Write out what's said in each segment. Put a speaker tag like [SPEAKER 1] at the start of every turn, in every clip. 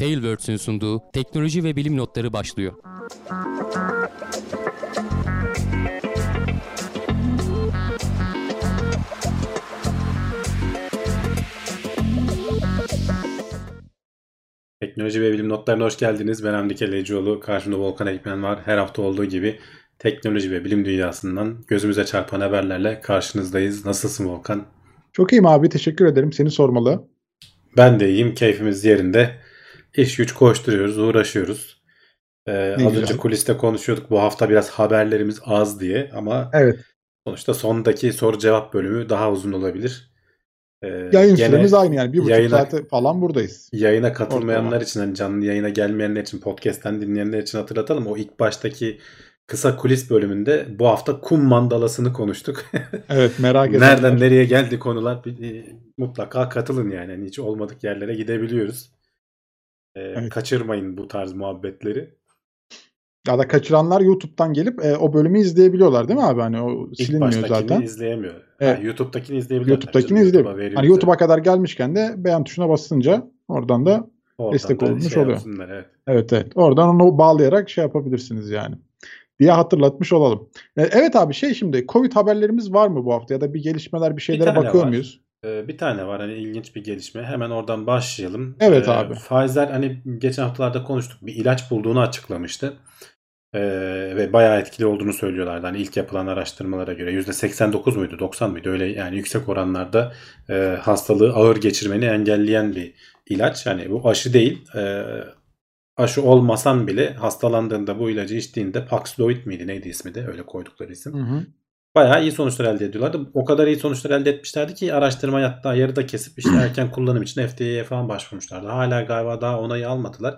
[SPEAKER 1] Tailwords'ün sunduğu teknoloji ve bilim notları başlıyor.
[SPEAKER 2] Teknoloji ve bilim notlarına hoş geldiniz. Ben Hamdi Kellecioğlu. Karşımda Volkan Ekmen var. Her hafta olduğu gibi teknoloji ve bilim dünyasından gözümüze çarpan haberlerle karşınızdayız. Nasılsın Volkan?
[SPEAKER 3] Çok iyiyim abi. Teşekkür ederim. Seni sormalı.
[SPEAKER 2] Ben de iyiyim. Keyfimiz yerinde. İş güç koşturuyoruz, uğraşıyoruz. Az önce kuliste konuşuyorduk. Bu hafta biraz haberlerimiz az diye ama
[SPEAKER 3] evet.
[SPEAKER 2] Sonuçta sondaki soru cevap bölümü daha uzun olabilir.
[SPEAKER 3] Yayın süremiz aynı yani. 1,5 saate falan buradayız.
[SPEAKER 2] Yayına katılmayanlar için, hani canlı yayına gelmeyenler için, podcast'ten dinleyenler için hatırlatalım. O ilk baştaki kısa kulis bölümünde bu hafta kum mandalasını konuştuk.
[SPEAKER 3] Evet, merak edenler.
[SPEAKER 2] Nereden nereye geldi konular, mutlaka katılın yani. Yani hiç olmadık yerlere gidebiliyoruz. Evet. Kaçırmayın bu tarz muhabbetleri.
[SPEAKER 3] Ya da kaçıranlar YouTube'dan gelip o bölümü izleyebiliyorlar değil mi abi? Hani o silinmiyor zaten.
[SPEAKER 2] İlk baştakini izleyemiyor. Evet. YouTube'dakini izleyebiliyorlar.
[SPEAKER 3] YouTube'dakini izleyebiliyor. Hani YouTube'a kadar gelmişken de beğen tuşuna basınca oradan da destek olmuş oluyor. Evet. Oradan onu bağlayarak şey yapabilirsiniz yani diye hatırlatmış olalım. Evet abi şimdi Covid haberlerimiz var mı bu hafta ya da bir gelişmeler, bir şeylere bakıyor muyuz?
[SPEAKER 2] Bir tane var, hani ilginç bir gelişme. Hemen oradan başlayalım.
[SPEAKER 3] Evet abi.
[SPEAKER 2] Pfizer hani geçen haftalarda konuştuk, bir ilaç bulduğunu açıklamıştı. Ve bayağı etkili olduğunu söylüyorlardı. Hani ilk yapılan araştırmalara göre %89 muydu, 90 muydu? Öyle yani yüksek oranlarda hastalığı ağır geçirmeni engelleyen bir ilaç. Yani bu aşı değil. Aşı olmasan bile hastalandığında bu ilacı içtiğinde Paxlovid miydi? Neydi ismi de? Öyle koydukları isim.
[SPEAKER 3] Hı.
[SPEAKER 2] Bayağı iyi sonuçlar elde ediyorlardı. O kadar iyi sonuçlar elde etmişlerdi ki araştırmayı hatta yarıda kesip işte erken kullanım için FDA'ye falan başvurmuşlardı. Hala galiba daha onayı almadılar.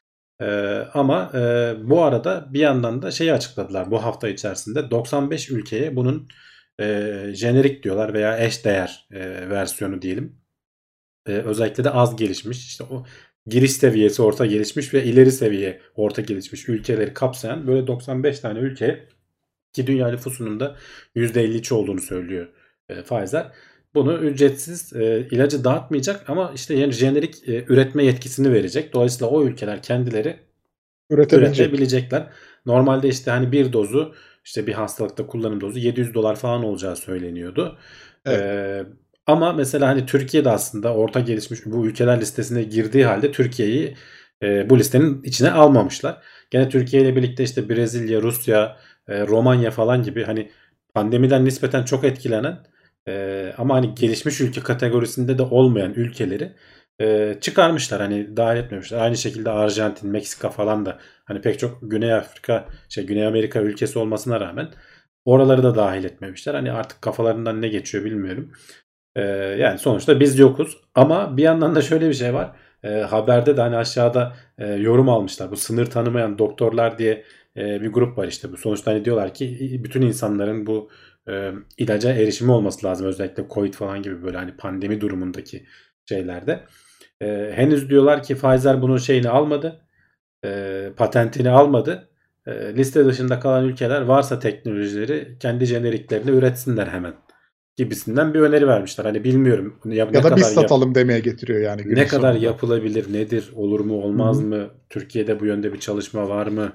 [SPEAKER 2] Ama bu arada bir yandan da şeyi açıkladılar bu hafta içerisinde. 95 ülkeye bunun jenerik diyorlar veya eşdeğer versiyonu diyelim. Özellikle de az gelişmiş, işte o giriş seviyesi orta gelişmiş ve ileri seviye orta gelişmiş ülkeleri kapsayan böyle 95 tane ülke, ki dünya nüfusunun da %53 olduğunu söylüyor Pfizer. Bunu ücretsiz ilacı dağıtmayacak ama işte yani jenerik üretme yetkisini verecek. Dolayısıyla o ülkeler kendileri üretebilecekler. Normalde işte hani bir dozu, işte bir hastalıkta kullanım dozu $700 falan olacağı söyleniyordu.
[SPEAKER 3] Evet.
[SPEAKER 2] Ama mesela hani Türkiye'de aslında orta gelişmiş bu ülkeler listesine girdiği halde Türkiye'yi bu listenin içine almamışlar. Gene Türkiye ile birlikte işte Brezilya, Rusya, Romanya falan gibi hani pandemiden nispeten çok etkilenen ama hani gelişmiş ülke kategorisinde de olmayan ülkeleri çıkarmışlar, hani dahil etmemişler. Aynı şekilde Arjantin, Meksika falan da hani pek çok Güney Amerika ülkesi olmasına rağmen oraları da dahil etmemişler. Hani artık kafalarından ne geçiyor bilmiyorum. Yani sonuçta biz yokuz. Ama bir yandan da şöyle bir şey var. Haberde de hani aşağıda yorum almışlar. Bu sınır tanımayan doktorlar diye bir grup var işte. Bu sonuçta hani diyorlar ki bütün insanların bu ilaca erişimi olması lazım. Özellikle Covid falan gibi böyle hani pandemi durumundaki şeylerde. Henüz diyorlar ki Pfizer bunun şeyini almadı. Patentini almadı. Liste dışında kalan ülkeler varsa teknolojileri kendi jeneriklerini üretsinler hemen gibisinden bir öneri vermişler. Hani bilmiyorum.
[SPEAKER 3] Ya da biz satalım demeye getiriyor yani.
[SPEAKER 2] Ne kadar yapılabilir, nedir, olur mu, olmaz mı? Türkiye'de bu yönde bir çalışma var mı?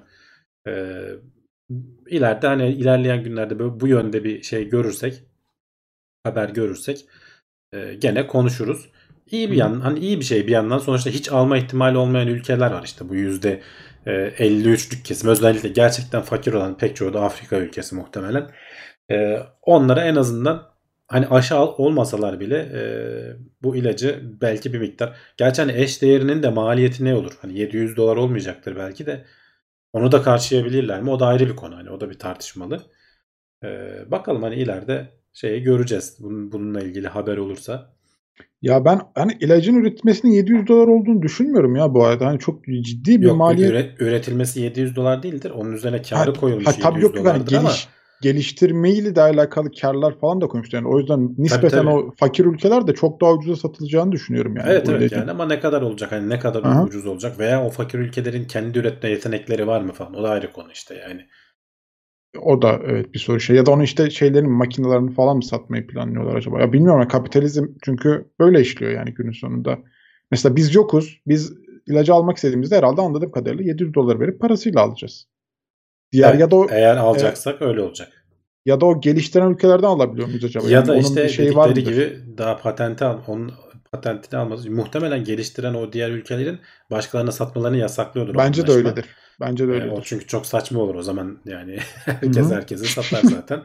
[SPEAKER 2] İleride hani ilerleyen günlerde bu yönde bir şey görürsek, haber görürsek gene konuşuruz. İyi bir yandan, hani iyi bir şey bir yandan. Sonuçta hiç alma ihtimali olmayan ülkeler var işte, bu %53'lük kesim. Özellikle gerçekten fakir olan pek çoğu da Afrika ülkesi muhtemelen. Onlara en azından hani aşı olmasalar bile bu ilacı belki bir miktar. Gerçi hani eş değerinin de maliyeti ne olur? Hani $700 olmayacaktır belki de. Onu da karşılayabilirler mi? O da ayrı bir konu. Hani o da bir tartışmalı. Bakalım hani ileride şeyi göreceğiz. Bununla ilgili haber olursa.
[SPEAKER 3] Ya ben hani ilacın üretilmesinin $700 olduğunu düşünmüyorum ya bu arada. Hani çok ciddi bir maliyet.
[SPEAKER 2] Üretilmesi $700 değildir. Onun üzerine karı koyulmuş $700'dır
[SPEAKER 3] hani
[SPEAKER 2] ama
[SPEAKER 3] geliştirmeyle de alakalı karlar falan da koymuşlar. Yani o yüzden nispeten tabii. O fakir ülkeler de çok daha ucuza satılacağını düşünüyorum yani.
[SPEAKER 2] Evet yani, ama ne kadar olacak? Hani ne kadar ucuz olacak veya o fakir ülkelerin kendi üretme yetenekleri var mı falan. O da ayrı konu işte yani.
[SPEAKER 3] O da evet bir soru şey. Ya da onu işte şeylerin makinelerini falan mı satmayı planlıyorlar acaba? Ya bilmiyorum, kapitalizm çünkü böyle işliyor yani günün sonunda. Mesela biz yokuz. Biz ilacı almak istediğimizde herhalde anladığım kadarıyla 700 dolar verip parasıyla alacağız. Diğer
[SPEAKER 2] Evet,
[SPEAKER 3] ya da
[SPEAKER 2] eğer alacaksak öyle olacak.
[SPEAKER 3] ya da o geliştiren ülkelerden alabiliyor muyuz acaba?
[SPEAKER 2] Ya
[SPEAKER 3] Yani
[SPEAKER 2] da
[SPEAKER 3] onun
[SPEAKER 2] işte
[SPEAKER 3] bir şeyi var
[SPEAKER 2] dedikleri
[SPEAKER 3] mıdır?
[SPEAKER 2] gibi daha onun patentini alması. Muhtemelen geliştiren o diğer ülkelerin başkalarına satmalarını yasaklıyordur o
[SPEAKER 3] Bence de
[SPEAKER 2] anlaşma.
[SPEAKER 3] öyledir. Bence de
[SPEAKER 2] O
[SPEAKER 3] öyledir.
[SPEAKER 2] çünkü çok saçma olur o zaman yani
[SPEAKER 3] Hı
[SPEAKER 2] herkes
[SPEAKER 3] hı.
[SPEAKER 2] herkese satar zaten.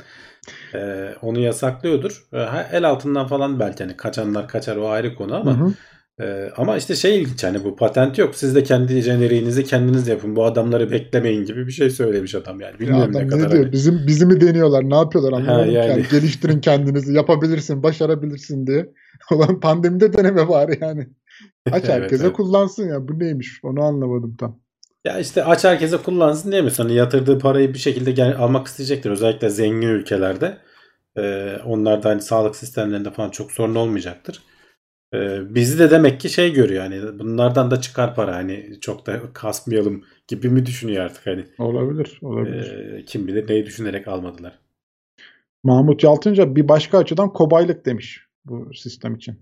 [SPEAKER 2] Onu yasaklıyordur. El altından falan belki hani kaçanlar kaçar, o ayrı konu
[SPEAKER 3] Hı
[SPEAKER 2] ama
[SPEAKER 3] hı.
[SPEAKER 2] işte şey ilginç, hani bu patent yok. Siz de kendi jeneriğinizi kendiniz yapın. Bu adamları beklemeyin gibi bir şey söylemiş adam yani.
[SPEAKER 3] Ya
[SPEAKER 2] Bilmiyorum ne
[SPEAKER 3] adam ne
[SPEAKER 2] kadar
[SPEAKER 3] diyor?
[SPEAKER 2] hani.
[SPEAKER 3] Bizi mi deniyorlar? Ne yapıyorlar
[SPEAKER 2] Ha
[SPEAKER 3] anlamadım ki.
[SPEAKER 2] yani
[SPEAKER 3] Yani geliştirin kendinizi, yapabilirsin, başarabilirsin diye. Ulan pandemide deneme var yani. Aç
[SPEAKER 2] evet,
[SPEAKER 3] herkese
[SPEAKER 2] evet.
[SPEAKER 3] kullansın ya. Bu neymiş? Onu anlamadım tam.
[SPEAKER 2] Ya işte aç herkese kullansın diyemiyorsun. Hani yatırdığı parayı bir şekilde almak isteyecektir. Özellikle zengin ülkelerde. Onlarda hani sağlık sistemlerinde falan çok sorun olmayacaktır. Bizi de demek ki şey görüyor, hani bunlardan da çıkar para, hani çok da kasmayalım gibi mi düşünüyor artık hani.
[SPEAKER 3] Olabilir, olabilir.
[SPEAKER 2] Kim bilir neyi düşünerek almadılar.
[SPEAKER 3] Mahmut Yaltınca bir başka açıdan kobaylık demiş bu sistem için.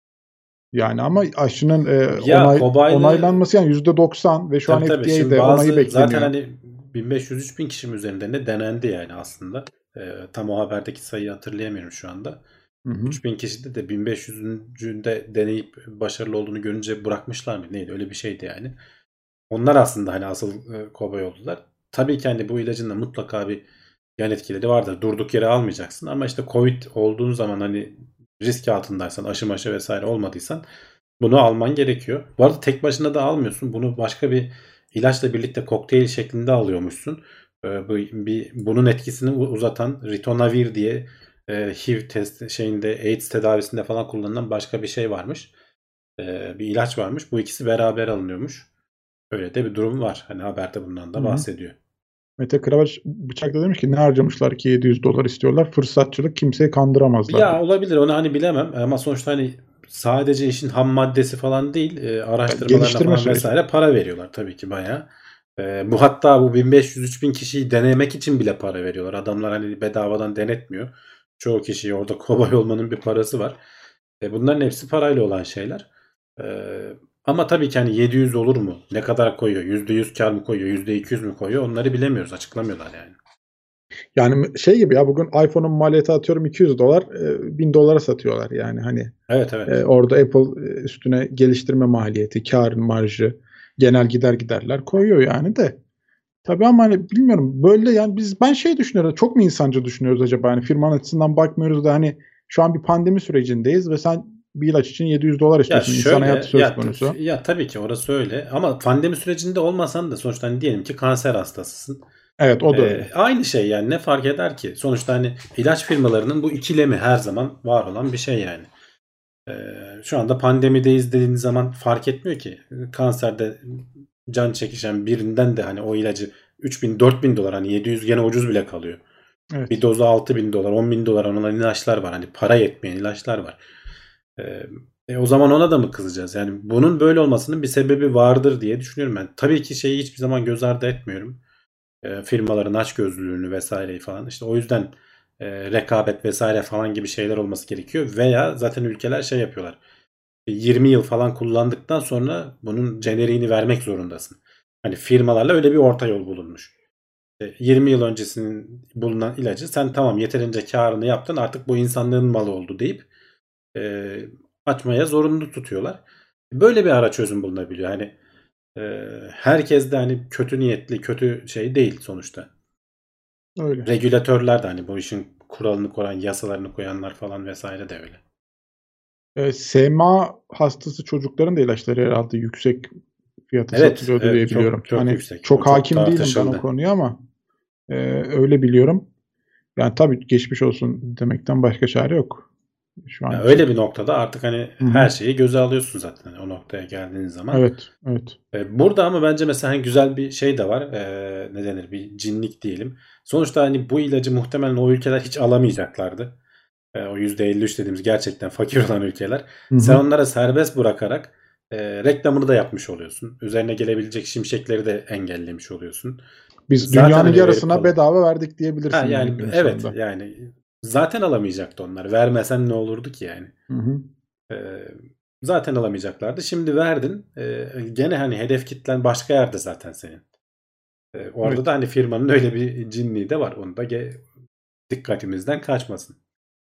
[SPEAKER 3] Yani ama aşının
[SPEAKER 2] Ya kobaylı,
[SPEAKER 3] onaylanması yani %90 ve şu an
[SPEAKER 2] tabii tabii, şimdi
[SPEAKER 3] FDA'de onayı
[SPEAKER 2] bazı zaten
[SPEAKER 3] bekleniyor.
[SPEAKER 2] hani 1500-3000 kişinin üzerinde ne denendi yani aslında. Tam o haberdeki sayıyı hatırlayamıyorum şu anda.
[SPEAKER 3] Hı hı.
[SPEAKER 2] 3000 kişide de 1500'ünde deneyip başarılı olduğunu görünce bırakmışlar mı? Neydi? Öyle bir şeydi yani. Onlar aslında hani asıl kobay oldular. Tabii ki hani bu ilacın da mutlaka bir yan etkileri vardır. Durduk yere almayacaksın ama işte Covid olduğun zaman hani risk altındaysan, aşı maşı vesaire olmadıysan bunu alman gerekiyor. Bu arada tek başına da almıyorsun. Bunu başka bir ilaçla birlikte kokteyl şeklinde alıyormuşsun. Bunun etkisini uzatan ritonavir diye HIV test şeyinde, AIDS tedavisinde falan kullanılan başka bir şey varmış. Bir ilaç varmış. Bu ikisi beraber alınıyormuş. Öyle de bir durum var. Hani haberde bundan
[SPEAKER 3] Hı
[SPEAKER 2] da
[SPEAKER 3] hı.
[SPEAKER 2] bahsediyor.
[SPEAKER 3] Mete Kıravaç bıçakla demiş ki ne harcamışlar ki 700 dolar istiyorlar. Fırsatçılık, kimseyi kandıramazlar
[SPEAKER 2] Ya
[SPEAKER 3] demiş.
[SPEAKER 2] olabilir, onu hani bilemem ama sonuçta hani sadece işin ham maddesi falan değil,
[SPEAKER 3] Yani
[SPEAKER 2] araştırmalarına
[SPEAKER 3] geliştirme
[SPEAKER 2] falan
[SPEAKER 3] süreci.
[SPEAKER 2] vesaire para veriyorlar tabii ki bayağı. Bu hatta bu 1500-3000 kişiyi denemek için bile para veriyorlar. Adamlar hani bedavadan denetmiyor. Çoğu kişiyi orada kobay olmanın bir parası var. Bunların hepsi parayla olan şeyler. E, Ama tabii ki hani 700 olur mu? Ne kadar koyuyor? %100 kar mı koyuyor? %200 mü koyuyor? Onları bilemiyoruz. Açıklamıyorlar yani.
[SPEAKER 3] Yani şey gibi ya bugün iPhone'un maliyeti atıyorum 200 dolar, 1000 dolara satıyorlar yani hani
[SPEAKER 2] Evet, evet.
[SPEAKER 3] orada Apple üstüne geliştirme maliyeti, kar marjı, genel giderler koyuyor yani de. Tabii ama hani bilmiyorum böyle yani ben şey düşünüyorum çok mu insancı düşünüyoruz acaba hani firmanın açısından bakmıyoruz da hani şu an bir pandemi sürecindeyiz ve sen bir ilaç için 700 dolar
[SPEAKER 2] Ya
[SPEAKER 3] istiyorsun insan hayatı
[SPEAKER 2] şöyle
[SPEAKER 3] söz konusu.
[SPEAKER 2] ya tabii ki orası öyle ama pandemi sürecinde olmasan da sonuçta hani diyelim ki kanser hastasısın.
[SPEAKER 3] Evet o da öyle.
[SPEAKER 2] Aynı şey yani, ne fark eder ki? Sonuçta hani ilaç firmalarının bu ikilemi her zaman var olan bir şey yani. Şu anda pandemideyiz dediğiniz zaman fark etmiyor ki. Kanserde can çekişen birinden de hani o ilacı 3000-4000 dolar, hani 700 gene ucuz bile kalıyor. Bir
[SPEAKER 3] Evet.
[SPEAKER 2] dozu 6000 dolar, 10.000 dolar olan ilaçlar var. Hani para yetmeyen ilaçlar var. O zaman ona da mı kızacağız? Yani bunun böyle olmasının bir sebebi vardır diye düşünüyorum ben. Tabii ki şeyi hiçbir zaman göz ardı etmiyorum. Firmaların açgözlülüğünü vesaireyi falan. İşte o yüzden rekabet vesaire falan gibi şeyler olması gerekiyor. Veya zaten ülkeler şey yapıyorlar. 20 yıl falan kullandıktan sonra bunun jeneriğini vermek zorundasın. Hani firmalarla öyle bir orta yol bulunmuş. 20 yıl öncesinin bulunan ilacı sen tamam yeterince karını yaptın, artık bu insanlığın malı oldu deyip e, açmaya zorunlu tutuyorlar. Böyle bir ara çözüm bulunabiliyor. Hani herkes de hani kötü niyetli, kötü şey değil sonuçta.
[SPEAKER 3] Öyle.
[SPEAKER 2] Regülatörler de hani bu işin kuralını koyan, yasalarını koyanlar falan vesaire de öyle.
[SPEAKER 3] SMA hastası çocukların da ilaçları herhalde yüksek fiyata
[SPEAKER 2] Evet,
[SPEAKER 3] satılıyordu
[SPEAKER 2] evet,
[SPEAKER 3] diye
[SPEAKER 2] çok
[SPEAKER 3] biliyorum.
[SPEAKER 2] çok
[SPEAKER 3] Hani
[SPEAKER 2] yüksek. O
[SPEAKER 3] çok
[SPEAKER 2] çok
[SPEAKER 3] hakim değilim ben o
[SPEAKER 2] tartışıldı.
[SPEAKER 3] konuya ama öyle biliyorum. Yani tabii geçmiş olsun demekten başka çare yok şu
[SPEAKER 2] Ya
[SPEAKER 3] an için.
[SPEAKER 2] öyle bir noktada artık hani
[SPEAKER 3] Hı
[SPEAKER 2] her
[SPEAKER 3] hı.
[SPEAKER 2] şeyi göze alıyorsun zaten o noktaya geldiğin zaman.
[SPEAKER 3] Evet, evet.
[SPEAKER 2] Burada ama bence mesela hani güzel bir şey de var. Ne denir? Bir cinlik diyelim. Sonuçta hani bu ilacı muhtemelen o ülkeler hiç alamayacaklardı. O %53 dediğimiz gerçekten fakir olan ülkeler.
[SPEAKER 3] Hı
[SPEAKER 2] Sen
[SPEAKER 3] hı.
[SPEAKER 2] onlara serbest bırakarak reklamını da yapmış oluyorsun. Üzerine gelebilecek şimşekleri de engellemiş oluyorsun.
[SPEAKER 3] Biz
[SPEAKER 2] Zaten
[SPEAKER 3] dünyanın
[SPEAKER 2] hani verip
[SPEAKER 3] yarısına bedava verdik
[SPEAKER 2] ha
[SPEAKER 3] diyebilirsin yani
[SPEAKER 2] yani
[SPEAKER 3] günün
[SPEAKER 2] evet
[SPEAKER 3] sonunda.
[SPEAKER 2] yani zaten alamayacaktı onlar. Vermesen ne olurdu ki yani?
[SPEAKER 3] Hı hı.
[SPEAKER 2] Ee, zaten alamayacaklardı. Şimdi verdin. Gene hani hedef kitlen başka yerde zaten senin. Orada
[SPEAKER 3] Evet.
[SPEAKER 2] da hani firmanın öyle bir cinliği de var. Onu da dikkatimizden kaçmasın.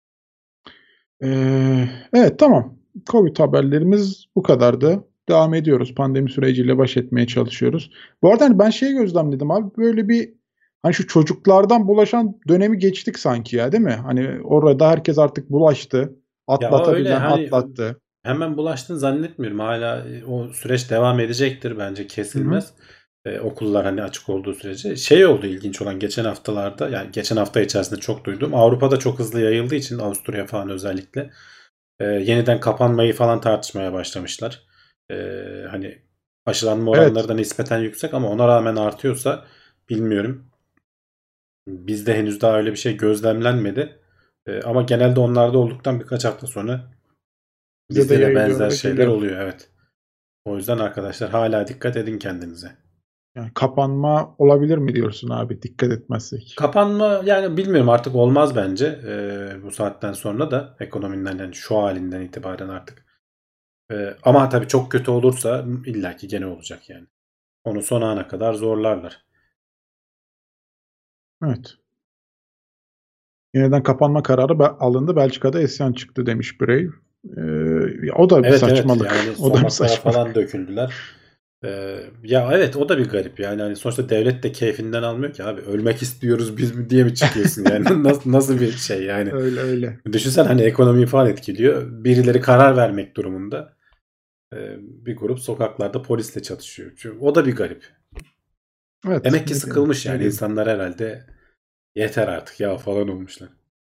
[SPEAKER 3] Evet, tamam. Covid haberlerimiz bu kadardı. Devam ediyoruz. Pandemi süreciyle baş etmeye çalışıyoruz. Bu arada hani ben şeyi gözlemledim abi. Böyle bir hani şu çocuklardan bulaşan dönemi geçtik sanki ya, değil mi? Hani orada herkes artık bulaştı.
[SPEAKER 2] Ya öyle
[SPEAKER 3] Atlatabilen
[SPEAKER 2] hani
[SPEAKER 3] atlattı.
[SPEAKER 2] hemen bulaştığını zannetmiyorum. Hala o süreç devam edecektir bence,
[SPEAKER 3] Hı hı.
[SPEAKER 2] kesilmez. Okullar hani açık olduğu sürece. Şey oldu ilginç olan geçen haftalarda, yani geçen hafta içerisinde çok duydum. Avrupa'da çok hızlı yayıldığı için, Avusturya falan özellikle yeniden kapanmayı falan tartışmaya başlamışlar. Hani aşılanma
[SPEAKER 3] Evet.
[SPEAKER 2] oranları da nispeten yüksek ama ona rağmen artıyorsa bilmiyorum. Bizde henüz daha öyle bir şey gözlemlenmedi. Ama genelde onlarda olduktan birkaç hafta sonra
[SPEAKER 3] Bize de
[SPEAKER 2] bizde de
[SPEAKER 3] yayılıyor
[SPEAKER 2] benzer
[SPEAKER 3] ve
[SPEAKER 2] şeyler
[SPEAKER 3] geliyor.
[SPEAKER 2] oluyor, evet. O yüzden arkadaşlar hala dikkat edin kendinize.
[SPEAKER 3] Yani kapanma olabilir mi diyorsun abi, dikkat etmezsek?
[SPEAKER 2] Kapanma yani bilmiyorum, artık olmaz bence. Bu saatten sonra da ekonominin yani şu halinden itibaren artık. Ama tabii çok kötü olursa illaki gene olacak yani. Onu son ana kadar zorlarlar.
[SPEAKER 3] Evet. Yeniden kapanma kararı alındı. Belçika'da isyan çıktı demiş Brave. O da bir
[SPEAKER 2] Evet, evet,
[SPEAKER 3] saçmalık.
[SPEAKER 2] yani
[SPEAKER 3] O da bir
[SPEAKER 2] sokaklara falan
[SPEAKER 3] saçmalık.
[SPEAKER 2] döküldüler. Ya evet, o da bir garip yani, hani sonuçta devlet de keyfinden almıyor ki abi, ölmek istiyoruz biz mi diye mi çıkıyorsun yani nasıl bir şey yani.
[SPEAKER 3] Öyle öyle.
[SPEAKER 2] Düşünsen hani ekonomiyi falan etkiliyor, birileri karar vermek durumunda. Bir grup sokaklarda polisle çatışıyor. Çünkü o da bir garip.
[SPEAKER 3] Evet.
[SPEAKER 2] Demek ki
[SPEAKER 3] Ne diyelim?
[SPEAKER 2] sıkılmış
[SPEAKER 3] Ne
[SPEAKER 2] yani
[SPEAKER 3] diyelim?
[SPEAKER 2] insanlar, herhalde yeter artık ya falan olmuşlar.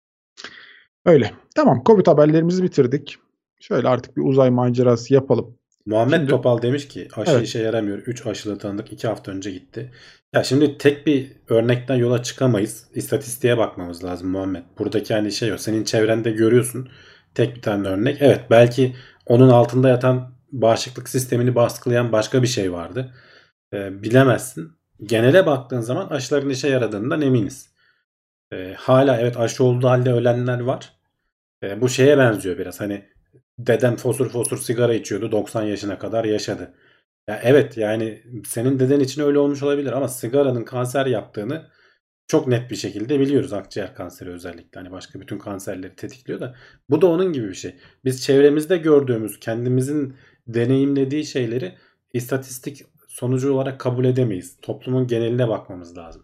[SPEAKER 3] Öyle. Tamam. Covid haberlerimizi bitirdik. Şöyle artık bir uzay macerası yapalım.
[SPEAKER 2] Muhammed
[SPEAKER 3] Şimdi
[SPEAKER 2] Topal demiş ki aşı
[SPEAKER 3] evet.
[SPEAKER 2] işe yaramıyor. 3 aşılı tanıdık 2 hafta önce gitti. Ya şimdi tek bir örnekten yola çıkamayız. İstatistiğe bakmamız lazım Muhammed. Buradaki hani şey yok. Senin çevrende görüyorsun tek bir tane örnek. Evet, belki onun altında yatan bağışıklık sistemini baskılayan başka bir şey vardı. Bilemezsin. Genele baktığın zaman aşıların işe yaradığından eminiz. Hala evet, aşı olduğu halde ölenler var. Bu şeye benziyor biraz, hani dedem fosur fosur sigara içiyordu, 90 yaşına kadar yaşadı. Ya evet, yani senin deden için öyle olmuş olabilir ama sigaranın kanser yaptığını çok net bir şekilde biliyoruz. Akciğer kanseri özellikle, hani başka bütün kanserleri tetikliyor da bu da onun gibi bir şey. Biz çevremizde gördüğümüz, kendimizin deneyimlediği şeyleri istatistik sonucu olarak kabul edemeyiz. Toplumun geneline bakmamız lazım.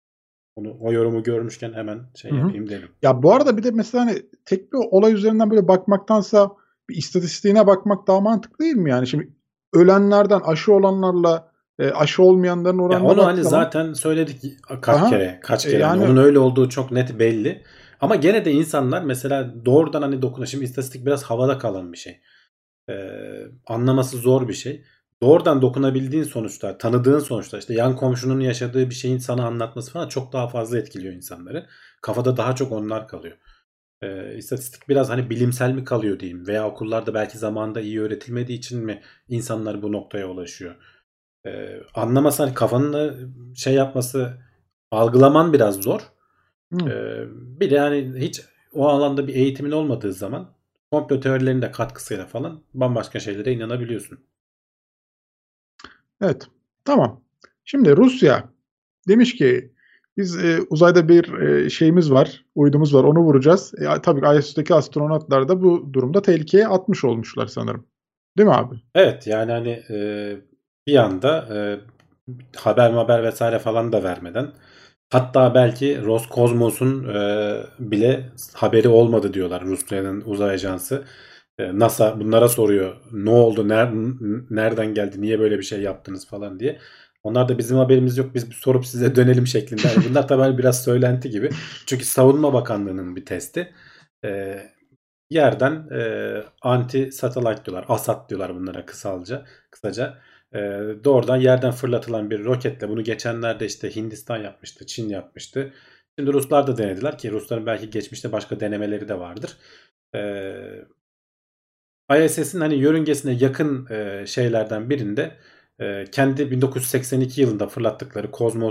[SPEAKER 2] O yorumu görmüşken hemen şey
[SPEAKER 3] Hı hı.
[SPEAKER 2] yapayım dedim.
[SPEAKER 3] Ya bu arada bir de mesela hani tek bir olay üzerinden böyle bakmaktansa bir istatistiğine bakmak daha mantıklı değil mi yani? Şimdi ölenlerden aşı olanlarla aşı olmayanların
[SPEAKER 2] Ya
[SPEAKER 3] oranına
[SPEAKER 2] onu hani
[SPEAKER 3] baktığı zaman
[SPEAKER 2] zaten söyledik kaç
[SPEAKER 3] aha,
[SPEAKER 2] kere kaç kere, hani
[SPEAKER 3] yani
[SPEAKER 2] onun öyle olduğu çok net belli. Ama gene de insanlar mesela doğrudan hani şimdi istatistik biraz havada kalan bir şey. Anlaması zor bir şey. Doğrudan dokunabildiğin sonuçta, tanıdığın sonuçta, işte yan komşunun yaşadığı bir şeyin sana anlatması falan çok daha fazla etkiliyor insanları. Kafada daha çok onlar kalıyor. İstatistik biraz hani bilimsel mi kalıyor diyeyim, veya okullarda belki zamanında iyi öğretilmediği için mi insanlar bu noktaya ulaşıyor? Anlaması, hani kafanı şey yapması, algılaman biraz zor.
[SPEAKER 3] hı,
[SPEAKER 2] Bir de hani hiç o alanda bir eğitimin olmadığı zaman komplo teorilerinin de katkısıyla falan bambaşka şeylere inanabiliyorsun.
[SPEAKER 3] evet. Tamam. Şimdi Rusya demiş ki biz uzayda bir şeyimiz var, uydumuz var, onu vuracağız. Tabii ISS'teki astronotlar da bu durumda tehlikeye atmış olmuşlar sanırım. Değil mi abi?
[SPEAKER 2] Evet yani hani bir anda haber vesaire falan da vermeden, hatta belki Roskosmos'un bile haberi olmadı diyorlar, Rusya'nın uzay ajansı. NASA bunlara soruyor, ne oldu, nereden geldi, niye böyle bir şey yaptınız falan diye. Onlar da bizim haberimiz yok, biz bir sorup size dönelim şeklinde. Yani bunlar tabii hani biraz söylenti gibi. Çünkü Savunma Bakanlığı'nın bir testi. E, Yerden anti satellite diyorlar. ASAT diyorlar bunlara kısaca. Doğrudan yerden fırlatılan bir roketle, bunu geçenlerde işte Hindistan yapmıştı, Çin yapmıştı. Şimdi Ruslar da denediler, ki Rusların belki geçmişte başka denemeleri de vardır. ISS'in hani yörüngesine yakın şeylerden birinde kendi 1982 yılında fırlattıkları Kozmos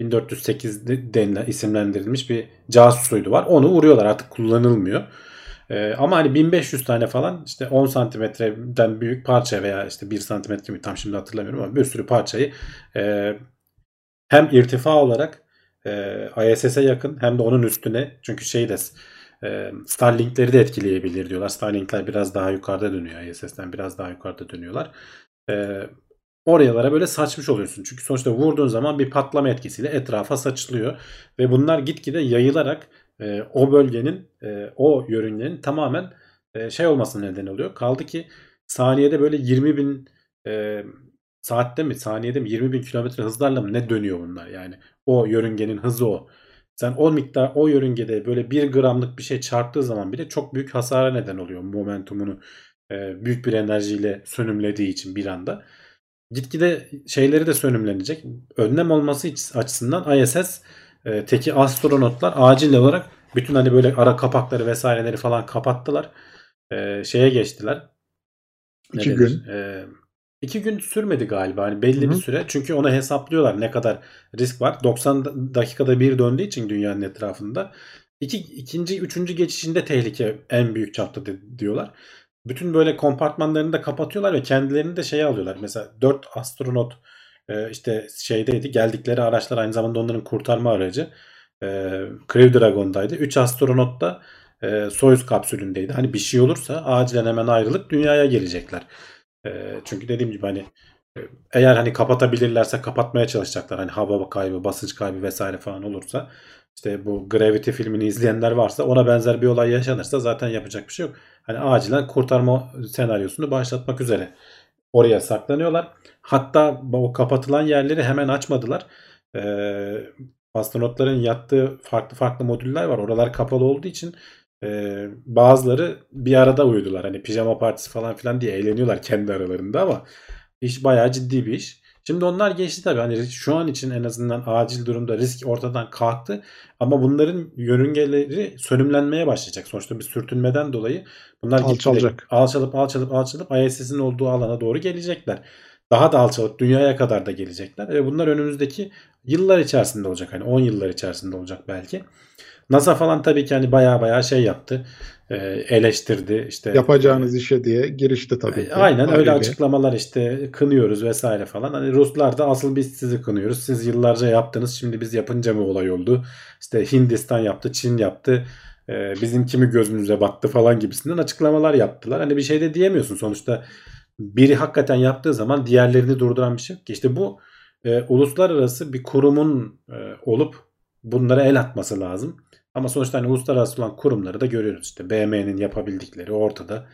[SPEAKER 2] 1408 denilen, isimlendirilmiş bir casus uydu var. Onu vuruyorlar, artık kullanılmıyor. Ama hani 1500 tane falan işte 10 santimetreden büyük parça veya işte 1 santimetre mi tam şimdi hatırlamıyorum ama bir sürü parçayı hem irtifa olarak ISS'e yakın hem de onun üstüne, çünkü Starlink'leri de etkileyebilir diyorlar. Starlink'ler biraz daha yukarıda dönüyor. ISS'ten biraz daha yukarıda dönüyorlar. Oralara böyle saçmış oluyorsun. Çünkü sonuçta vurduğun zaman bir patlama etkisiyle etrafa saçılıyor. Ve bunlar gitgide yayılarak o bölgenin, o yörüngenin tamamen olmasına neden oluyor. Kaldı ki saniyede böyle 20 bin saatte mi saniyede mi 20 bin kilometre hızlarla mı ne dönüyor bunlar yani. O yörüngenin hızı o. Sen o yörüngede böyle 1 gramlık bir şey çarptığı zaman bile çok büyük hasara neden oluyor. Momentumunu büyük bir enerjiyle sönümlediği için bir anda. Gitgide şeyleri de sönümlenecek. Önlem olması açısından ISS teki astronotlar acil olarak bütün hani böyle ara kapakları vesaireleri falan kapattılar. Şeye geçtiler.
[SPEAKER 3] 2 gün.
[SPEAKER 2] 2 gün sürmedi galiba. Hani belli bir süre. Çünkü onu hesaplıyorlar ne kadar risk var. 90 dakikada bir döndüğü için dünyanın etrafında. İkinci, üçüncü geçişinde tehlike en büyük çapta diyorlar. Bütün böyle kompartmanlarını da kapatıyorlar ve kendilerini de şeye alıyorlar. Mesela 4 astronot işte şeydeydi. Geldikleri araçlar aynı zamanda onların kurtarma aracı. Crew Dragon'daydı. 3 astronot da Soyuz kapsülündeydi. Hani bir şey olursa acilen hemen ayrılıp dünyaya gelecekler. Çünkü dediğim gibi hani eğer hani kapatabilirlerse kapatmaya çalışacaklar. Hani hava kaybı, basınç kaybı vesaire falan olursa, işte bu Gravity filmini izleyenler varsa, ona benzer bir olay yaşanırsa zaten yapacak bir şey yok. Hani acilen kurtarma senaryosunu başlatmak üzere oraya saklanıyorlar. Hatta o kapatılan yerleri hemen açmadılar. Astronotların yattığı farklı farklı modüller var. Oralar kapalı olduğu için bazıları bir arada uyudular. Hani pijama partisi falan filan diye eğleniyorlar kendi aralarında ama iş bayağı ciddi bir iş. Şimdi onlar geçti tabii. Hani şu an için en azından acil durumda risk ortadan kalktı. Ama bunların yörüngeleri sönümlenmeye başlayacak. Sonuçta bir sürtünmeden dolayı bunlar gitgide alçalıp ISS'in olduğu alana doğru gelecekler. Daha da alçalıp dünyaya kadar da gelecekler. Ve bunlar önümüzdeki yıllar içerisinde olacak. Hani 10 yıllar içerisinde olacak belki. NASA falan tabii ki hani baya şey yaptı. Eleştirdi. İşte
[SPEAKER 3] yapacağınız işe diye girişti tabii ki.
[SPEAKER 2] Aynen öyle açıklamalar, işte kınıyoruz vesaire falan. Hani Ruslar da asıl biz sizi kınıyoruz. Siz yıllarca yaptınız. Şimdi biz yapınca mı olay oldu? İşte Hindistan yaptı, Çin yaptı. Bizim kimi gözümüze battı falan gibisinden açıklamalar yaptılar. Hani bir şey de diyemiyorsun. Sonuçta biri hakikaten yaptığı zaman diğerlerini durduran bir şey yok ki. İşte bu uluslararası bir kurumun olup bunlara el atması lazım. Ama sonuçta hani uluslararası olan kurumları da görüyoruz. İşte BM'nin yapabildikleri ortada.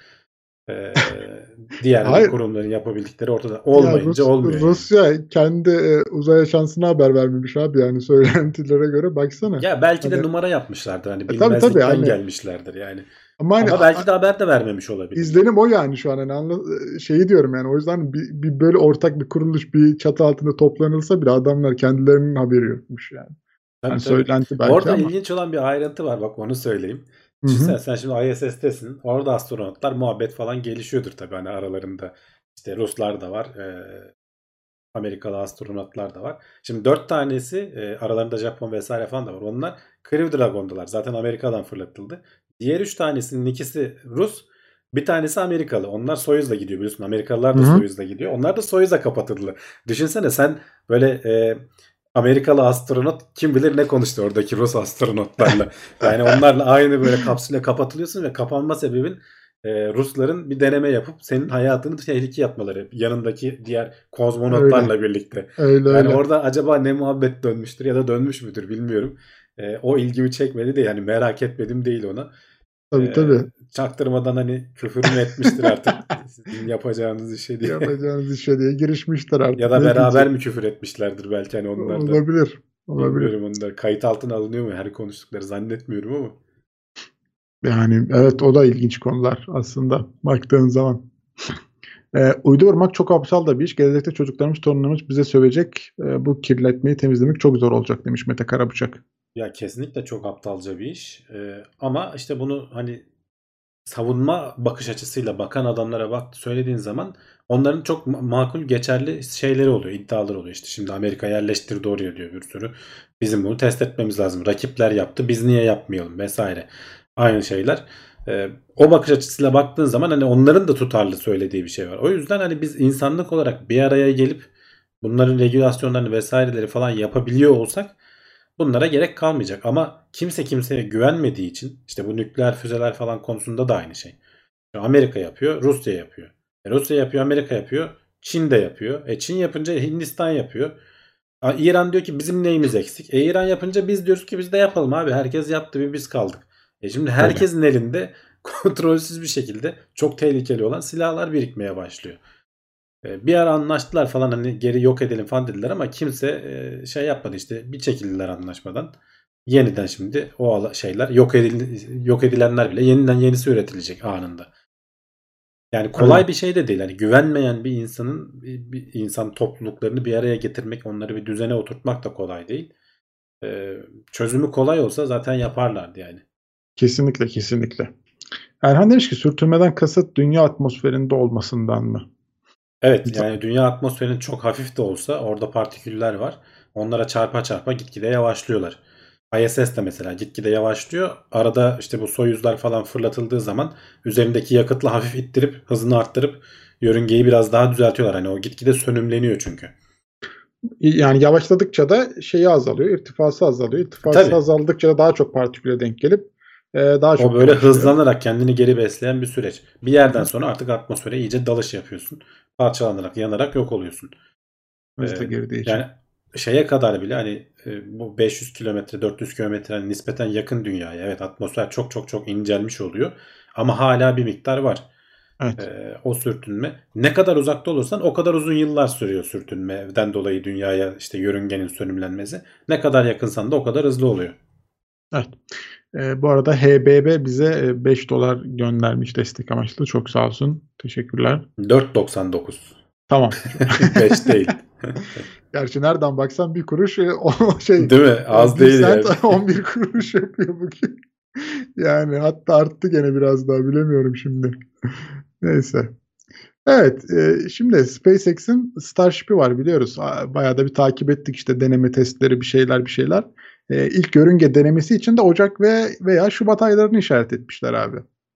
[SPEAKER 2] Diğer kurumların yapabildikleri ortada. Olmayınca olmuyor.
[SPEAKER 3] Rusya yani kendi uzay ajansına haber vermemiş abi, yani söylentilere göre baksana.
[SPEAKER 2] Ya belki de numara yapmışlardır. Hani bilmezlikten
[SPEAKER 3] tabii,
[SPEAKER 2] gelmişlerdir yani.
[SPEAKER 3] Ama
[SPEAKER 2] belki de haber de vermemiş olabilir.
[SPEAKER 3] İzlenim o yani şu an. Hani şeyi diyorum yani, o yüzden bir böyle ortak bir kuruluş bir çatı altında toplanılsa bile adamlar kendilerinin haberi yokmuş yani.
[SPEAKER 2] Tabii.
[SPEAKER 3] Söylenti belki
[SPEAKER 2] orada
[SPEAKER 3] ama.
[SPEAKER 2] ilginç olan bir ayrıntı var, bak onu söyleyeyim. Sen şimdi ISS'tesin. Orada astronotlar muhabbet falan gelişiyordur tabii hani aralarında. İşte Ruslar da var. Amerikalı astronotlar da var. Şimdi 4 tanesi aralarında Japon vesaire falan da var. Onlar Crew Dragon'dular. Zaten Amerika'dan fırlatıldı. Diğer 3 tanesinin ikisi Rus. Bir tanesi Amerikalı. Onlar Soyuz'la gidiyor biliyorsun. Amerikalılar da Soyuz'la gidiyor. Onlar da Soyuz'a kapatıldı. Düşünsene sen böyle Amerikalı astronot kim bilir ne konuştu oradaki Rus astronotlarla. Yani onlarla aynı böyle kapsüle kapatılıyorsun ve kapanma sebebin Rusların bir deneme yapıp senin hayatını tehlikeye atmaları. Yanındaki diğer kozmonotlarla birlikte.
[SPEAKER 3] Öyle.
[SPEAKER 2] Orada acaba ne muhabbet dönmüştür ya da dönmüş müdür bilmiyorum. O ilgimi çekmedi de yani merak etmedim değil ona.
[SPEAKER 3] Tabii.
[SPEAKER 2] Çaktırmadan hani küfür mü etmiştir artık sizin yapacağınız işe diye.
[SPEAKER 3] Yapacağınız işe diye girişmiştir artık.
[SPEAKER 2] Ya da beraber mi küfür etmişlerdir belki hani onlar da.
[SPEAKER 3] Olabilir.
[SPEAKER 2] Bilmiyorum, onlar kayıt altına alınıyor mu her konuştukları, zannetmiyorum ama.
[SPEAKER 3] Yani evet, o da ilginç konular aslında baktığın zaman. Uydu vurmak çok aptal da bir iş. Gelecekte çocuklarımız, torunlarımız bize sövecek. Bu kirletmeyi temizlemek çok zor olacak demiş Mete Karabıçak.
[SPEAKER 2] Ya kesinlikle çok aptalca bir iş. Ama işte bunu hani savunma bakış açısıyla bakan adamlara söylediğin zaman onların çok makul, geçerli şeyleri oluyor, iddiaları oluyor. İşte şimdi Amerika yerleştirdi oraya diyor bir sürü. Bizim bunu test etmemiz lazım. Rakipler yaptı, biz niye yapmayalım vesaire. Aynı şeyler. O bakış açısıyla baktığın zaman hani onların da tutarlı söylediği bir şey var. O yüzden hani biz insanlık olarak bir araya gelip bunların regülasyonlarını vesaireleri falan yapabiliyor olsak bunlara gerek kalmayacak. Ama kimse kimseye güvenmediği için işte bu nükleer füzeler falan konusunda da aynı şey. Amerika yapıyor, Rusya yapıyor. Rusya yapıyor, Amerika yapıyor, Çin de yapıyor. Çin yapınca Hindistan yapıyor. İran diyor ki bizim neyimiz eksik? İran yapınca biz diyoruz ki biz de yapalım abi. Herkes yaptı, bir biz kaldık. Şimdi herkesin elinde kontrolsüz bir şekilde çok tehlikeli olan silahlar birikmeye başlıyor. Bir ara anlaştılar falan, hani geri yok edelim falan dediler ama kimse şey yapmadı, işte bir çekildiler anlaşmadan. Yeniden şimdi o şeyler yok edilenler bile yeniden yenisi üretilecek anında. Yani kolay bir şey de değil. Hani güvenmeyen bir insanın bir insan topluluklarını bir araya getirmek, onları bir düzene oturtmak da kolay değil. Çözümü kolay olsa zaten yaparlardı yani.
[SPEAKER 3] Kesinlikle, kesinlikle. Erhan demiş ki sürtünmeden kasıt dünya atmosferinde olmasından mı?
[SPEAKER 2] Evet, yani dünya atmosferinin çok hafif de olsa orada partiküller var. Onlara çarpa çarpa gitgide yavaşlıyorlar. ISS de mesela gitgide yavaşlıyor. Arada işte bu Soyuzlar falan fırlatıldığı zaman üzerindeki yakıtla hafif ittirip hızını arttırıp yörüngeyi biraz daha düzeltiyorlar. Hani o gitgide sönümleniyor çünkü.
[SPEAKER 3] Yani yavaşladıkça da şeyi azalıyor, irtifası azalıyor. İrtifası azaldıkça da daha çok partiküle denk gelip daha çok
[SPEAKER 2] o böyle hızlanarak kendini geri besleyen bir süreç. Bir yerden sonra artık atmosfere iyice dalış yapıyorsun. Parçalanarak, yanarak yok oluyorsun.
[SPEAKER 3] Hızlı girdiği için.
[SPEAKER 2] Yani şeye kadar bile hani bu 500 kilometre 400 kilometre hani nispeten yakın dünyaya, evet atmosfer çok çok çok incelmiş oluyor ama hala bir miktar var.
[SPEAKER 3] Evet.
[SPEAKER 2] O sürtünme ne kadar uzakta olursan o kadar uzun yıllar sürüyor sürtünmeden dolayı dünyaya işte yörüngenin sönümlenmesi. Ne kadar yakınsan da o kadar hızlı oluyor.
[SPEAKER 3] Evet. Bu arada HBB bize $5 göndermiş destek amaçlı. Çok sağ olsun. Teşekkürler.
[SPEAKER 2] 4.99.
[SPEAKER 3] Tamam.
[SPEAKER 2] 5 değil.
[SPEAKER 3] Gerçi nereden baksan bir kuruş o şey.
[SPEAKER 2] Değil mi? Az değil
[SPEAKER 3] cent
[SPEAKER 2] yani.
[SPEAKER 3] 11 kuruş yapıyor bugün. Yani hatta arttı gene biraz daha, bilemiyorum şimdi. Neyse. Evet, şimdi SpaceX'in Starship'i var biliyoruz. Bayağı da bir takip ettik işte, deneme testleri, bir şeyler. İlk yörünge denemesi için de Ocak veya Şubat aylarını işaret etmişler abi.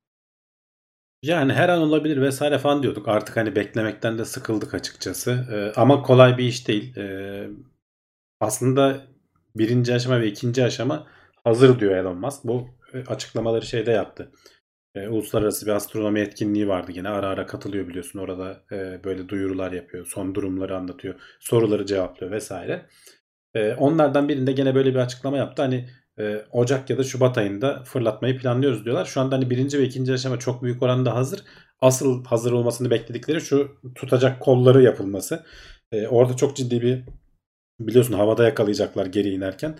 [SPEAKER 2] Yani her an olabilir vesaire falan diyorduk. Artık hani beklemekten de sıkıldık açıkçası. Ama kolay bir iş değil. Aslında birinci aşama ve ikinci aşama hazır diyor Elon Musk. Bu açıklamaları şeyde yaptı. Uluslararası bir astronomi etkinliği vardı yine. Ara ara katılıyor biliyorsun. Orada böyle duyurular yapıyor. Son durumları anlatıyor. Soruları cevaplıyor vesaire. Onlardan birinde gene böyle bir açıklama yaptı. Hani Ocak ya da Şubat ayında fırlatmayı planlıyoruz diyorlar. Şu anda hani birinci ve ikinci aşama çok büyük oranda hazır. Asıl hazır olmasını bekledikleri şu tutacak kolları yapılması. Orada çok ciddi bir, biliyorsun havada yakalayacaklar geri inerken.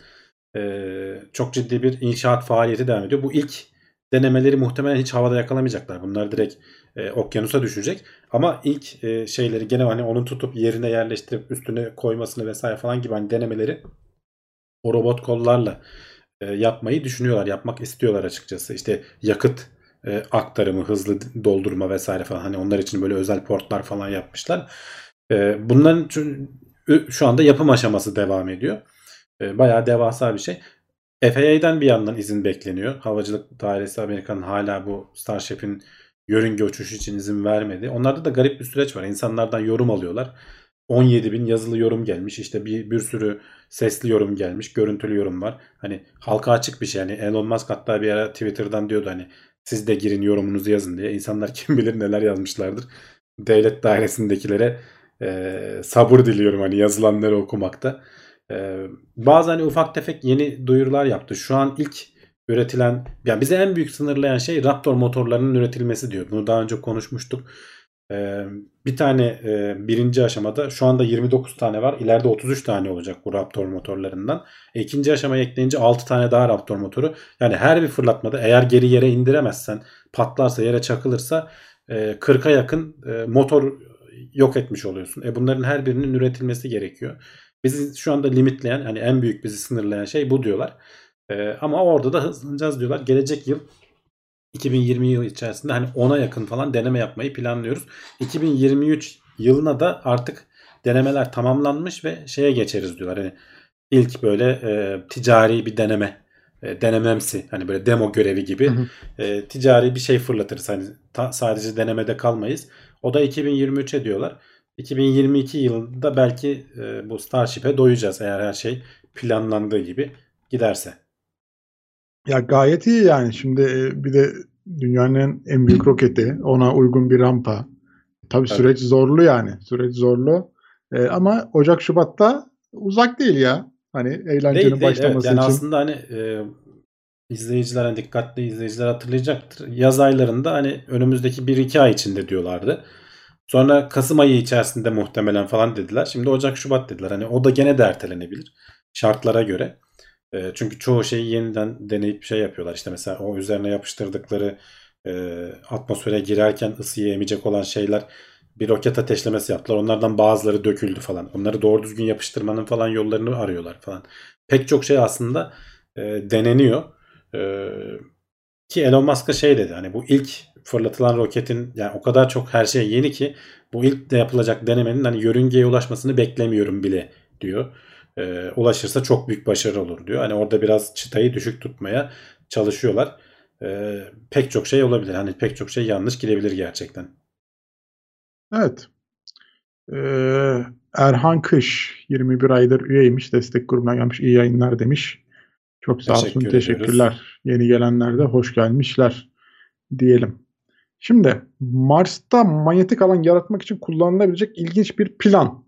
[SPEAKER 2] Çok ciddi bir inşaat faaliyeti devam ediyor. Bu ilk denemeleri muhtemelen hiç havada yakalamayacaklar. Bunlar direkt okyanusa düşecek. Ama ilk şeyleri gene hani onun tutup yerine yerleştirip üstüne koymasını vesaire falan gibi hani denemeleri o robot kollarla yapmayı düşünüyorlar. Yapmak istiyorlar açıkçası. İşte yakıt aktarımı, hızlı doldurma vesaire falan. Hani onlar için böyle özel portlar falan yapmışlar. Bunların şu anda yapım aşaması devam ediyor. Bayağı devasa bir şey. FAA'den bir yandan izin bekleniyor. Havacılık Dairesi Amerika'nın hala bu Starship'in yörünge uçuşu için izin vermedi. Onlarda da garip bir süreç var. İnsanlardan yorum alıyorlar. 17 bin yazılı yorum gelmiş. İşte bir sürü sesli yorum gelmiş. Görüntülü yorum var. Hani halka açık bir şey. Yani Elon Musk hatta bir ara Twitter'dan diyordu hani siz de girin yorumunuzu yazın diye. İnsanlar kim bilir neler yazmışlardır. Devlet dairesindekilere sabır diliyorum hani yazılanları okumakta. Bazı hani ufak tefek yeni duyurular yaptı. Şu an ilk üretilen, yani bize en büyük sınırlayan şey Raptor motorlarının üretilmesi diyor. Bunu daha önce konuşmuştuk. Bir tane birinci aşamada şu anda 29 tane var. İleride 33 tane olacak bu Raptor motorlarından. İkinci aşamaya ekleyince 6 tane daha Raptor motoru. Yani her bir fırlatmada eğer geri yere indiremezsen, patlarsa, yere çakılırsa 40'a yakın motor yok etmiş oluyorsun. Bunların her birinin üretilmesi gerekiyor. Bizi şu anda limitleyen, hani en büyük bizi sınırlayan şey bu diyorlar. Ama orada da hızlanacağız diyorlar. Gelecek yıl 2020 yıl içerisinde hani 10'a yakın falan deneme yapmayı planlıyoruz. 2023 yılına da artık denemeler tamamlanmış ve şeye geçeriz diyorlar. Hani ilk böyle ticari bir deneme denememsi, hani böyle demo görevi gibi ticari bir şey fırlatırız. Hani sadece denemede kalmayız. O da 2023'e diyorlar. 2022 yılında belki bu Starship'e doyacağız eğer her şey planlandığı gibi giderse.
[SPEAKER 3] Ya gayet iyi yani. Şimdi bir de dünyanın en büyük roketi, ona uygun bir rampa. Tabii
[SPEAKER 2] Tabii.
[SPEAKER 3] süreç zorlu yani. Süreç zorlu. Ama Ocak Şubat'ta uzak değil ya. Hani
[SPEAKER 2] Değil
[SPEAKER 3] eğlencenin
[SPEAKER 2] değil, evet.
[SPEAKER 3] başlaması
[SPEAKER 2] Yani
[SPEAKER 3] için.
[SPEAKER 2] aslında hani izleyiciler, hani dikkatli izleyiciler hatırlayacaktır. Yaz aylarında hani önümüzdeki 1-2 ay içinde diyorlardı. Sonra Kasım ayı içerisinde muhtemelen falan dediler. Şimdi Ocak Şubat dediler. Hani o da gene de ertelenebilir şartlara göre. Çünkü çoğu şeyi yeniden deneyip şey yapıyorlar. İşte mesela o üzerine yapıştırdıkları atmosfere girerken ısıyı emecek olan şeyler, bir roket ateşlemesi yaptılar. Onlardan bazıları döküldü falan. Onları doğru düzgün yapıştırmanın falan yollarını arıyorlar falan. Pek çok şey aslında deneniyor. E, Ki Elon Musk'a şey dedi, hani bu ilk fırlatılan roketin, yani o kadar çok her şey yeni ki bu ilk de yapılacak denemenin hani yörüngeye ulaşmasını beklemiyorum bile diyor. Ulaşırsa çok büyük başarı olur diyor. Hani orada biraz çıtayı düşük tutmaya çalışıyorlar. Pek çok şey olabilir. Hani pek çok şey yanlış gidebilir gerçekten.
[SPEAKER 3] Evet. Ee, Erhan Kış 21 aydır üyeymiş. Destek grubuna gelmiş. İyi yayınlar demiş. Çok sağ olsun.
[SPEAKER 2] Teşekkür ediyoruz.
[SPEAKER 3] Teşekkürler. Yeni gelenler de hoş gelmişler diyelim. Şimdi Mars'ta manyetik alan yaratmak için kullanılabilecek ilginç bir plan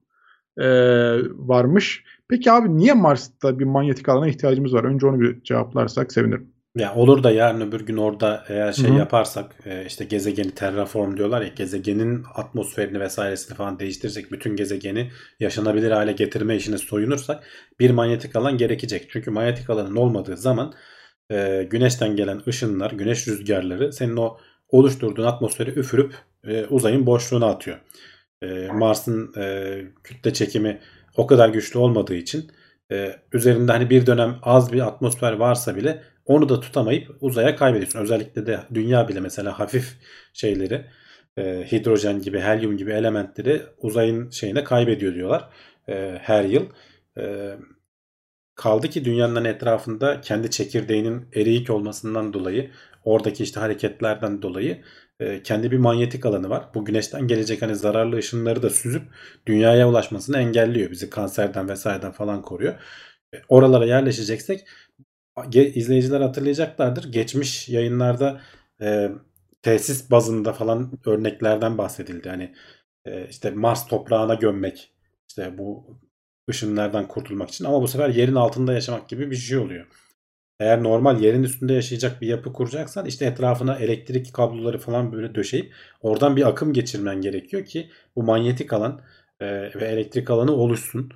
[SPEAKER 3] varmış. Peki abi niye Mars'ta bir manyetik alana ihtiyacımız var? Önce onu bir cevaplarsak sevinirim.
[SPEAKER 2] Ya olur da yarın öbür gün orada eğer
[SPEAKER 3] Hı
[SPEAKER 2] şey
[SPEAKER 3] hı.
[SPEAKER 2] yaparsak, işte gezegeni terraform diyorlar ya, gezegenin atmosferini vesairesini falan değiştirirsek, bütün gezegeni yaşanabilir hale getirme işine soyunursak bir manyetik alan gerekecek. Çünkü manyetik alanın olmadığı zaman güneşten gelen ışınlar, güneş rüzgarları senin o oluşturduğun atmosferi üfürüp uzayın boşluğuna atıyor. Mars'ın kütle çekimi o kadar güçlü olmadığı için üzerinde hani bir dönem az bir atmosfer varsa bile onu da tutamayıp uzaya kaybediyorsun. Özellikle de dünya bile mesela hafif şeyleri, hidrojen gibi, helyum gibi elementleri uzayın şeyine kaybediyor diyorlar her yıl. E, Kaldı ki dünyanın etrafında kendi çekirdeğinin eriyik olmasından dolayı, oradaki işte hareketlerden dolayı kendi bir manyetik alanı var. Bu güneşten gelecek hani zararlı ışınları da süzüp dünyaya ulaşmasını engelliyor. Bizi kanserden vesaireden falan koruyor. Oralara yerleşeceksek, izleyiciler hatırlayacaklardır. Geçmiş yayınlarda e, tesis bazında falan örneklerden bahsedildi. Hani işte Mars toprağına gömmek, işte bu ışınlardan kurtulmak için, ama bu sefer yerin altında yaşamak gibi bir şey oluyor. Eğer normal yerin üstünde yaşayacak bir yapı kuracaksan işte etrafına elektrik kabloları falan böyle döşeyip oradan bir akım geçirmen gerekiyor ki bu manyetik alan ve elektrik alanı oluşsun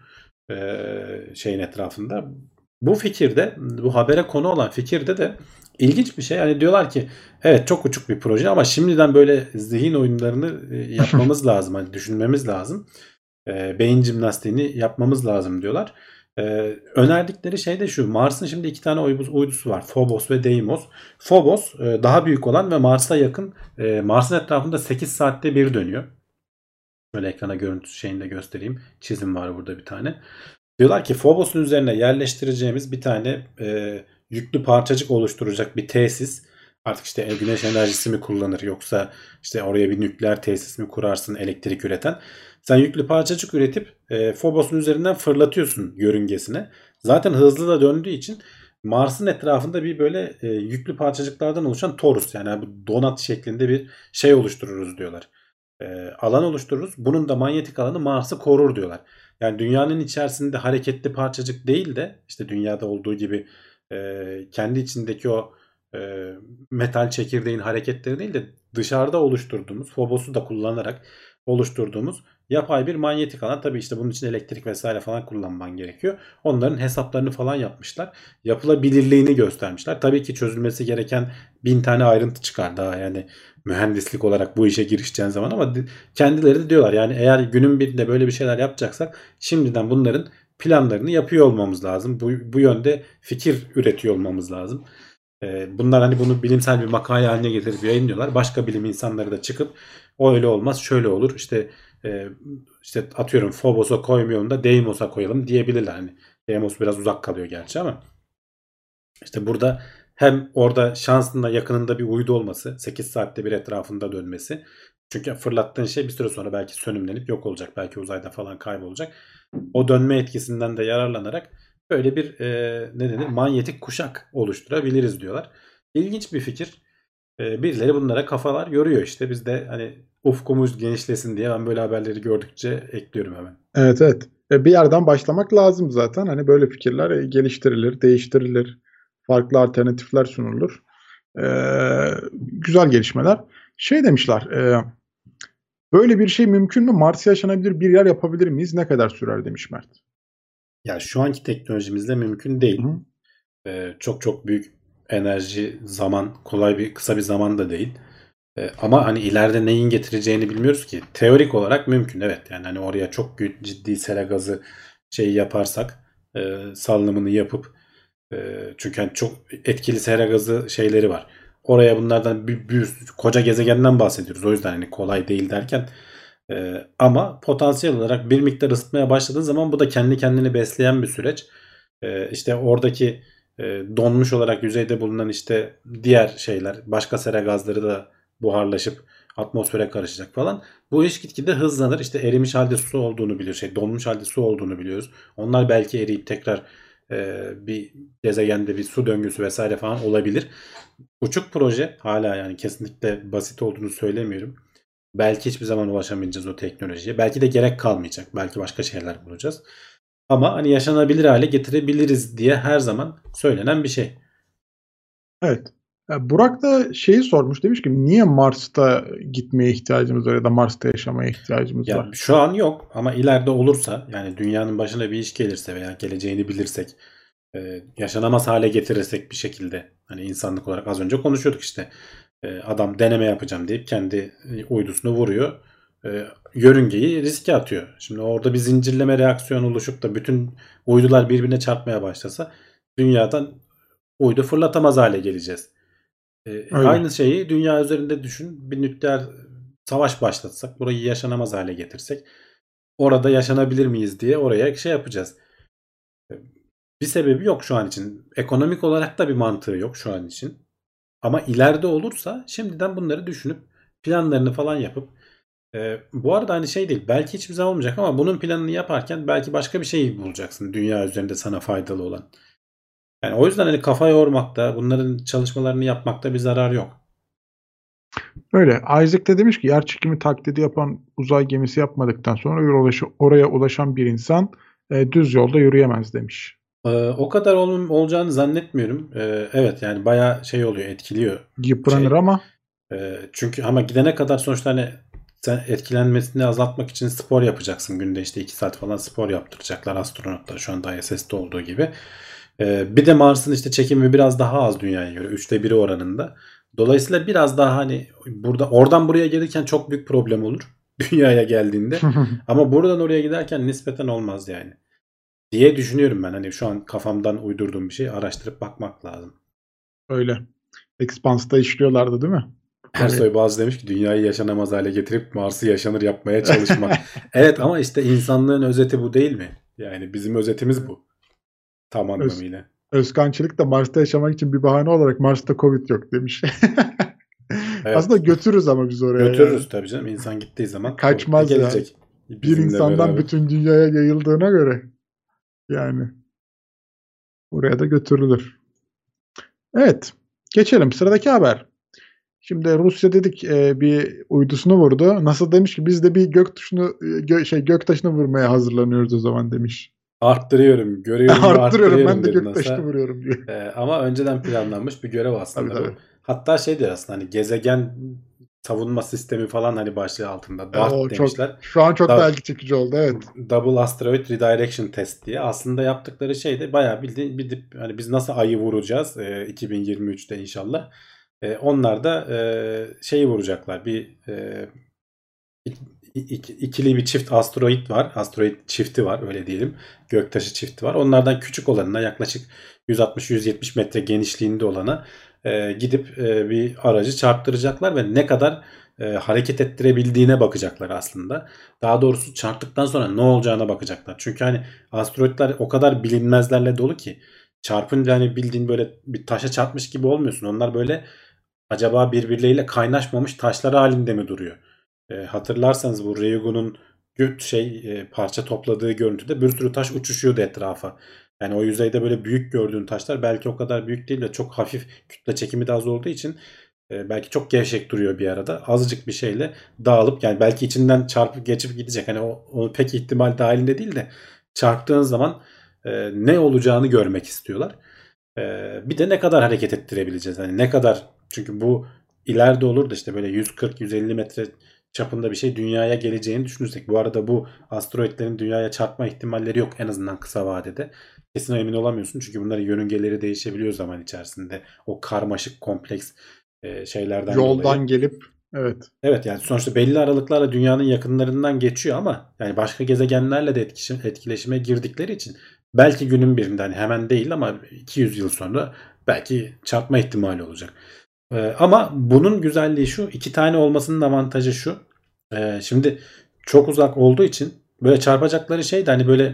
[SPEAKER 2] şeyin etrafında. Bu fikirde, bu habere konu olan fikirde de ilginç bir şey. Hani diyorlar ki evet, çok uçuk bir proje ama şimdiden böyle zihin oyunlarını yapmamız lazım. Hani düşünmemiz lazım. Beyin jimnastiğini yapmamız lazım diyorlar. Önerdikleri şey de şu: Mars'ın şimdi iki tane uydusu var. Phobos ve Deimos. Phobos daha büyük olan ve Mars'a yakın. Mars'ın etrafında 8 saatte bir dönüyor. Böyle ekrana görüntü şeyini de göstereyim. Çizim var burada bir tane. Diyorlar ki Phobos'un üzerine yerleştireceğimiz bir tane yüklü parçacık oluşturacak bir tesis. Artık işte güneş enerjisi mi kullanır, yoksa işte oraya bir nükleer tesis mi kurarsın elektrik üreten. Sen yüklü parçacık üretip Phobos'un üzerinden fırlatıyorsun yörüngesine. Zaten hızlı da döndüğü için Mars'ın etrafında bir böyle yüklü parçacıklardan oluşan torus, yani bu donat şeklinde bir şey oluştururuz diyorlar. Alan oluştururuz. Bunun da manyetik alanı Mars'ı korur diyorlar. Yani dünyanın içerisinde hareketli parçacık değil de işte dünyada olduğu gibi kendi içindeki o e, metal çekirdeğin hareketleri değil de dışarıda oluşturduğumuz, Phobos'u da kullanarak oluşturduğumuz yapay bir manyetik alan. Tabii işte bunun için elektrik vesaire falan kullanman gerekiyor. Onların hesaplarını falan yapmışlar. Yapılabilirliğini göstermişler. Tabii ki çözülmesi gereken 1000 tane ayrıntı çıkar daha, yani mühendislik olarak bu işe girişeceğin zaman, ama kendileri de diyorlar yani eğer günün birinde böyle bir şeyler yapacaksak şimdiden bunların planlarını yapıyor olmamız lazım. Bu yönde fikir üretiyor olmamız lazım. Bunlar hani bunu bilimsel bir makale haline getirip yayınlıyorlar. Başka bilim insanları da çıkıp o öyle olmaz, şöyle olur, e, işte atıyorum Phobos'a koymayalım da Deimos'a koyalım diyebilirler. Hani Deimos biraz uzak kalıyor gerçi ama İşte burada hem orada şansında yakınında bir uydu olması, 8 saatte bir etrafında dönmesi. Çünkü fırlattığın şey bir süre sonra belki sönümlenip yok olacak. Belki uzayda falan kaybolacak. O dönme etkisinden de yararlanarak böyle bir ne denir, manyetik kuşak oluşturabiliriz diyorlar. İlginç bir fikir. Birileri bunlara kafalar yoruyor işte. Biz de hani ufkumuz genişlesin diye ben böyle haberleri gördükçe ekliyorum hemen.
[SPEAKER 3] Evet, evet. Bir yerden başlamak lazım zaten. Hani böyle fikirler geliştirilir, değiştirilir. Farklı alternatifler sunulur. Güzel gelişmeler. Şey demişler, böyle bir şey mümkün mü? Mars'ta yaşanabilir bir yer yapabilir miyiz? Ne kadar sürer demiş Mert.
[SPEAKER 2] Ya şu anki teknolojimizde mümkün değil.
[SPEAKER 3] Hı hı.
[SPEAKER 2] Çok çok büyük enerji, zaman, kolay bir kısa bir zaman da değil. Ama hani ileride neyin getireceğini bilmiyoruz ki. Teorik olarak mümkün, evet. Yani hani oraya çok ciddi sera gazı şeyi yaparsak, salınımını yapıp, çünkü hani çok etkili sera gazı şeyleri var. Oraya bunlardan bir koca gezegenden bahsediyoruz. O yüzden hani kolay değil derken, ama potansiyel olarak bir miktar ısıtmaya başladığın zaman bu da kendi kendini besleyen bir süreç. İşte oradaki donmuş olarak yüzeyde bulunan işte diğer şeyler, başka sera gazları da buharlaşıp atmosfere karışacak falan. Bu iş gitgide hızlanır. İşte erimiş halde su olduğunu biliyoruz. Donmuş halde su olduğunu biliyoruz. Onlar belki eriyip tekrar bir gezegende bir su döngüsü vesaire falan olabilir. Uçuk proje hala, yani kesinlikle basit olduğunu söylemiyorum. Belki hiçbir zaman ulaşamayacağız o teknolojiye. Belki de gerek kalmayacak. Belki başka şeyler bulacağız. Ama hani yaşanabilir hale getirebiliriz diye her zaman söylenen bir şey.
[SPEAKER 3] Evet. Burak da şeyi sormuş. Demiş ki niye Mars'ta gitmeye ihtiyacımız var ya da Mars'ta yaşamaya ihtiyacımız
[SPEAKER 2] Ya
[SPEAKER 3] var?
[SPEAKER 2] şu an yok ama ileride olursa, yani dünyanın başına bir iş gelirse veya geleceğini bilirsek, yaşanamaz hale getirirsek bir şekilde, hani insanlık olarak az önce konuşuyorduk işte, adam deneme yapacağım deyip kendi uydusunu vuruyor. Yörüngeyi riske atıyor. Şimdi orada bir zincirleme reaksiyon oluşup da bütün uydular birbirine çarpmaya başlasa dünyadan uydu fırlatamaz hale geleceğiz.
[SPEAKER 3] Öyle.
[SPEAKER 2] Aynı şeyi dünya üzerinde düşün. Bir nükleer savaş başlatsak, burayı yaşanamaz hale getirsek, orada yaşanabilir miyiz diye oraya şey yapacağız. Bir sebebi yok şu an için. Ekonomik olarak da bir mantığı yok şu an için. Ama ileride olursa şimdiden bunları düşünüp planlarını falan yapıp, bu arada hani şey değil, belki hiçbir zaman olmayacak ama bunun planını yaparken belki başka bir şey bulacaksın dünya üzerinde sana faydalı olan. Yani o yüzden hani kafa yormakta, bunların çalışmalarını yapmakta bir zarar yok.
[SPEAKER 3] Öyle. Isaac de demiş ki yer çekimi taklidi yapan uzay gemisi yapmadıktan sonra oraya ulaşan bir insan düz yolda yürüyemez demiş.
[SPEAKER 2] O kadar olacağını zannetmiyorum. Evet, yani bayağı şey oluyor, etkiliyor
[SPEAKER 3] Yıpranır
[SPEAKER 2] şey.
[SPEAKER 3] ama
[SPEAKER 2] Çünkü ama gidene kadar sonuçta hani sen etkilenmesini azaltmak için spor yapacaksın. Günde işte 2 saat falan spor yaptıracaklar astronotlar, şu anda ISS'te olduğu gibi. Bir de Mars'ın işte çekimi biraz daha az dünyaya göre. 1/3 oranında. Dolayısıyla biraz daha hani oradan buraya gelirken çok büyük problem olur. Dünyaya geldiğinde. Ama buradan oraya giderken nispeten olmaz yani diye düşünüyorum ben. Hani şu an kafamdan uydurduğum bir şey, araştırıp bakmak lazım.
[SPEAKER 3] öyle. Expanse'da işliyorlardı değil mi?
[SPEAKER 2] Ersoy bazı demiş ki dünyayı yaşanamaz hale getirip Mars'ı yaşanır yapmaya çalışmak. Evet ama işte insanlığın özeti bu değil mi? Yani bizim özetimiz bu. Tam
[SPEAKER 3] Öz,
[SPEAKER 2] anlamıyla.
[SPEAKER 3] Özkan Çelik de Mars'ta yaşamak için bir bahane olarak Mars'ta Covid yok demiş. Aslında
[SPEAKER 2] Evet.
[SPEAKER 3] götürürüz ama biz oraya yani.
[SPEAKER 2] Götürürüz tabii canım. İnsan gittiği zaman Covid de
[SPEAKER 3] Kaçmaz yani.
[SPEAKER 2] gelecek.
[SPEAKER 3] Bir
[SPEAKER 2] Bizimle
[SPEAKER 3] insandan
[SPEAKER 2] beraber.
[SPEAKER 3] bütün dünyaya yayıldığına göre yani oraya da götürülür. Evet. Geçelim sıradaki haber. Şimdi Rusya dedik bir uydusunu vurdu. NASA demiş ki biz de bir göktaşını vurmaya hazırlanıyoruz o zaman demiş.
[SPEAKER 2] Arttırıyorum. Görevimi
[SPEAKER 3] Arttırıyorum ben
[SPEAKER 2] arttırıyorum
[SPEAKER 3] de
[SPEAKER 2] dedi
[SPEAKER 3] göktaşını
[SPEAKER 2] NASA.
[SPEAKER 3] vuruyorum diyor.
[SPEAKER 2] Ama önceden planlanmış bir görev
[SPEAKER 3] Tabii
[SPEAKER 2] aslında
[SPEAKER 3] tabii.
[SPEAKER 2] bu. Hatta şey diyor aslında, hani gezegen savunma sistemi falan hani başlığı altında.
[SPEAKER 3] O
[SPEAKER 2] DART
[SPEAKER 3] çok
[SPEAKER 2] demişler.
[SPEAKER 3] şu an çok daha
[SPEAKER 2] Da
[SPEAKER 3] ilgi çekici oldu evet.
[SPEAKER 2] Double Asteroid Redirection Test diye. Aslında yaptıkları şey de bayağı bildiğin hani biz nasıl ayı vuracağız 2023'te inşallah. Onlar da şeyi vuracaklar. Bir ikili bir çift asteroid var. Asteroid çifti var, öyle diyelim. Göktaşı çifti var. Onlardan küçük olanına, yaklaşık 160-170 metre genişliğinde olana gidip bir aracı çarptıracaklar ve ne kadar hareket ettirebildiğine bakacaklar aslında. Daha doğrusu çarptıktan sonra ne olacağına bakacaklar. Çünkü hani asteroidler o kadar bilinmezlerle dolu ki çarpınca hani bildiğin böyle bir taşa çarpmış gibi olmuyorsun. Onlar böyle acaba birbirleriyle kaynaşmamış taşlar halinde mi duruyor? Hatırlarsanız bu Ryugu'nun parça topladığı görüntüde bir sürü taş uçuşuyordu etrafa. Yani o yüzeyde böyle büyük gördüğün taşlar belki o kadar büyük değil de çok hafif, kütle çekimi de az olduğu için belki çok gevşek duruyor bir arada. Azıcık bir şeyle dağılıp, yani belki içinden çarpıp geçip gidecek. Hani o pek ihtimal dahilinde değil de çarptığın zaman ne olacağını görmek istiyorlar. Bir de ne kadar hareket ettirebileceğiz. Hani ne kadar, çünkü bu ileride olur da işte böyle 140-150 metre çapında bir şey dünyaya geleceğini düşünürsek. Bu arada bu asteroidlerin dünyaya çarpma ihtimalleri yok en azından kısa vadede. Kesin emin olamıyorsun çünkü bunların yörüngeleri değişebiliyor zaman içerisinde. O karmaşık kompleks şeylerden
[SPEAKER 3] Yoldan
[SPEAKER 2] dolayı.
[SPEAKER 3] gelip evet.
[SPEAKER 2] Evet, yani sonuçta belli aralıklarla dünyanın yakınlarından geçiyor ama yani başka gezegenlerle de etkileşime girdikleri için belki günün birinde, hani hemen değil ama 200 yıl sonra belki çarpma ihtimali olacak. Ama bunun güzelliği şu, iki tane olmasının avantajı şu. Şimdi çok uzak olduğu için böyle çarpacakları şey de hani böyle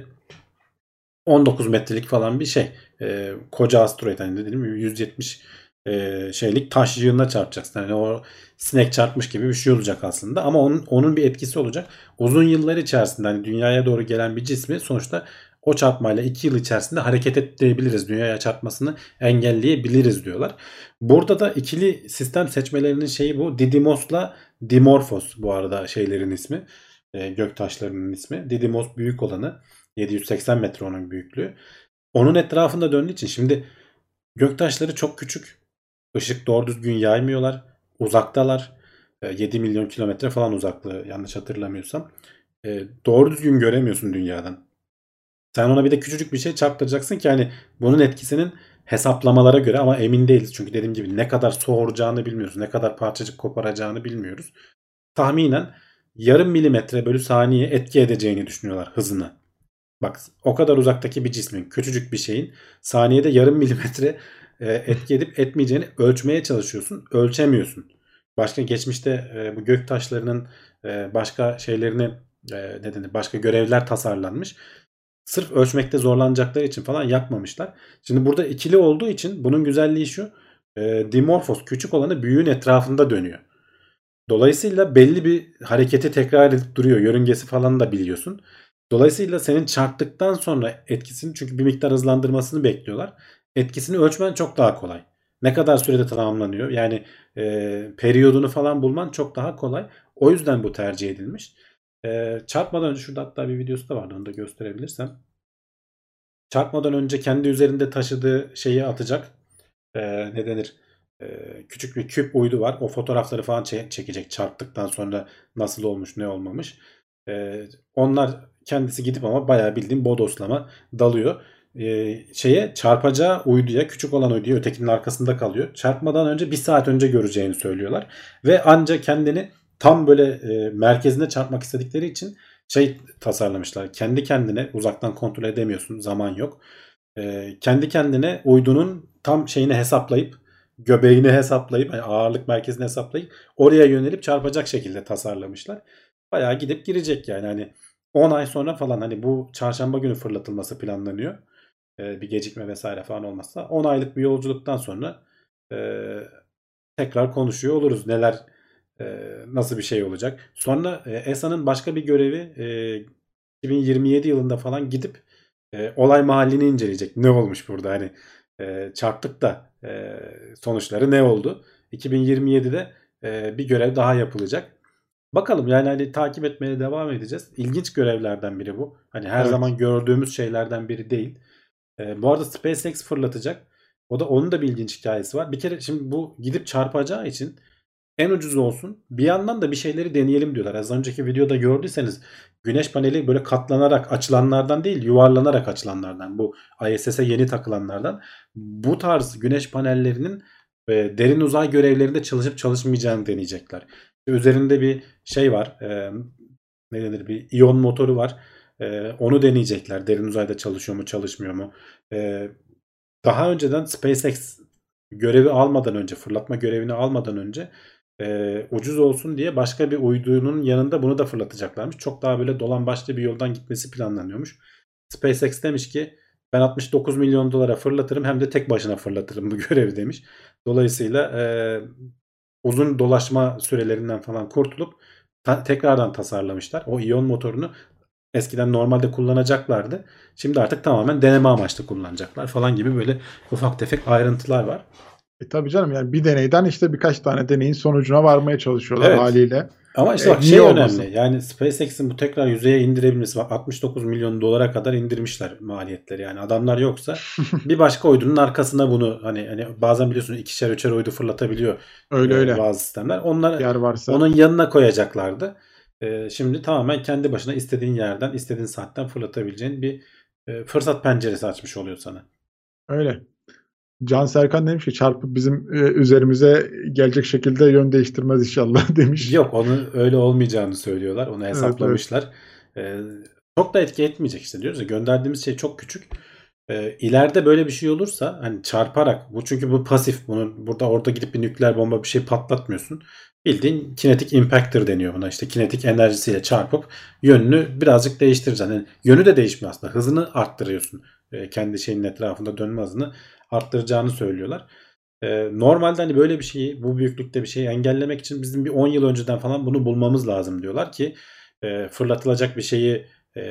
[SPEAKER 2] 19 metrelik falan bir şey. Koca asteroid, hani dedim 170 şeylik taş yığınına çarpacaksın. Yani o sinek çarpmış gibi bir şey olacak aslında. Ama onun bir etkisi olacak. Uzun yıllar içerisinde hani dünyaya doğru gelen bir cismi sonuçta o çarpmayla 2 yıl içerisinde hareket ettirebiliriz. Dünyaya çarpmasını engelleyebiliriz diyorlar. Burada da ikili sistem seçmelerinin şeyi bu. Didymos'la Dimorphos bu arada şeylerin ismi. Göktaşlarının ismi. Didymos büyük olanı. 780 metre onun büyüklüğü. Onun etrafında döndüğü için şimdi göktaşları çok küçük. Işık doğru düzgün yaymıyorlar. Uzaktalar. 7 milyon kilometre falan uzaklığı yanlış hatırlamıyorsam. Doğru düzgün göremiyorsun dünyadan. Sen ona bir de küçücük bir şey çarptıracaksın ki hani bunun etkisinin hesaplamalara göre, ama emin değiliz. Çünkü dediğim gibi ne kadar soğuracağını bilmiyoruz. Ne kadar parçacık koparacağını bilmiyoruz. Tahminen yarım milimetre bölü saniye etki edeceğini düşünüyorlar hızını. Bak, o kadar uzaktaki bir cismin, küçücük bir şeyin saniyede yarım milimetre etki edip etmeyeceğini ölçmeye çalışıyorsun. Ölçemiyorsun. Başka geçmişte bu gök taşlarının başka şeylerini ne denir, başka görevler tasarlanmış. Sırf ölçmekte zorlanacakları için falan yapmamışlar. Şimdi burada ikili olduğu için bunun güzelliği şu. Dimorphos küçük olanı büyüğün etrafında dönüyor. Dolayısıyla belli bir hareketi tekrar edip duruyor. Yörüngesi falan da biliyorsun. Dolayısıyla senin çarptıktan sonra etkisini, çünkü bir miktar hızlandırmasını bekliyorlar. Etkisini ölçmen çok daha kolay. Ne kadar sürede tamamlanıyor? Yani periyodunu falan bulman çok daha kolay. O yüzden bu tercih edilmiş. Çarpmadan önce şurada hatta bir videosu da vardı, onu da gösterebilirsem. Çarpmadan önce kendi üzerinde taşıdığı şeyi atacak. Ne denir? Küçük bir küp uydu var. O fotoğrafları falan çekecek çarptıktan sonra nasıl olmuş, ne olmamış. Onlar kendisi gidip ama bayağı bildiğim bodoslama dalıyor. Çarpacağı uyduya, küçük olan uyduya, ötekinin arkasında kalıyor. Çarpmadan önce 1 saat önce göreceğini söylüyorlar. Ve anca kendini tam böyle merkezine çarpmak istedikleri için tasarlamışlar. Kendi kendine uzaktan kontrol edemiyorsun. Zaman yok. Kendi kendine uydunun tam şeyini hesaplayıp, göbeğini hesaplayıp, yani ağırlık merkezini hesaplayıp oraya yönelip çarpacak şekilde tasarlamışlar. Bayağı gidip girecek yani, hani 10 ay sonra falan, hani bu çarşamba günü fırlatılması planlanıyor. Bir gecikme vesaire falan olmazsa 10 aylık bir yolculuktan sonra tekrar konuşuyor oluruz neler, nasıl bir şey olacak. Sonra ESA'nın başka bir görevi 2027 yılında falan gidip olay mahallini inceleyecek. Ne olmuş burada, hani çarptık da sonuçları ne oldu? 2027'de bir görev daha yapılacak. Bakalım yani, hani takip etmeye devam edeceğiz. İlginç görevlerden biri bu. Hani her
[SPEAKER 3] Evet.
[SPEAKER 2] zaman gördüğümüz şeylerden biri değil. Bu arada SpaceX fırlatacak. Onun da bir ilginç hikayesi var. Bir kere şimdi bu gidip çarpacağı için en ucuz olsun. Bir yandan da bir şeyleri deneyelim diyorlar. Az önceki videoda gördüyseniz güneş paneli böyle katlanarak açılanlardan değil, yuvarlanarak açılanlardan. Bu ISS'e yeni takılanlardan. Bu tarz güneş panellerinin derin uzay görevlerinde çalışıp çalışmayacağını deneyecekler. Üzerinde bir şey var. Ne denir? Bir iyon motoru var. Onu deneyecekler. Derin uzayda çalışıyor mu, çalışmıyor mu? Daha önceden SpaceX görevi almadan önce, fırlatma görevini almadan önce ucuz olsun diye başka bir uydunun yanında bunu da fırlatacaklarmış. Çok daha böyle dolambaçlı bir yoldan gitmesi planlanıyormuş. SpaceX demiş ki ben 69 milyon dolara fırlatırım hem de tek başına fırlatırım bu görevi demiş. Dolayısıyla uzun dolaşma sürelerinden falan kurtulup tekrardan tasarlamışlar. O iyon motorunu eskiden normalde kullanacaklardı. Şimdi artık tamamen deneme amaçlı kullanacaklar falan gibi böyle ufak tefek ayrıntılar var.
[SPEAKER 3] Tabii canım, yani bir deneyden işte birkaç tane deneyin sonucuna varmaya çalışıyorlar haliyle.
[SPEAKER 2] Ama işte bak şey önemli. Yani SpaceX'in bu tekrar yüzeye indirebilmesi, bak 69 milyon dolara kadar indirmişler maliyetleri. Yani adamlar yoksa bir başka uydunun arkasına bunu hani bazen biliyorsunuz ikişer üçer uydu fırlatabiliyor
[SPEAKER 3] öyle.
[SPEAKER 2] Bazı sistemler. Onlar
[SPEAKER 3] yer varsa
[SPEAKER 2] onun yanına koyacaklardı. Şimdi tamamen kendi başına istediğin yerden, istediğin saatten fırlatabileceğin bir fırsat penceresi açmış oluyor sana.
[SPEAKER 3] Öyle. Can Serkan demiş ki çarpıp bizim üzerimize gelecek şekilde yön değiştirmez inşallah demiş.
[SPEAKER 2] Yok, onu öyle olmayacağını söylüyorlar. Onu hesaplamışlar. Çok da etki etmeyecek işte, diyoruz ya, gönderdiğimiz şey çok küçük. İleride böyle bir şey olursa hani çarparak, bu çünkü bu pasif, bunun orada gidip bir nükleer bomba bir şey patlatmıyorsun. Bildiğin kinetik impactor deniyor buna. İşte kinetik enerjisiyle çarpıp yönünü birazcık değiştireceksin. Yani yönü de değişmiyor aslında. Hızını arttırıyorsun. Kendi şeyin etrafında dönme hızını arttıracağını söylüyorlar. Normalde hani böyle bir şeyi, bu büyüklükte bir şeyi engellemek için bizim bir 10 yıl önceden falan bunu bulmamız lazım diyorlar ki fırlatılacak bir şeyi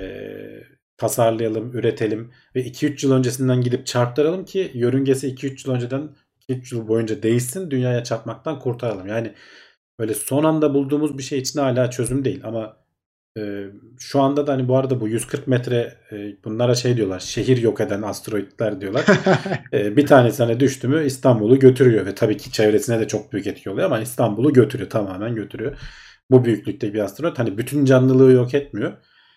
[SPEAKER 2] tasarlayalım, üretelim ve 2-3 yıl öncesinden gidip çarptıralım ki yörüngesi 2-3 yıl önceden 2-3 yıl boyunca değişsin, dünyaya çarpmaktan kurtaralım. Yani böyle son anda bulduğumuz bir şey için hala çözüm değil ama şu anda da hani bu arada bu 140 metre bunlara şey diyorlar, şehir yok eden asteroidler diyorlar. Bir tanesi hani düştü mü İstanbul'u götürüyor ve tabii ki çevresine de çok büyük etki oluyor ama İstanbul'u götürüyor, tamamen götürüyor. Bu büyüklükte bir asteroid hani bütün canlılığı yok etmiyor.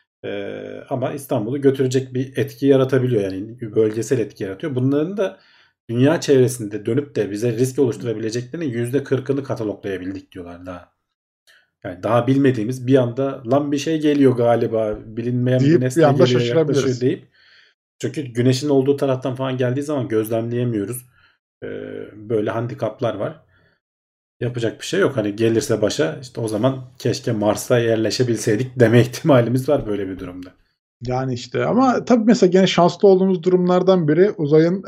[SPEAKER 2] Ama İstanbul'u götürecek bir etki yaratabiliyor, yani bir bölgesel etki yaratıyor. Bunların da dünya çevresinde dönüp de bize risk oluşturabileceklerinin %40'ını kataloglayabildik diyorlar daha. Yani daha bilmediğimiz bir anda lan bir şey geliyor galiba, bilinmeyen bir nesne geliyor, yaklaşıyor deyip, çünkü güneşin olduğu taraftan falan geldiği zaman gözlemleyemiyoruz. Böyle handikaplar var. Yapacak bir şey yok. Hani gelirse başa işte o zaman keşke Mars'a yerleşebilseydik deme ihtimalimiz var böyle bir durumda.
[SPEAKER 3] Yani işte ama tabii mesela gene şanslı olduğumuz durumlardan biri uzayın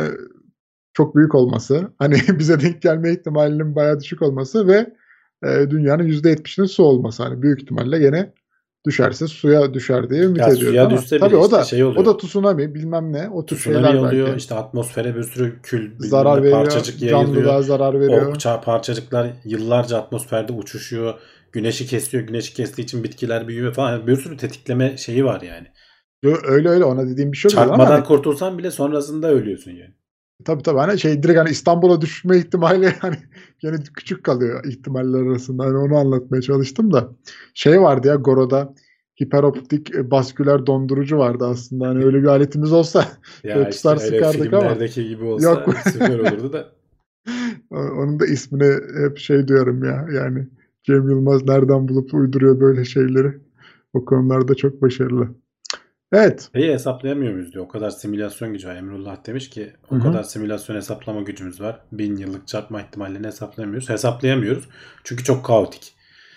[SPEAKER 3] çok büyük olması. Hani bize denk gelme ihtimalinin bayağı düşük olması ve dünyanın %70'inin su olması. Hani büyük ihtimalle gene düşerse suya düşer diye ümit ediyoruz
[SPEAKER 2] suya
[SPEAKER 3] ama
[SPEAKER 2] düşse
[SPEAKER 3] tabii
[SPEAKER 2] bile
[SPEAKER 3] o da
[SPEAKER 2] şey oluyor.
[SPEAKER 3] o da tsunami bilmem ne, o tür
[SPEAKER 2] Tsunami
[SPEAKER 3] şeyler
[SPEAKER 2] oluyor.
[SPEAKER 3] belki.
[SPEAKER 2] İşte atmosfere bir sürü kül,
[SPEAKER 3] Zarar veriyor,
[SPEAKER 2] parçacık
[SPEAKER 3] canlılığa
[SPEAKER 2] yayılıyor.
[SPEAKER 3] zarar veriyor.
[SPEAKER 2] O parçacıklar yıllarca atmosferde uçuşuyor. Güneşi kesiyor. Güneşi kestiği için bitkiler büyüyor falan. Yani bir sürü tetikleme şeyi var yani.
[SPEAKER 3] Öyle ona dediğim bir şey oluyor ama
[SPEAKER 2] Çarpmadan
[SPEAKER 3] hani,
[SPEAKER 2] kurtulsan bile sonrasında ölüyorsun yani.
[SPEAKER 3] tabii hani direkt hani İstanbul'a düşme ihtimali hani gene küçük kalıyor ihtimaller arasında. Hani onu anlatmaya çalıştım da. Şey vardı ya, Goro'da hiperoptik basküler dondurucu vardı aslında. Hani öyle bir aletimiz olsa
[SPEAKER 2] Ya
[SPEAKER 3] tutar
[SPEAKER 2] işte öyle
[SPEAKER 3] sıkardık ama
[SPEAKER 2] filmlerdeki gibi olsa
[SPEAKER 3] yok.
[SPEAKER 2] süper olurdu da.
[SPEAKER 3] Onun da ismini hep diyorum ya. Yani Cem Yılmaz nereden bulup uyduruyor böyle şeyleri. O konularda çok başarılı. Evet.
[SPEAKER 2] Şeyi hesaplayamıyor muyuz diyor. O kadar simülasyon gücü var. Emrullah demiş ki o kadar simülasyon hesaplama gücümüz var. 1000 yıllık çarpma ihtimallerini hesaplayamıyoruz. Hesaplayamıyoruz. Çünkü çok kaotik.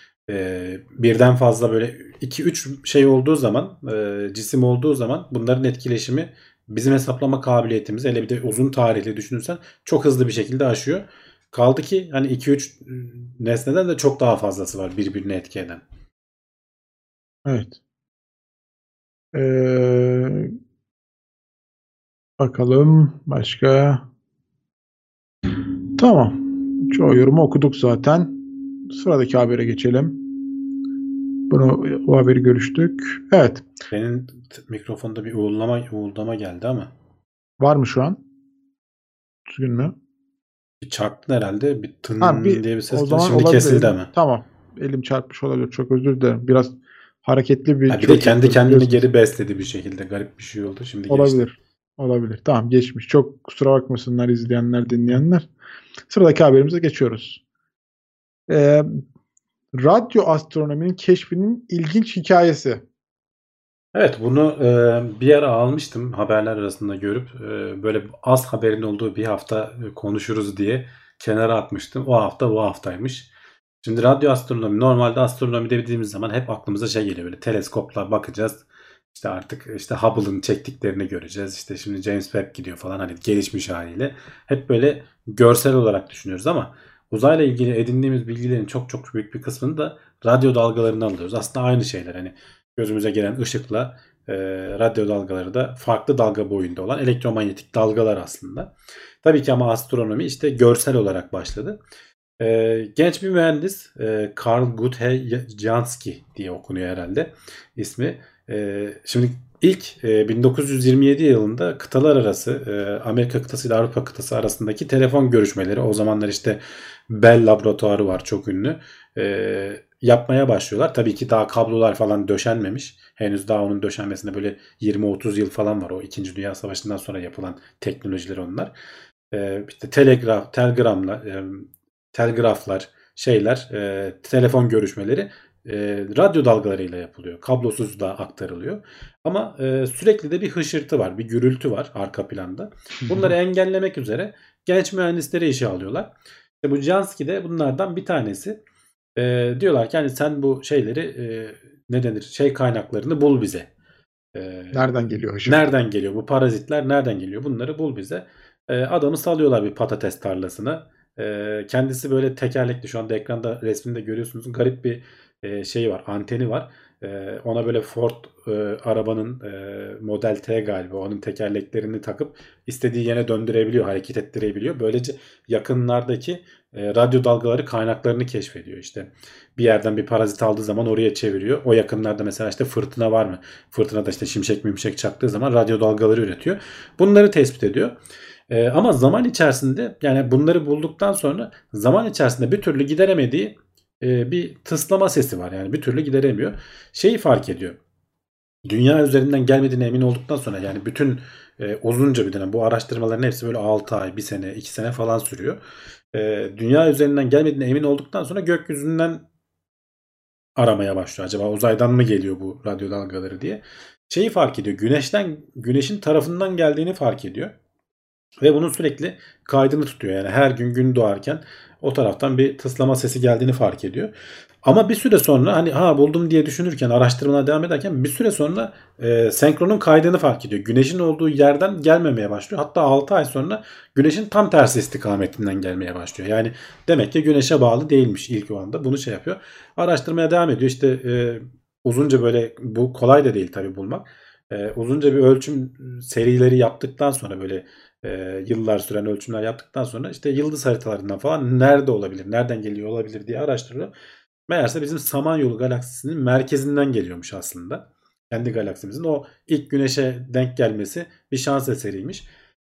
[SPEAKER 2] Birden fazla böyle 2-3 şey olduğu zaman, cisim olduğu zaman bunların etkileşimi bizim hesaplama kabiliyetimiz, hele bir de uzun tarihli düşünürsen, çok hızlı bir şekilde aşıyor. Kaldı ki hani 2-3 nesneden de çok daha fazlası var birbirine etki eden.
[SPEAKER 3] Evet. Bakalım başka. Tamam. Çoğu yorumu okuduk zaten. Sıradaki habere geçelim. O haberi görüştük. Evet.
[SPEAKER 2] Senin mikrofonda bir uğuldama geldi ama.
[SPEAKER 3] Var mı şu an? Düzgün mü?
[SPEAKER 2] Bir çarptın herhalde. Bir tın diye bir ses
[SPEAKER 3] o
[SPEAKER 2] geldi.
[SPEAKER 3] zaman
[SPEAKER 2] Şimdi
[SPEAKER 3] olabilir.
[SPEAKER 2] kesildi ama.
[SPEAKER 3] Tamam. Elim çarpmış olabilir. Çok özür dilerim. Biraz hareketli bir
[SPEAKER 2] Bir de kendi kendini
[SPEAKER 3] biliyorsunuz.
[SPEAKER 2] geri besledi bir şekilde. Garip bir şey oldu. Şimdi geçti.
[SPEAKER 3] Olabilir. Tamam, geçmiş. Çok kusura bakmasınlar izleyenler, dinleyenler. Sıradaki haberimize geçiyoruz. Radyo astronominin keşfinin ilginç hikayesi.
[SPEAKER 2] Evet, bunu bir ara almıştım haberler arasında görüp böyle az haberin olduğu bir hafta konuşuruz diye kenara atmıştım. O hafta bu haftaymış. Şimdi radyo astronomi, normalde astronomi dediğimiz zaman hep aklımıza şey geliyor, böyle teleskopla bakacağız. İşte artık işte Hubble'ın çektiklerini göreceğiz. İşte şimdi James Webb gidiyor falan, hani gelişmiş haliyle. Hep böyle görsel olarak düşünüyoruz ama uzayla ilgili edindiğimiz bilgilerin çok çok büyük bir kısmını da radyo dalgalarından alıyoruz. Aslında aynı şeyler, hani gözümüze gelen ışıkla radyo dalgaları da farklı dalga boyunda olan elektromanyetik dalgalar aslında. Tabii ki ama astronomi işte görsel olarak başladı. Genç bir mühendis, Carl Gutthe Jansky diye okunuyor herhalde ismi. Şimdi ilk 1927 yılında kıtalar arası, Amerika kıtası ile Avrupa kıtası arasındaki telefon görüşmeleri, o zamanlar işte Bell laboratuvarı var çok ünlü, yapmaya başlıyorlar. Tabii ki daha kablolar falan döşenmemiş. Henüz daha onun döşenmesine böyle 20-30 yıl falan var. O 2. Dünya Savaşı'ndan sonra yapılan teknolojiler onlar. İşte telgraflar, şeyler, telefon görüşmeleri radyo dalgalarıyla yapılıyor. Kablosuz da aktarılıyor. Ama sürekli de bir hışırtı var, bir gürültü var arka planda. Bunları engellemek üzere genç mühendisleri işe alıyorlar. İşte bu Jansky de bunlardan bir tanesi. Diyorlar ki hani sen bu şeyleri, ne denir, şey kaynaklarını bul bize.
[SPEAKER 3] Nereden geliyor hışırtı?
[SPEAKER 2] Nereden geliyor bu parazitler, nereden geliyor, bunları bul bize. Adamı salıyorlar bir patates tarlasına. Kendisi böyle tekerlekli, şu anda ekranda resminde görüyorsunuz, garip bir şey var, anteni var. Ona böyle Ford arabanın Model T galiba, onun tekerleklerini takıp istediği yere döndürebiliyor, hareket ettirebiliyor. Böylece yakınlardaki radyo dalgaları kaynaklarını keşfediyor. İşte bir yerden bir parazit aldığı zaman oraya çeviriyor. O yakınlarda mesela işte fırtına var mı? Fırtınada işte şimşek çaktığı zaman radyo dalgaları üretiyor. Bunları tespit ediyor. Ama zaman içerisinde, yani bunları bulduktan sonra zaman içerisinde bir türlü gideremediği bir tıslama sesi var. Yani bir türlü gideremiyor. Şeyi fark ediyor. Dünya üzerinden gelmediğine emin olduktan sonra, yani bütün uzunca bir dönem, bu araştırmaların hepsi böyle 6 ay, 1 sene, 2 sene falan sürüyor. Dünya üzerinden gelmediğine emin olduktan sonra gökyüzünden aramaya başlıyor. Acaba uzaydan mı geliyor bu radyo dalgaları diye. Şeyi fark ediyor. Güneşin tarafından geldiğini fark ediyor. Ve bunun sürekli kaydını tutuyor. Yani her gün gün doğarken o taraftan bir tıslama sesi geldiğini fark ediyor. Ama bir süre sonra, hani buldum diye düşünürken, araştırmalara devam ederken bir süre sonra senkronun kaydığını fark ediyor. Güneşin olduğu yerden gelmemeye başlıyor. Hatta 6 ay sonra güneşin tam tersi istikametinden gelmeye başlıyor. Yani demek ki güneşe bağlı değilmiş ilk o anda. Bunu şey yapıyor. Araştırmaya devam ediyor. İşte uzunca, böyle bu kolay da değil tabii bulmak. Uzunca bir ölçüm serileri yaptıktan sonra, böyle yıllar süren ölçümler yaptıktan sonra işte yıldız haritalarından falan nerede olabilir, nereden geliyor olabilir diye araştırıyor. Meğerse bizim Samanyolu galaksisinin merkezinden geliyormuş aslında. Kendi galaksimizin o ilk güneşe denk gelmesi bir şans eseriymiş.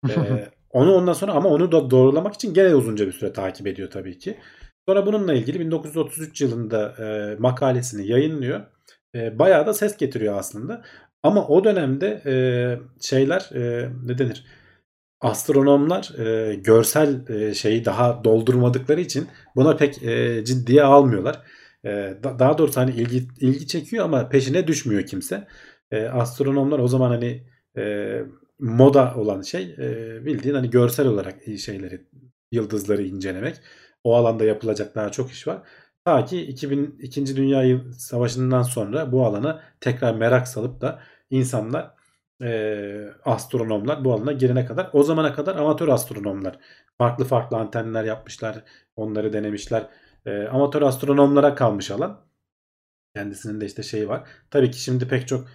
[SPEAKER 2] Onu ondan sonra, ama onu da doğrulamak için gene uzunca bir süre takip ediyor tabii ki. Sonra bununla ilgili 1933 yılında makalesini yayınlıyor. Bayağı da ses getiriyor aslında. Ama o dönemde şeyler, ne denir? Astronomlar görsel şeyi daha doldurmadıkları için buna pek ciddiye almıyorlar. Daha doğrusu hani ilgi çekiyor ama peşine düşmüyor kimse. Astronomlar o zaman hani moda olan şey, bildiğin hani görsel olarak şeyleri, yıldızları incelemek. O alanda yapılacak daha çok iş var. Ta ki 2. Dünya Savaşı'ndan sonra bu alana tekrar merak salıp da insanlar, astronomlar bu alana girene kadar, o zamana kadar amatör astronomlar farklı farklı antenler yapmışlar, onları denemişler. Amatör astronomlara kalmış alan. Kendisinin de işte şeyi var. Tabii ki şimdi pek çok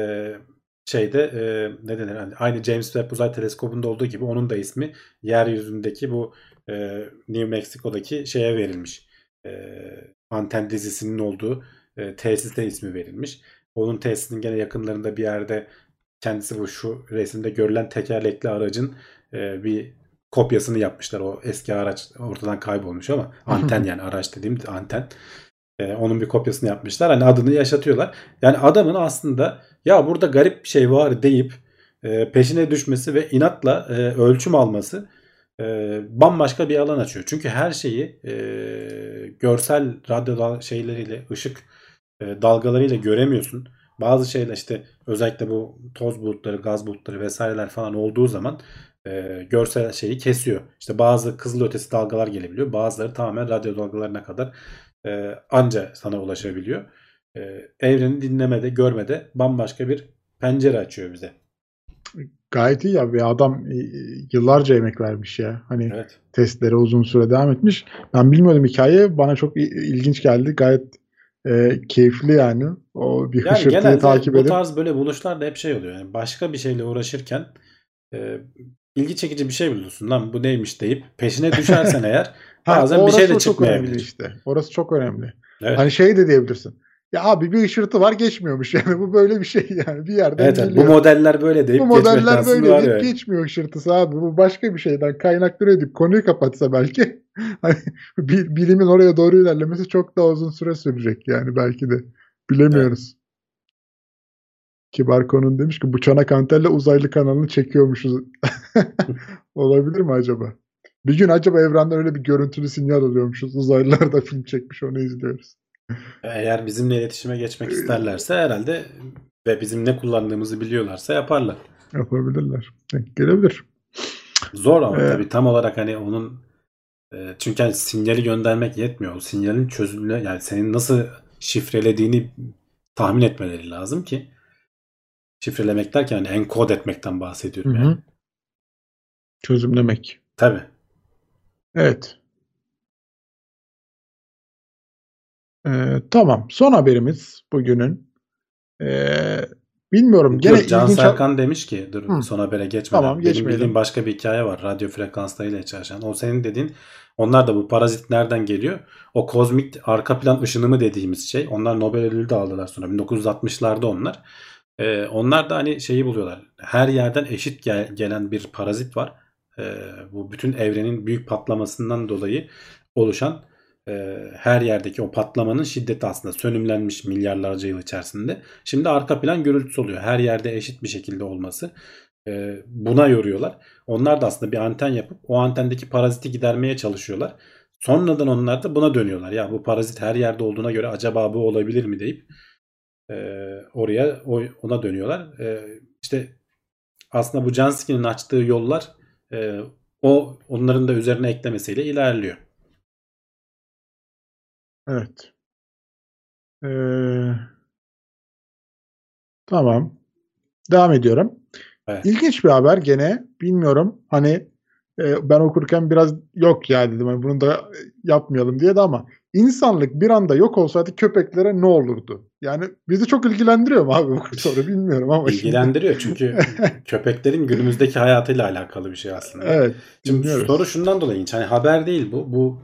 [SPEAKER 2] şeyde, ne denir, hani aynı James Webb Uzay Teleskobu'nda olduğu gibi onun da ismi yeryüzündeki bu New Mexico'daki şeye verilmiş. Anten dizisinin olduğu tesiste ismi verilmiş. Onun tesisinin gene yakınlarında bir yerde kendisi, bu şu resimde görülen tekerlekli aracın bir kopyasını yapmışlar. O eski araç ortadan kaybolmuş ama anten, yani araç dediğim anten. Onun bir kopyasını yapmışlar. Hani adını yaşatıyorlar. Yani adamın aslında ya burada garip bir şey var deyip peşine düşmesi ve inatla ölçüm alması bambaşka bir alan açıyor. Çünkü her şeyi görsel radyo şeyleriyle, ışık dalgalarıyla göremiyorsun. Bazı şeyler, işte özellikle bu toz bulutları, gaz bulutları vesaireler falan olduğu zaman görsel şeyi kesiyor. İşte bazı kızılötesi dalgalar gelebiliyor. Bazıları tamamen radyo dalgalarına kadar anca sana ulaşabiliyor. Evreni dinlemede, görmede bambaşka bir pencere açıyor bize.
[SPEAKER 3] Gayet iyi ya. Bir adam yıllarca emek vermiş ya. Hani
[SPEAKER 2] Evet.
[SPEAKER 3] testlere uzun süre devam etmiş. Ben bilmiyordum hikaye. Bana çok ilginç geldi. Gayet keyifli yani. O bir
[SPEAKER 2] Yani
[SPEAKER 3] hışırtıyı
[SPEAKER 2] genelde
[SPEAKER 3] takip
[SPEAKER 2] bu
[SPEAKER 3] edip.
[SPEAKER 2] tarz böyle buluşlarda hep şey oluyor. Yani başka bir şeyle uğraşırken e, ilgi çekici bir şey buluyorsun. Lan bu neymiş deyip peşine düşersen eğer
[SPEAKER 3] Ha,
[SPEAKER 2] bazen bir şey de
[SPEAKER 3] orası çok önemli
[SPEAKER 2] çıkmayabilir.
[SPEAKER 3] işte. Orası çok önemli. Hani
[SPEAKER 2] Evet.
[SPEAKER 3] şey de diyebilirsin. Ya abi bir ışırtı var geçmiyormuş yani. Bu böyle bir şey yani. Bir yerden
[SPEAKER 2] Evet, evet. Bu
[SPEAKER 3] geliyor.
[SPEAKER 2] modeller böyle
[SPEAKER 3] Bu
[SPEAKER 2] deyip geçme
[SPEAKER 3] modeller
[SPEAKER 2] şansın
[SPEAKER 3] böyle
[SPEAKER 2] var
[SPEAKER 3] deyip
[SPEAKER 2] yani.
[SPEAKER 3] geçmiyor ışırtısı abi. Bu başka bir şeyden kaynaklanıyor deyip konuyu kapatsa belki hani bilimin oraya doğru ilerlemesi çok daha uzun süre sürecek yani belki de.
[SPEAKER 2] Evet.
[SPEAKER 3] Bilemiyoruz. Kibar Konun demiş ki bu çanak antenle uzaylı kanalını çekiyormuşuz. Olabilir mi acaba? Bir gün acaba evrenden öyle bir görüntülü sinyal alıyormuşuz. Uzaylılar da film çekmiş onu izliyoruz.
[SPEAKER 2] Eğer bizimle iletişime geçmek isterlerse herhalde ve bizim ne kullandığımızı biliyorlarsa yaparlar.
[SPEAKER 3] Yapabilirler. Gelebilir.
[SPEAKER 2] Zor ama
[SPEAKER 3] Ee,
[SPEAKER 2] tabii tam olarak hani onun çünkü hani sinyali göndermek yetmiyor. O sinyalin çözümüne yani senin nasıl şifrelediğini tahmin etmeleri lazım ki şifrelemek derken hani enkod etmekten
[SPEAKER 3] hı
[SPEAKER 2] bahsediyorum yani.
[SPEAKER 3] hı. Çözümlemek.
[SPEAKER 2] Tabii.
[SPEAKER 3] Evet. Tamam. Son haberimiz bugünün. Ee, bilmiyorum. Gene
[SPEAKER 2] Dur, Can
[SPEAKER 3] ilginç.
[SPEAKER 2] Serkan demiş ki dur
[SPEAKER 3] Hı,
[SPEAKER 2] son habere
[SPEAKER 3] tamam
[SPEAKER 2] geçmeden benim bildiğim
[SPEAKER 3] geçmeyelim.
[SPEAKER 2] başka bir hikaye var radyo frekanslarıyla çalışan. O senin dediğin onlar da bu parazit nereden geliyor? O kozmik arka plan ışınımı dediğimiz şey. Onlar Nobel ödülü de aldılar sonra 1960'larda onlar. Onlar da hani şeyi buluyorlar. Her yerden eşit gelen bir parazit var. Bu bütün evrenin büyük patlamasından dolayı oluşan her yerdeki o patlamanın şiddeti aslında sönümlenmiş milyarlarca yıl içerisinde. Şimdi arka plan gürültüsü oluyor. Her yerde eşit bir şekilde olması. Buna yoruyorlar. Onlar da aslında bir anten yapıp o antendeki paraziti gidermeye çalışıyorlar. Sonradan onlar da buna dönüyorlar. Ya bu parazit her yerde olduğuna göre acaba bu olabilir mi deyip oraya ona dönüyorlar. İşte aslında bu Jansky'nin açtığı yollar onların da üzerine eklemesiyle ilerliyor.
[SPEAKER 3] Evet. Ee, tamam. Devam ediyorum.
[SPEAKER 2] Evet.
[SPEAKER 3] İlginç bir haber gene. Bilmiyorum. Hani ben okurken biraz yok ya dedim. Hani bunu da yapmayalım diye de ama insanlık bir anda yok olsaydı köpeklere ne olurdu? Yani bizi çok ilgilendiriyor mu abi bu soru bilmiyorum ama şimdi.
[SPEAKER 2] İlgilendiriyor çünkü köpeklerin günümüzdeki hayatıyla alakalı bir şey aslında.
[SPEAKER 3] Evet,
[SPEAKER 2] Şimdi soru
[SPEAKER 3] dinliyoruz.
[SPEAKER 2] şundan dolayı ilginç. Hani haber değil bu. Bu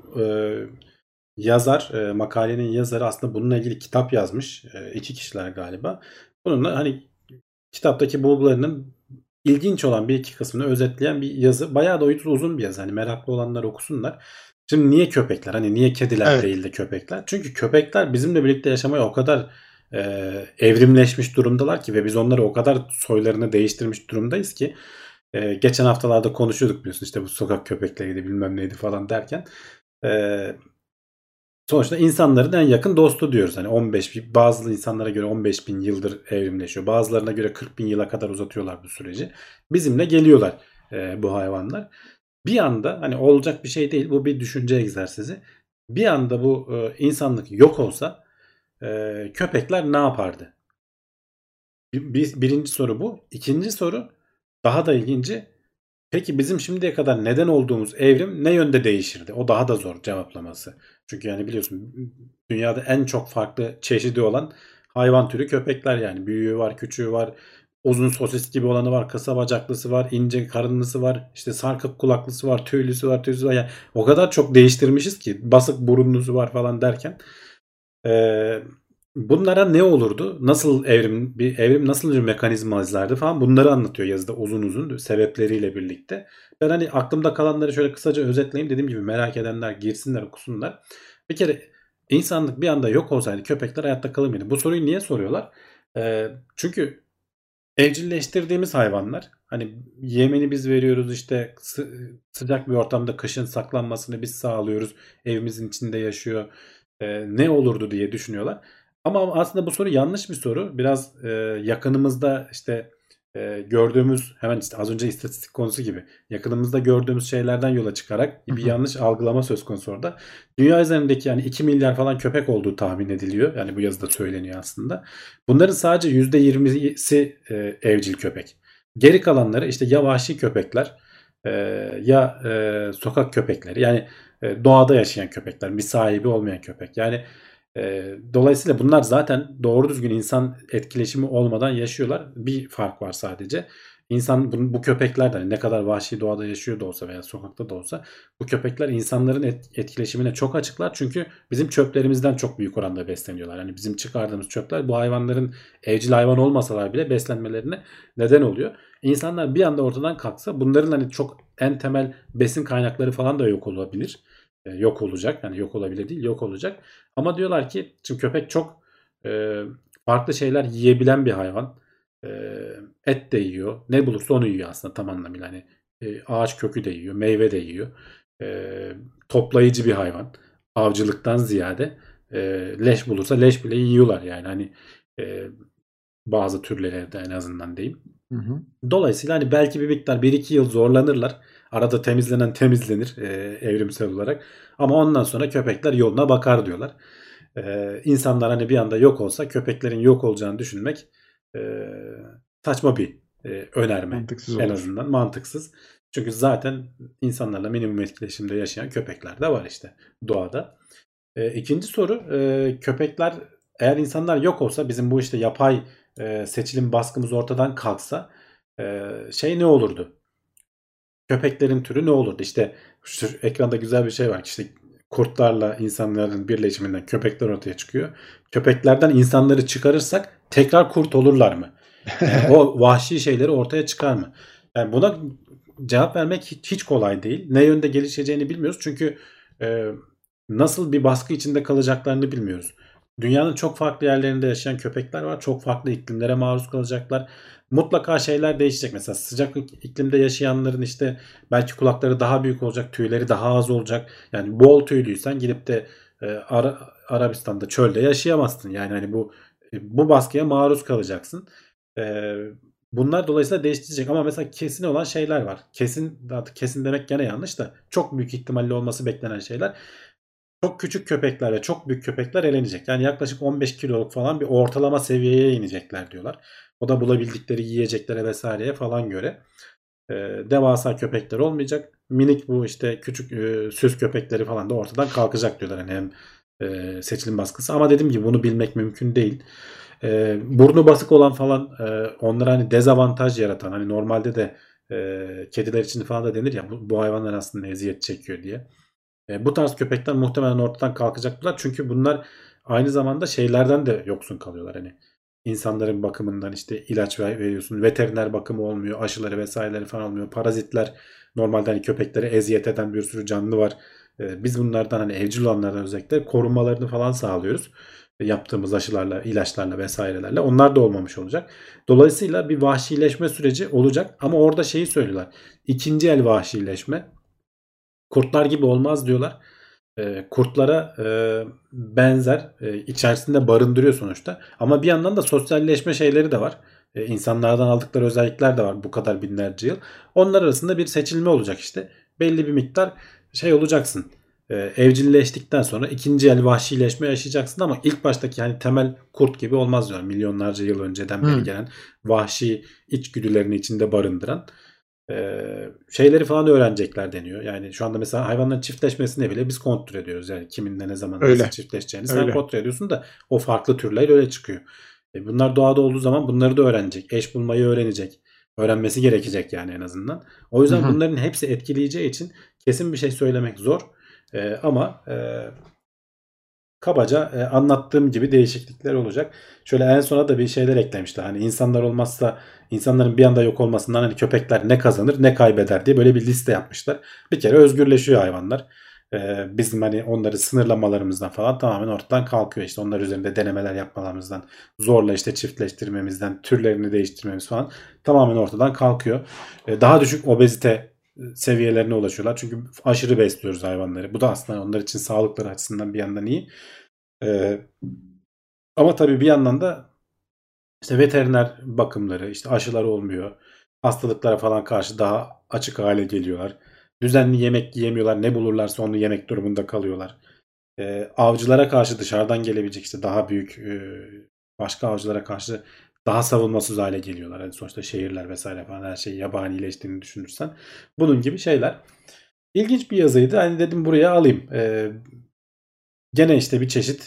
[SPEAKER 2] yazar, makalenin yazarı aslında bununla ilgili kitap yazmış. İki kişiler galiba. Bununla hani kitaptaki bulgularının ilginç olan bir iki kısmını özetleyen bir yazı. Bayağı da uzun bir yazı. Hani meraklı olanlar okusunlar. Şimdi niye köpekler? Hani niye kediler
[SPEAKER 3] Evet.
[SPEAKER 2] değil de köpekler? Çünkü köpekler bizimle birlikte yaşamaya o kadar evrimleşmiş durumdalar ki ve biz onları o kadar soylarını değiştirmiş durumdayız ki geçen haftalarda konuşuyorduk biliyorsun işte bu sokak köpekleriydi bilmem neydi falan derken e, sonuçta insanların en yakın dostu diyoruz. Hani bazı insanlara göre 15 bin yıldır evrimleşiyor. Bazılarına göre 40 bin yıla kadar uzatıyorlar bu süreci. Bizimle geliyorlar bu hayvanlar. Bir anda hani olacak bir şey değil bu bir düşünce egzersizi. Bir anda bu insanlık yok olsa köpekler ne yapardı? Birinci soru bu. İkinci soru daha da ilginci. Peki bizim şimdiye kadar neden olduğumuz evrim ne yönde değişirdi? O daha da zor cevaplaması. Çünkü yani biliyorsun dünyada en çok farklı çeşidi olan hayvan türü köpekler yani. Büyüğü var, küçüğü var, uzun sosis gibi olanı var, kısa bacaklısı var, ince karınlısı var, işte sarkık kulaklısı var, tüylüsü var, tüysüzü var. Yani o kadar çok değiştirmişiz ki basık burunlusu var falan derken ee, bunlara ne olurdu? Nasıl bir evrim nasıl bir mekanizma izlerdi falan bunları anlatıyor yazıda uzun uzun sebepleriyle birlikte. Ben hani aklımda kalanları şöyle kısaca özetleyeyim. Dediğim gibi merak edenler girsinler okusunlar. Bir kere insanlık bir anda yok olsaydı köpekler hayatta kalır mıydı? Bu soruyu niye soruyorlar? Çünkü evcilleştirdiğimiz hayvanlar hani yemini biz veriyoruz işte sıcak bir ortamda kışın saklanmasını biz sağlıyoruz. Evimizin içinde yaşıyor. Ne olurdu diye düşünüyorlar. Ama aslında bu soru yanlış bir soru. Biraz yakınımızda işte gördüğümüz hemen işte az önce istatistik konusu gibi yakınımızda gördüğümüz şeylerden yola çıkarak bir yanlış algılama söz konusu orada. Dünya üzerindeki yani 2 milyar falan köpek olduğu tahmin ediliyor. Yani bu yazıda söyleniyor aslında. Bunların sadece %20'si evcil köpek. Geri kalanları işte ya vahşi köpekler ya sokak köpekleri, yani doğada yaşayan köpekler, bir sahibi olmayan köpek. Yani dolayısıyla bunlar zaten doğru düzgün insan etkileşimi olmadan yaşıyorlar. Bir fark var sadece. İnsan bu köpekler de hani ne kadar vahşi doğada yaşıyor da olsa veya sokakta da olsa bu köpekler insanların etkileşimine çok açıklar. Çünkü bizim çöplerimizden çok büyük oranda besleniyorlar. Yani bizim çıkardığımız çöpler bu hayvanların evcil hayvan olmasalar bile beslenmelerine neden oluyor. İnsanlar bir anda ortadan kalksa bunların hani çok en temel besin kaynakları falan da yok olabilir. Yok olacak. Yani yok olabilir değil, yok olacak. Ama diyorlar ki şimdi köpek çok farklı şeyler yiyebilen bir hayvan. E, Et de yiyor. Ne bulursa onu yiyor aslında tam anlamıyla. Hani ağaç kökü de yiyor. Meyve de yiyor. Toplayıcı bir hayvan. Avcılıktan ziyade leş bulursa leş bile yiyorlar yani. Hani bazı türleri evde en azından diyeyim.
[SPEAKER 3] Hı hı.
[SPEAKER 2] Dolayısıyla hani belki bir miktar 1-2 yıl zorlanırlar. Arada temizlenir evrimsel olarak. Ama ondan sonra köpekler yoluna bakar diyorlar. İnsanlar hani bir anda yok olsa köpeklerin yok olacağını düşünmek e, saçma bir önerme.
[SPEAKER 3] Mantıksız
[SPEAKER 2] En
[SPEAKER 3] olur.
[SPEAKER 2] azından mantıksız. Çünkü zaten insanlarla minimum etkileşimde yaşayan köpekler de var işte doğada. İkinci soru, köpekler eğer insanlar yok olsa bizim bu işte yapay seçilim baskımız ortadan kalksa şey ne olurdu? Köpeklerin türü ne olurdu? İşte şu ekranda güzel bir şey var. İşte kurtlarla insanların birleşiminden köpekler ortaya çıkıyor. Köpeklerden insanları çıkarırsak tekrar kurt olurlar mı? Yani o vahşi şeyleri ortaya çıkar mı? Yani buna cevap vermek hiç kolay değil. Ne yönde gelişeceğini bilmiyoruz. Çünkü e, nasıl bir baskı içinde kalacaklarını bilmiyoruz. Dünyanın çok farklı yerlerinde yaşayan köpekler var. Çok farklı iklimlere maruz kalacaklar. Mutlaka şeyler değişecek. Mesela sıcak iklimde yaşayanların işte belki kulakları daha büyük olacak, tüyleri daha az olacak. Yani bol tüylüysen gidip de Arabistan'da çölde yaşayamazsın. Yani hani bu baskıya maruz kalacaksın. E, Bunlar dolayısıyla değiştirecek ama mesela kesin olan şeyler var. Kesin demek gene yanlış da çok büyük ihtimalle olması beklenen şeyler. Çok küçük köpekler ve çok büyük köpekler elenecek. Yani yaklaşık 15 kiloluk falan bir ortalama seviyeye inecekler diyorlar. O da bulabildikleri yiyeceklere vesaireye falan göre. Devasa köpekler olmayacak. Minik bu işte küçük süs köpekleri falan da ortadan kalkacak diyorlar. Yani hem seçilim baskısı ama dediğim gibi bunu bilmek mümkün değil. Burnu basık olan falan onlara hani dezavantaj yaratan, hani normalde de kediler için falan da denir ya bu hayvanlar aslında eziyet çekiyor diye. Bu tarz köpekler muhtemelen ortadan kalkacaklar. Çünkü bunlar aynı zamanda şeylerden de yoksun kalıyorlar. Hani insanların bakımından işte ilaç veriyorsun. Veteriner bakımı olmuyor. Aşıları vesaireleri falan olmuyor. Parazitler, normalde hani köpeklere eziyet eden bir sürü canlı var. Biz bunlardan hani evcil olanlardan özellikle korunmalarını falan sağlıyoruz. Yaptığımız aşılarla, ilaçlarla vesairelerle. Onlar da olmamış olacak. Dolayısıyla bir vahşileşme süreci olacak. Ama orada şeyi söylüyorlar. İkinci el vahşileşme. Kurtlar gibi olmaz diyorlar. Kurtlara benzer, içerisinde barındırıyor sonuçta. Ama bir yandan da sosyalleşme şeyleri de var. İnsanlardan aldıkları özellikler de var bu kadar binlerce yıl. Onlar arasında bir seçilme olacak işte. Belli bir miktar şey olacaksın. Evcilleştikten sonra ikinci el vahşileşme yaşayacaksın ama ilk baştaki hani temel kurt gibi olmaz diyor. Milyonlarca yıl önceden beri gelen vahşi içgüdülerini içinde barındıran şeyleri falan öğrenecekler deniyor. Yani şu anda mesela hayvanların çiftleşmesini bile biz kontrol ediyoruz. Yani kiminle ne zaman nasıl çiftleşeceğini sen kontrol ediyorsun da o farklı türler öyle çıkıyor. Bunlar doğada olduğu zaman bunları da öğrenecek. Eş bulmayı öğrenecek. Öğrenmesi gerekecek yani en azından. O yüzden bunların hepsi etkileyeceği için kesin bir şey söylemek zor. Ama kabaca anlattığım gibi değişiklikler olacak. Şöyle en sona da bir şeyler eklemişler. Hani insanlar olmazsa insanların bir anda yok olmasından hani köpekler ne kazanır ne kaybeder diye böyle bir liste yapmışlar. Bir kere özgürleşiyor hayvanlar. Bizim hani onları sınırlamalarımızdan falan tamamen ortadan kalkıyor. İşte onlar üzerinde denemeler yapmalarımızdan, zorla işte çiftleştirmemizden, türlerini değiştirmemiz falan tamamen ortadan kalkıyor. Daha düşük obezite seviyelerine ulaşıyorlar. Çünkü aşırı besliyoruz hayvanları. Bu da aslında onlar için sağlıkları açısından bir yandan iyi. Ama tabii bir yandan da İşte veteriner bakımları, işte aşıları olmuyor. Hastalıklara falan karşı daha açık hale geliyorlar. Düzenli yemek yiyemiyorlar. Ne bulurlarsa onu yemek durumunda kalıyorlar. Avcılara karşı dışarıdan gelebilecek işte daha büyük başka avcılara karşı daha savunmasız hale geliyorlar. Yani sonuçta şehirler vesaire falan her şey yabanileştiğini düşünürsen. Bunun gibi şeyler. İlginç bir yazıydı. Hani dedim buraya alayım. Gene işte bir çeşit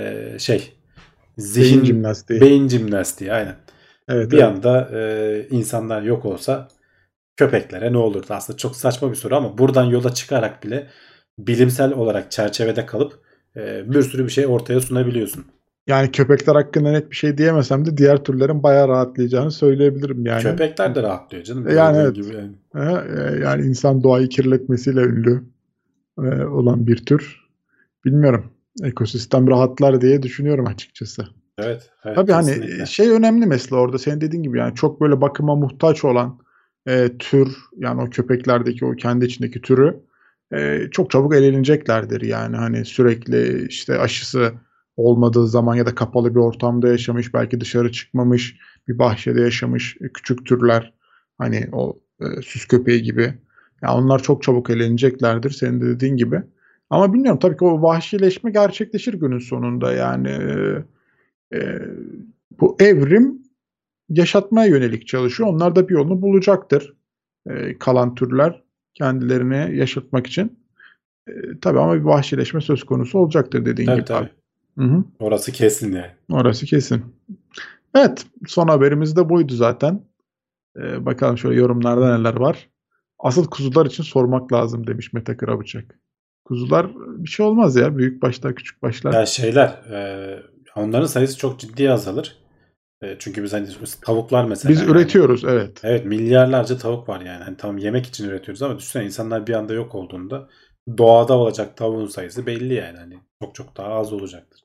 [SPEAKER 3] Beyin
[SPEAKER 2] zihin
[SPEAKER 3] jimnastiği.
[SPEAKER 2] beyin jimnastiği aynen.
[SPEAKER 3] Evet,
[SPEAKER 2] Bir
[SPEAKER 3] evet.
[SPEAKER 2] anda insanlar yok olsa köpeklere ne olurdu? Aslında çok saçma bir soru ama buradan yola çıkarak bile bilimsel olarak çerçevede kalıp bir sürü bir şey ortaya sunabiliyorsun.
[SPEAKER 3] Yani köpekler hakkında net bir şey diyemesem de diğer türlerin bayağı rahatlayacağını söyleyebilirim yani.
[SPEAKER 2] Köpekler de rahatlıyor canım
[SPEAKER 3] Yani
[SPEAKER 2] gördüğün
[SPEAKER 3] evet.
[SPEAKER 2] gibi. Yani.
[SPEAKER 3] Yani insan doğayı kirletmesiyle ünlü olan bir tür. Bilmiyorum. Ekosistem rahatlar diye düşünüyorum açıkçası.
[SPEAKER 2] Evet, evet
[SPEAKER 3] Tabii hani
[SPEAKER 2] kesinlikle.
[SPEAKER 3] şey önemli mesela orada senin dediğin gibi yani çok böyle bakıma muhtaç olan tür yani o köpeklerdeki o kendi içindeki türü çok çabuk eleneceklerdir. Yani hani sürekli işte aşısı olmadığı zaman ya da kapalı bir ortamda yaşamış belki dışarı çıkmamış bir bahçede yaşamış küçük türler hani o süs köpeği gibi. Yani onlar çok çabuk eleneceklerdir senin de dediğin gibi. Ama bilmiyorum tabii ki o vahşileşme gerçekleşir günün sonunda yani. Eee, Bu evrim yaşatmaya yönelik çalışıyor. Onlar da bir yolunu bulacaktır. Kalan türler kendilerini yaşatmak için. Tabii ama bir vahşileşme söz konusu olacaktır dediğin
[SPEAKER 2] Tabii
[SPEAKER 3] gibi abi.
[SPEAKER 2] tabii.
[SPEAKER 3] Hı hı.
[SPEAKER 2] Orası kesin yani.
[SPEAKER 3] Orası kesin. Evet, son haberimiz de buydu zaten. Bakalım şöyle yorumlarda neler var. Asıl kuzular için sormak lazım demiş Mete Karabıçak. Kuzular bir şey olmaz ya. Büyük başlar, küçük başlar.
[SPEAKER 2] Ya onların sayısı çok ciddi azalır. Çünkü biz hani tavuklar
[SPEAKER 3] Biz
[SPEAKER 2] mesela yani
[SPEAKER 3] üretiyoruz, evet.
[SPEAKER 2] evet milyarlarca tavuk var yani. Hani tamam yemek için üretiyoruz ama düşünsene insanlar bir anda yok olduğunda doğada olacak tavuğun sayısı belli yani. Hani çok çok daha az olacaktır.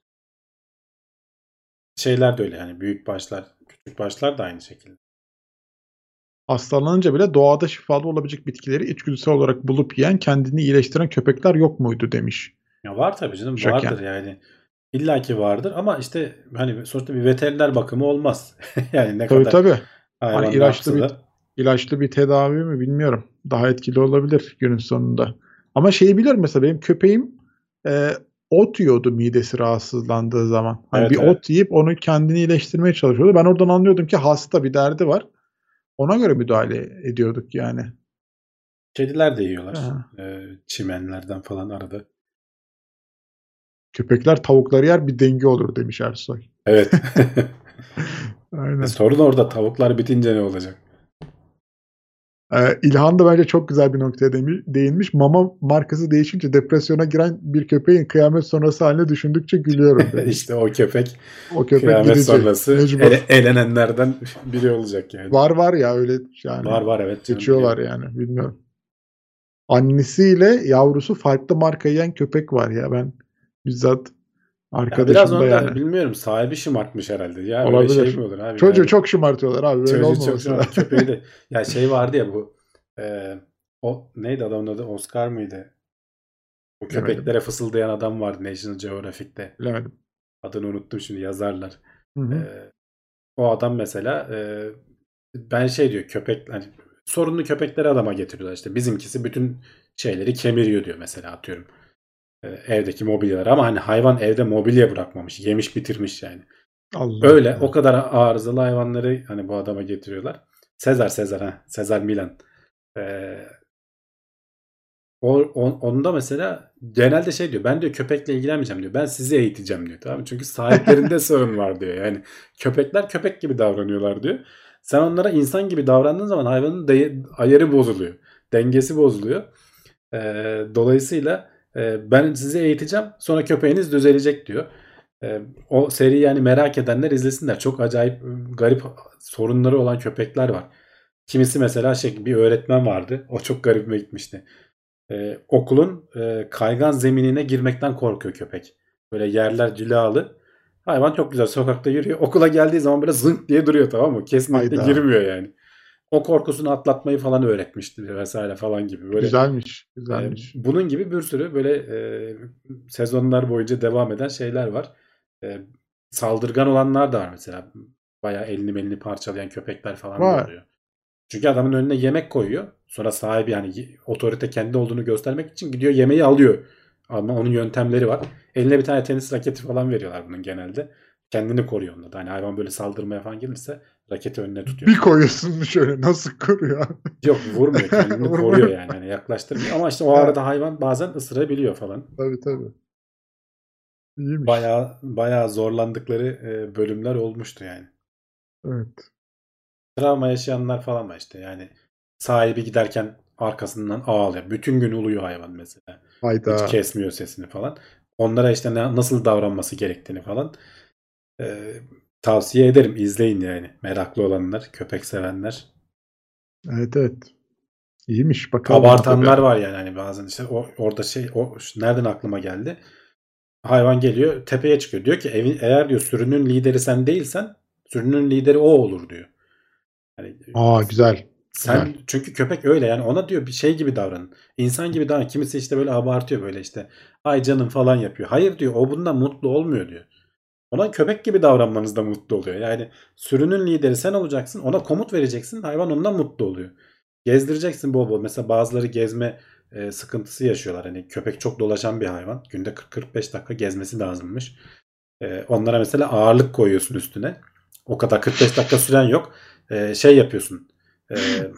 [SPEAKER 2] Şeyler de öyle yani büyük başlar, küçük başlar da aynı şekilde.
[SPEAKER 3] Hastalanınca bile doğada şifalı olabilecek bitkileri içgüdüsel olarak bulup yiyen, kendini iyileştiren köpekler yok muydu demiş
[SPEAKER 2] Ya var tabii canım
[SPEAKER 3] Jaken.
[SPEAKER 2] vardır yani. İlla ki vardır ama işte hani sonuçta bir veteriner bakımı olmaz. Yani ne
[SPEAKER 3] Tabii,
[SPEAKER 2] kadar
[SPEAKER 3] tabii. Hani
[SPEAKER 2] hayvan ne yapsa da.
[SPEAKER 3] ilaçlı bir tedavi mi bilmiyorum. Daha etkili olabilir günün sonunda. Ama şeyi biliyorum mesela benim köpeğim, ot yiyordu midesi rahatsızlandığı zaman. Hani bir
[SPEAKER 2] Evet evet.
[SPEAKER 3] ot yiyip onu kendini iyileştirmeye çalışıyordu. Ben oradan anlıyordum ki hasta, bir derdi var. Ona göre müdahale ediyorduk yani.
[SPEAKER 2] Kediler de yiyorlar.
[SPEAKER 3] Ha.
[SPEAKER 2] Çimenlerden falan arada.
[SPEAKER 3] Köpekler tavukları yer bir denge olur demiş Ersoy.
[SPEAKER 2] Evet.
[SPEAKER 3] Aynen.
[SPEAKER 2] Sorun orada tavuklar bitince ne olacak?
[SPEAKER 3] İlhan da bence çok güzel bir noktaya değinmiş. Mama markası değişince depresyona giren bir köpeğin kıyamet sonrası haline düşündükçe gülüyorum demiş.
[SPEAKER 2] İşte o köpek
[SPEAKER 3] O köpek
[SPEAKER 2] kıyamet
[SPEAKER 3] gidecek.
[SPEAKER 2] sonrası
[SPEAKER 3] Mecbur.
[SPEAKER 2] elenenlerden biri olacak yani.
[SPEAKER 3] Var ya öyle
[SPEAKER 2] Var
[SPEAKER 3] yani
[SPEAKER 2] var evet canım
[SPEAKER 3] geçiyorlar
[SPEAKER 2] biliyorum.
[SPEAKER 3] yani bilmiyorum. Annesiyle yavrusu farklı marka yiyen köpek var ya ben bizzat
[SPEAKER 2] Ya biraz
[SPEAKER 3] arkadaşım da
[SPEAKER 2] onda
[SPEAKER 3] yani
[SPEAKER 2] bilmiyorum sahibi şımartmış herhalde. Ya öyle şey mi
[SPEAKER 3] olabilir.
[SPEAKER 2] olur abi
[SPEAKER 3] Çocuğu
[SPEAKER 2] yani
[SPEAKER 3] çok şımartıyorlar abi böyle
[SPEAKER 2] çocuğu çok
[SPEAKER 3] olmaması
[SPEAKER 2] şımartmış
[SPEAKER 3] lazım.
[SPEAKER 2] köpeği de. Ya şey vardı ya bu e, o neydi adamın adı Oscar mıydı? Bu
[SPEAKER 3] Bilemedim.
[SPEAKER 2] köpeklere fısıldayan adam vardı National Geographic'te.
[SPEAKER 3] Bilemedim.
[SPEAKER 2] Adını unuttum şimdi yazarlar.
[SPEAKER 3] Hı
[SPEAKER 2] E,
[SPEAKER 3] hı.
[SPEAKER 2] O adam mesela ben şey diyor köpek hani sorunlu köpekleri adama getiriyorlar işte bizimkisi bütün şeyleri kemiriyor diyor mesela atıyorum evdeki mobilyalar ama hani hayvan evde mobilya bırakmamış yemiş bitirmiş yani.
[SPEAKER 3] Allah
[SPEAKER 2] Öyle o
[SPEAKER 3] Allah.
[SPEAKER 2] kadar arızalı hayvanları hani bu adama getiriyorlar. Sezar Milan. Ee, onda mesela genelde şey diyor. Ben diyor köpekle ilgilenmeyeceğim diyor. Ben sizi eğiteceğim diyor. Tamam mı? Çünkü sahiplerinde sorun var diyor. Yani köpekler köpek gibi davranıyorlar diyor. Sen onlara insan gibi davrandığın zaman hayvanın ayarı bozuluyor. Dengesi bozuluyor. Dolayısıyla ben sizi eğiteceğim. Sonra köpeğiniz düzelecek diyor. O seri yani merak edenler izlesinler. Çok acayip garip sorunları olan köpekler var. Kimisi mesela bir öğretmen vardı. O çok garibime gitmişti. Okulun kaygan zeminine girmekten korkuyor köpek. Böyle yerler cilalı. Hayvan çok güzel sokakta yürüyor. Okula geldiği zaman böyle zınk diye duruyor tamam mı? Kesinlikle
[SPEAKER 3] Hayda.
[SPEAKER 2] girmiyor yani. O korkusunu atlatmayı falan öğretmişti vesaire falan gibi. Böyle
[SPEAKER 3] Güzelmiş. Güzelmiş.
[SPEAKER 2] bunun gibi bir sürü böyle sezonlar boyunca devam eden şeyler var. E, Saldırgan olanlar da var mesela. Bayağı elini parçalayan köpekler falan da
[SPEAKER 3] Vay.
[SPEAKER 2] oluyor. Çünkü adamın önüne yemek koyuyor. Sonra sahibi yani otorite kendi olduğunu göstermek için gidiyor yemeği alıyor. Ama onun yöntemleri var. Eline bir tane tenis raketi falan veriyorlar bunun genelde. Kendini koruyor onunla da. Hani hayvan böyle saldırmaya falan gelirse raketi önüne tutuyor.
[SPEAKER 3] Bir koyuyorsun şöyle, nasıl koruyor?
[SPEAKER 2] Yok, vurmuyor, kendini
[SPEAKER 3] Vurmuyor.
[SPEAKER 2] koruyor yani. Hani yaklaştırmıyor. Ama işte o arada hayvan bazen ısırabiliyor falan.
[SPEAKER 3] Tabii. İyiymiş.
[SPEAKER 2] Bayağı zorlandıkları bölümler olmuştu yani.
[SPEAKER 3] Evet.
[SPEAKER 2] Travma yaşayanlar falan var işte, yani sahibi giderken arkasından ağlıyor. Bütün gün uluyor hayvan mesela. Hiç
[SPEAKER 3] Hayda.
[SPEAKER 2] kesmiyor sesini falan. Onlara işte nasıl davranması gerektiğini falan e, tavsiye ederim. İzleyin yani. Meraklı olanlar, köpek sevenler.
[SPEAKER 3] Evet. İyiymiş. Bakalım ona da
[SPEAKER 2] Abartanlar
[SPEAKER 3] bir.
[SPEAKER 2] var yani, hani bazen işte orada nereden aklıma geldi? Hayvan geliyor, tepeye çıkıyor. Diyor ki eğer diyor sürünün lideri sen değilsen sürünün lideri o olur diyor. Hani
[SPEAKER 3] Güzel.
[SPEAKER 2] sen, çünkü köpek öyle yani, ona diyor bir şey gibi davranın. İnsan gibi davranın. Kimisi işte böyle abartıyor, böyle işte ay canım falan yapıyor. Hayır diyor, o bundan mutlu olmuyor diyor. Ona köpek gibi davranmanız da mutlu oluyor. Yani sürünün lideri sen olacaksın. Ona komut vereceksin. Hayvan ondan mutlu oluyor. Gezdireceksin bol bol. Mesela bazıları gezme sıkıntısı yaşıyorlar. Hani köpek çok dolaşan bir hayvan. Günde 40-45 dakika gezmesi lazımmış. Onlara mesela ağırlık koyuyorsun üstüne. O kadar 45 dakika süren yok. Şey yapıyorsun. E,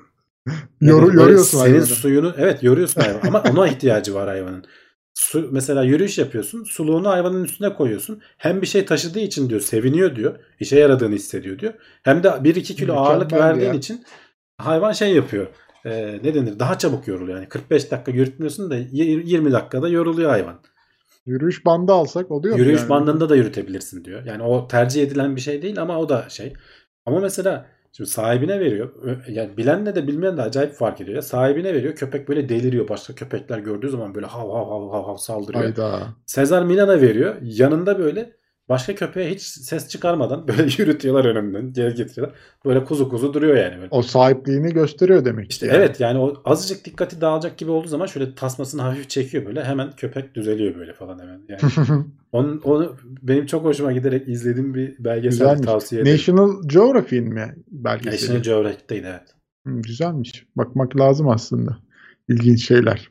[SPEAKER 2] ne denir? Böyle
[SPEAKER 3] Yoruyorsun
[SPEAKER 2] senin
[SPEAKER 3] hayvanı.
[SPEAKER 2] suyunu, evet, yoruyorsun hayvan. Ama ona ihtiyacı var hayvanın. Mesela yürüyüş yapıyorsun. Suluğunu hayvanın üstüne koyuyorsun. Hem bir şey taşıdığı için diyor seviniyor diyor. İşe yaradığını hissediyor diyor. Hem de 1-2 kilo ağırlık
[SPEAKER 3] Mükemmel
[SPEAKER 2] verdiğin
[SPEAKER 3] ya.
[SPEAKER 2] için hayvan şey yapıyor. Ne denir? Daha çabuk yoruluyor. Yani 45 dakika yürütmüyorsun da 20 dakikada yoruluyor hayvan.
[SPEAKER 3] Yürüyüş bandı alsak oluyor mu
[SPEAKER 2] Yürüyüş
[SPEAKER 3] yani?
[SPEAKER 2] bandında da yürütebilirsin diyor. Yani o tercih edilen bir şey değil ama o da şey. Ama mesela şimdi sahibine veriyor. Yani bilenle de bilmeyen de acayip fark ediyor. Sahibine veriyor. Köpek böyle deliriyor. Başka köpekler gördüğü zaman böyle hav hav hav hav hav saldırıyor.
[SPEAKER 3] Hayda.
[SPEAKER 2] Cesar Millan'a veriyor. Yanında böyle başka köpeğe hiç ses çıkarmadan böyle yürütüyorlar önünden. Geri getiriyorlar. Böyle kuzu kuzu duruyor yani böyle.
[SPEAKER 3] O sahipliğini gösteriyor demek
[SPEAKER 2] İşte
[SPEAKER 3] ki yani.
[SPEAKER 2] evet, yani o azıcık dikkati dağılacak gibi olduğu zaman şöyle tasmasını hafif çekiyor böyle. Hemen köpek düzeliyor böyle falan hemen. Yani onu benim çok hoşuma giderek izlediğim bir belgesel,
[SPEAKER 3] Güzelmiş.
[SPEAKER 2] tavsiye ederim.
[SPEAKER 3] National Geographic'in mi
[SPEAKER 2] National
[SPEAKER 3] belgeseli?
[SPEAKER 2] Geographic'teydi, evet.
[SPEAKER 3] Güzelmiş. Bakmak lazım aslında. İlginç şeyler.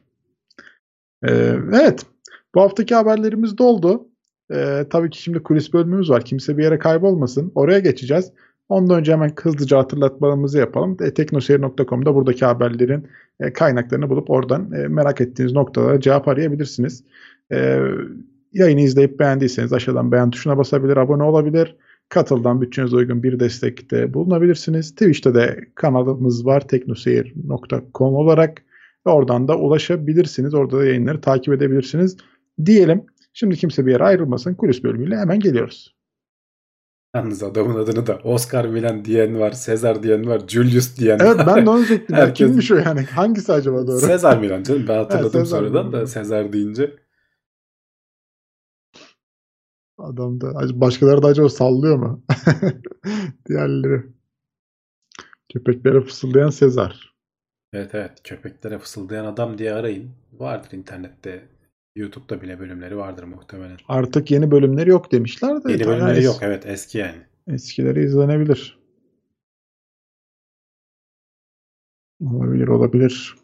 [SPEAKER 3] Evet. Bu haftaki haberlerimiz doldu. Tabii ki şimdi kulis bölümümüz var. Kimse bir yere kaybolmasın. Oraya geçeceğiz. Ondan önce hemen hızlıca hatırlatmalarımızı yapalım. Teknoseyir.com'da buradaki haberlerin kaynaklarını bulup oradan merak ettiğiniz noktalara cevap arayabilirsiniz. E, Yayını izleyip beğendiyseniz aşağıdan beğen tuşuna basabilir, abone olabilir. Katıldan bütçenize uygun bir destekte bulunabilirsiniz. Twitch'te de kanalımız var, teknoseyir.com olarak. Ve oradan da ulaşabilirsiniz. Orada da yayınları takip edebilirsiniz diyelim. Şimdi kimse bir yere ayrılmasın. Kulis bölümüyle hemen geliyoruz.
[SPEAKER 2] Yalnız adamın adını da Oscar Milan diyen var, Sezar diyen var, Julius diyen
[SPEAKER 3] Evet,
[SPEAKER 2] var.
[SPEAKER 3] ben de onu diyecektim. Ya,
[SPEAKER 2] Herkes
[SPEAKER 3] kimmiş o yani? Hangisi acaba doğru?
[SPEAKER 2] Sezar Milan canım. Ben
[SPEAKER 3] Ha,
[SPEAKER 2] hatırladım
[SPEAKER 3] Sezar
[SPEAKER 2] sonradan da
[SPEAKER 3] Milan.
[SPEAKER 2] Sezar deyince.
[SPEAKER 3] Adam da başkaları da acaba sallıyor mu? Diğerleri. Köpeklere fısıldayan Sezar.
[SPEAKER 2] Evet, köpeklere fısıldayan adam diye arayın. Vardır internette. YouTube'da bile bölümleri vardır muhtemelen.
[SPEAKER 3] Artık yeni bölümleri yok demişler de
[SPEAKER 2] Yeni
[SPEAKER 3] hala
[SPEAKER 2] bölümleri yok, evet, eski yani.
[SPEAKER 3] eskileri izlenebilir. Olabilir.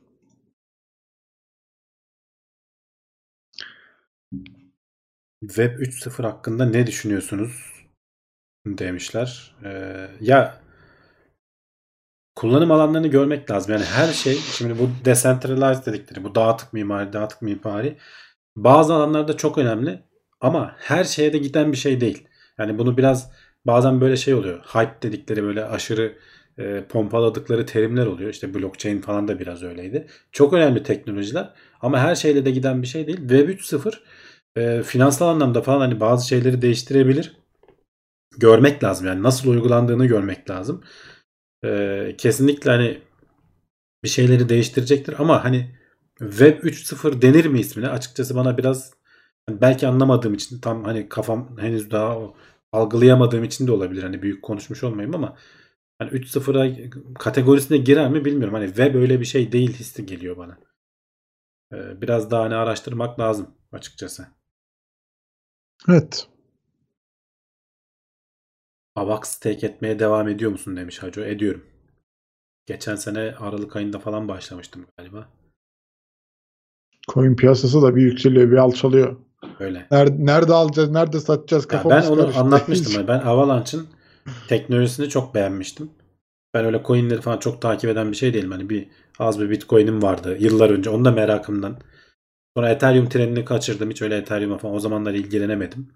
[SPEAKER 2] Web 3.0 hakkında ne düşünüyorsunuz demişler. Ya kullanım alanlarını görmek lazım. Yani her şey, şimdi bu decentralized dedikleri, bu dağıtık mimari bazı alanlarda çok önemli ama her şeye de giden bir şey değil. Yani bunu biraz bazen böyle şey oluyor. Hype dedikleri böyle aşırı pompaladıkları terimler oluyor. İşte blockchain falan da biraz öyleydi. Çok önemli teknolojiler ama her şeyle de giden bir şey değil. Web 3.0 finansal anlamda falan hani bazı şeyleri değiştirebilir. Görmek lazım, yani nasıl uygulandığını görmek lazım. Kesinlikle hani bir şeyleri değiştirecektir ama hani Web 3.0 denir mi ismine? Açıkçası bana biraz, hani belki anlamadığım için, tam hani kafam henüz daha algılayamadığım için de olabilir. Hani büyük konuşmuş olmayayım ama hani 3.0'a kategorisine girer mi bilmiyorum. Hani web öyle bir şey değil hissi geliyor bana. Biraz daha hani araştırmak lazım açıkçası.
[SPEAKER 3] Evet.
[SPEAKER 2] AVAX stake etmeye devam ediyor musun demiş Haco. Ediyorum. Geçen sene Aralık ayında falan başlamıştım galiba.
[SPEAKER 3] Coin piyasası da bir yükseliyor, bir alçalıyor.
[SPEAKER 2] Öyle.
[SPEAKER 3] Nerede alacağız, nerede satacağız
[SPEAKER 2] Ya
[SPEAKER 3] kafamız
[SPEAKER 2] ben onu
[SPEAKER 3] karıştı.
[SPEAKER 2] anlatmıştım. Ben Avalanche'ın teknolojisini çok beğenmiştim. Ben öyle coinleri falan çok takip eden bir şey değilim. Hani az bir Bitcoin'im vardı yıllar önce. Onu da merakımdan. Sonra Ethereum trenini kaçırdım. Hiç öyle Ethereum'a falan o zamanlar ilgilenemedim.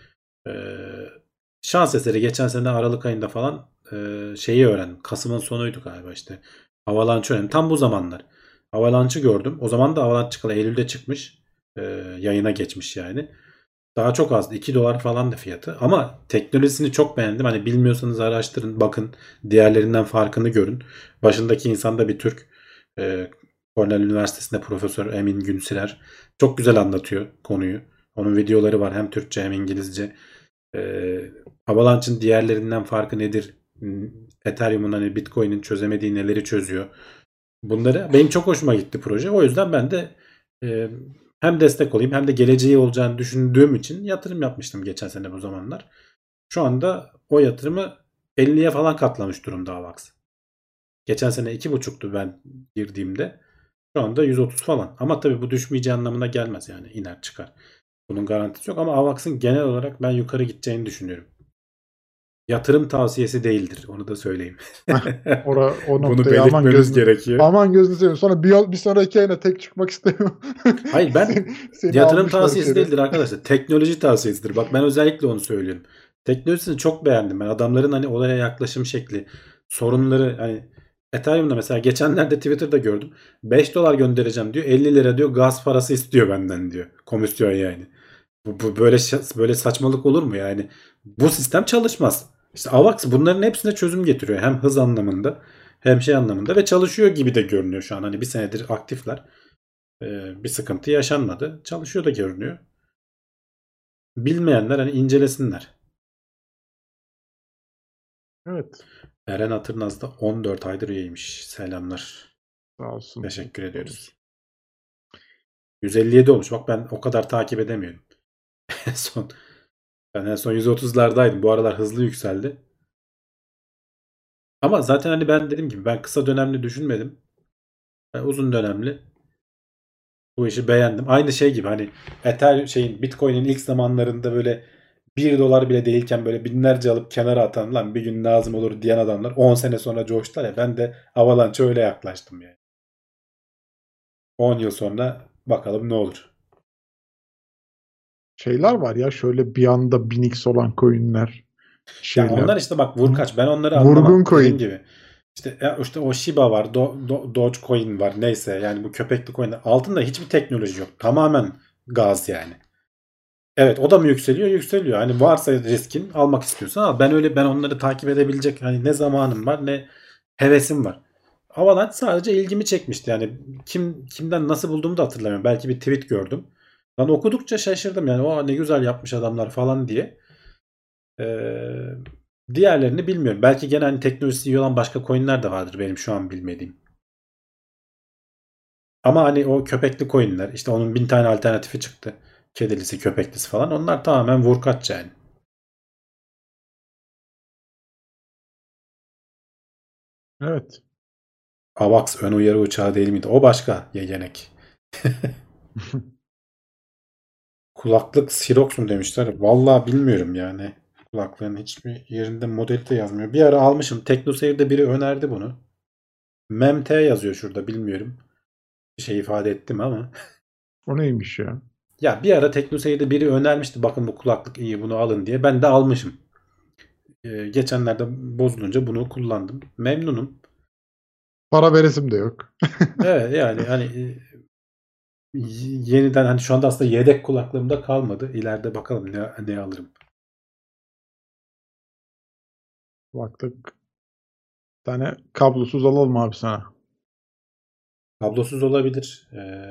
[SPEAKER 2] Şans eseri geçen sene Aralık ayında falan şeyi öğrendim. Kasım'ın sonuydu galiba işte. Avalanche öğrendim. Tam bu zamanlar. Avalanche'ı gördüm. O zaman da Avalanche çıkalı Eylül'de çıkmış. Yayına geçmiş yani. Daha çok azdı. 2 dolar falan da fiyatı. Ama teknolojisini çok beğendim. Hani bilmiyorsanız araştırın, bakın. Diğerlerinden farkını görün. Başındaki insan da bir Türk. Cornell Üniversitesi'nde Profesör Emin Günsirer. Çok güzel anlatıyor konuyu. Onun videoları var hem Türkçe hem İngilizce. Avalanche'ın diğerlerinden farkı nedir? Ethereum'un hani Bitcoin'in çözemediği neleri çözüyor? Bunları benim çok hoşuma gitti proje. O yüzden ben de hem destek olayım hem de geleceği olacağını düşündüğüm için yatırım yapmıştım geçen sene bu zamanlar. Şu anda o yatırımı 50'ye falan katlamış durumda AVAX. Geçen sene 2,5'tu ben girdiğimde. Şu anda 130 falan. Ama tabii bu düşmeyeceği anlamına gelmez yani. İner çıkar. Bunun garantisi yok ama AVAX'ın genel olarak ben yukarı gideceğini düşünüyorum. Yatırım tavsiyesi değildir. Onu da söyleyeyim.
[SPEAKER 3] O
[SPEAKER 2] Bunu
[SPEAKER 3] noktayı
[SPEAKER 2] belirtmemiz gerekiyor.
[SPEAKER 3] Aman gözünü seveyim. Sonra bir sonraki ayına tek çıkmak istemiyorum.
[SPEAKER 2] Hayır ben yatırım tavsiyesi değildir arkadaşlar. Teknoloji tavsiyesidir. Bak ben özellikle onu söylüyorum. Teknolojisini çok beğendim ben. Adamların hani olaya yaklaşım şekli, sorunları hani Ethereum'da mesela geçenlerde Twitter'da gördüm. 5 dolar göndereceğim diyor. 50 lira diyor gaz parası istiyor benden diyor. Komisyon yani. Bu böyle saçmalık olur mu yani? Bu sistem çalışmaz. İşte AVAX bunların hepsine çözüm getiriyor. Hem hız anlamında hem şey anlamında ve çalışıyor gibi de görünüyor şu an. Hani bir senedir aktifler. Bir sıkıntı yaşanmadı. Çalışıyor da görünüyor. Bilmeyenler hani incelesinler.
[SPEAKER 3] Evet.
[SPEAKER 2] Eren Atırnaz da 14 aydır üyeymiş. Selamlar.
[SPEAKER 3] Sağ olsun.
[SPEAKER 2] Teşekkür ediyoruz. 157 olmuş. Bak ben o kadar takip edemiyorum. Ben en son 130'lardaydım. Bu aralar hızlı yükseldi. Ama zaten hani ben dediğim gibi ben kısa dönemli düşünmedim. Ben uzun dönemli bu işi beğendim. Aynı şey gibi hani Bitcoin'in ilk zamanlarında böyle 1 dolar bile değilken böyle binlerce alıp kenara atan lan bir gün lazım olur diyen adamlar 10 sene sonra coştular ya ben de Avalanche'a öyle yaklaştım yani. 10 yıl sonra bakalım ne olur.
[SPEAKER 3] Şeyler var ya şöyle bir anda 1000x olan coinler.
[SPEAKER 2] Ya onlar işte bak vurkaç ben onları anlamam.
[SPEAKER 3] Vurgun coin.
[SPEAKER 2] Dediğim gibi. İşte o Shiba var, Dogecoin var neyse yani bu köpekli coinler altında hiçbir teknoloji yok. Tamamen gaz yani. Evet o da mı yükseliyor? Yükseliyor. Hani varsa riskin almak istiyorsan al. Ben onları takip edebilecek hani ne zamanım var ne hevesim var. Avalanche sadece ilgimi çekmişti. Yani kimden nasıl bulduğumu da hatırlamıyorum. Belki bir tweet gördüm. Ben okudukça şaşırdım yani. O ne güzel yapmış adamlar falan diye. Diğerlerini bilmiyorum. Belki gene hani teknolojisi iyi olan başka coinler de vardır benim şu an bilmediğim. Ama hani o köpekli coinler işte onun 1000 tane alternatifi çıktı. Kedilisi, köpeklisi falan. Onlar tamamen vurkaç yani.
[SPEAKER 3] Evet.
[SPEAKER 2] AVAX ön uyarı uçağı değil miydi? O başka yegenek. Kulaklık Sirox mu demişler? Vallahi bilmiyorum yani. Kulaklığın hiçbir yerinde modeli de yazmıyor. Bir ara almışım. TeknoSeyir'de biri önerdi bunu. MEMT yazıyor şurada bilmiyorum. Bir şey ifade ettim ama.
[SPEAKER 3] O neymiş ya?
[SPEAKER 2] Ya bir ara TeknoSeyir'de biri önermişti. Bakın bu kulaklık iyi bunu alın diye. Ben de almışım. Geçenlerde bozulunca bunu kullandım. Memnunum.
[SPEAKER 3] Para veresim de yok.
[SPEAKER 2] Evet yani hani yeniden hani şu anda aslında yedek kulaklığımda kalmadı. İleride bakalım ne alırım.
[SPEAKER 3] Baktık. Bir tane kablosuz alalım abi sana.
[SPEAKER 2] Kablosuz olabilir.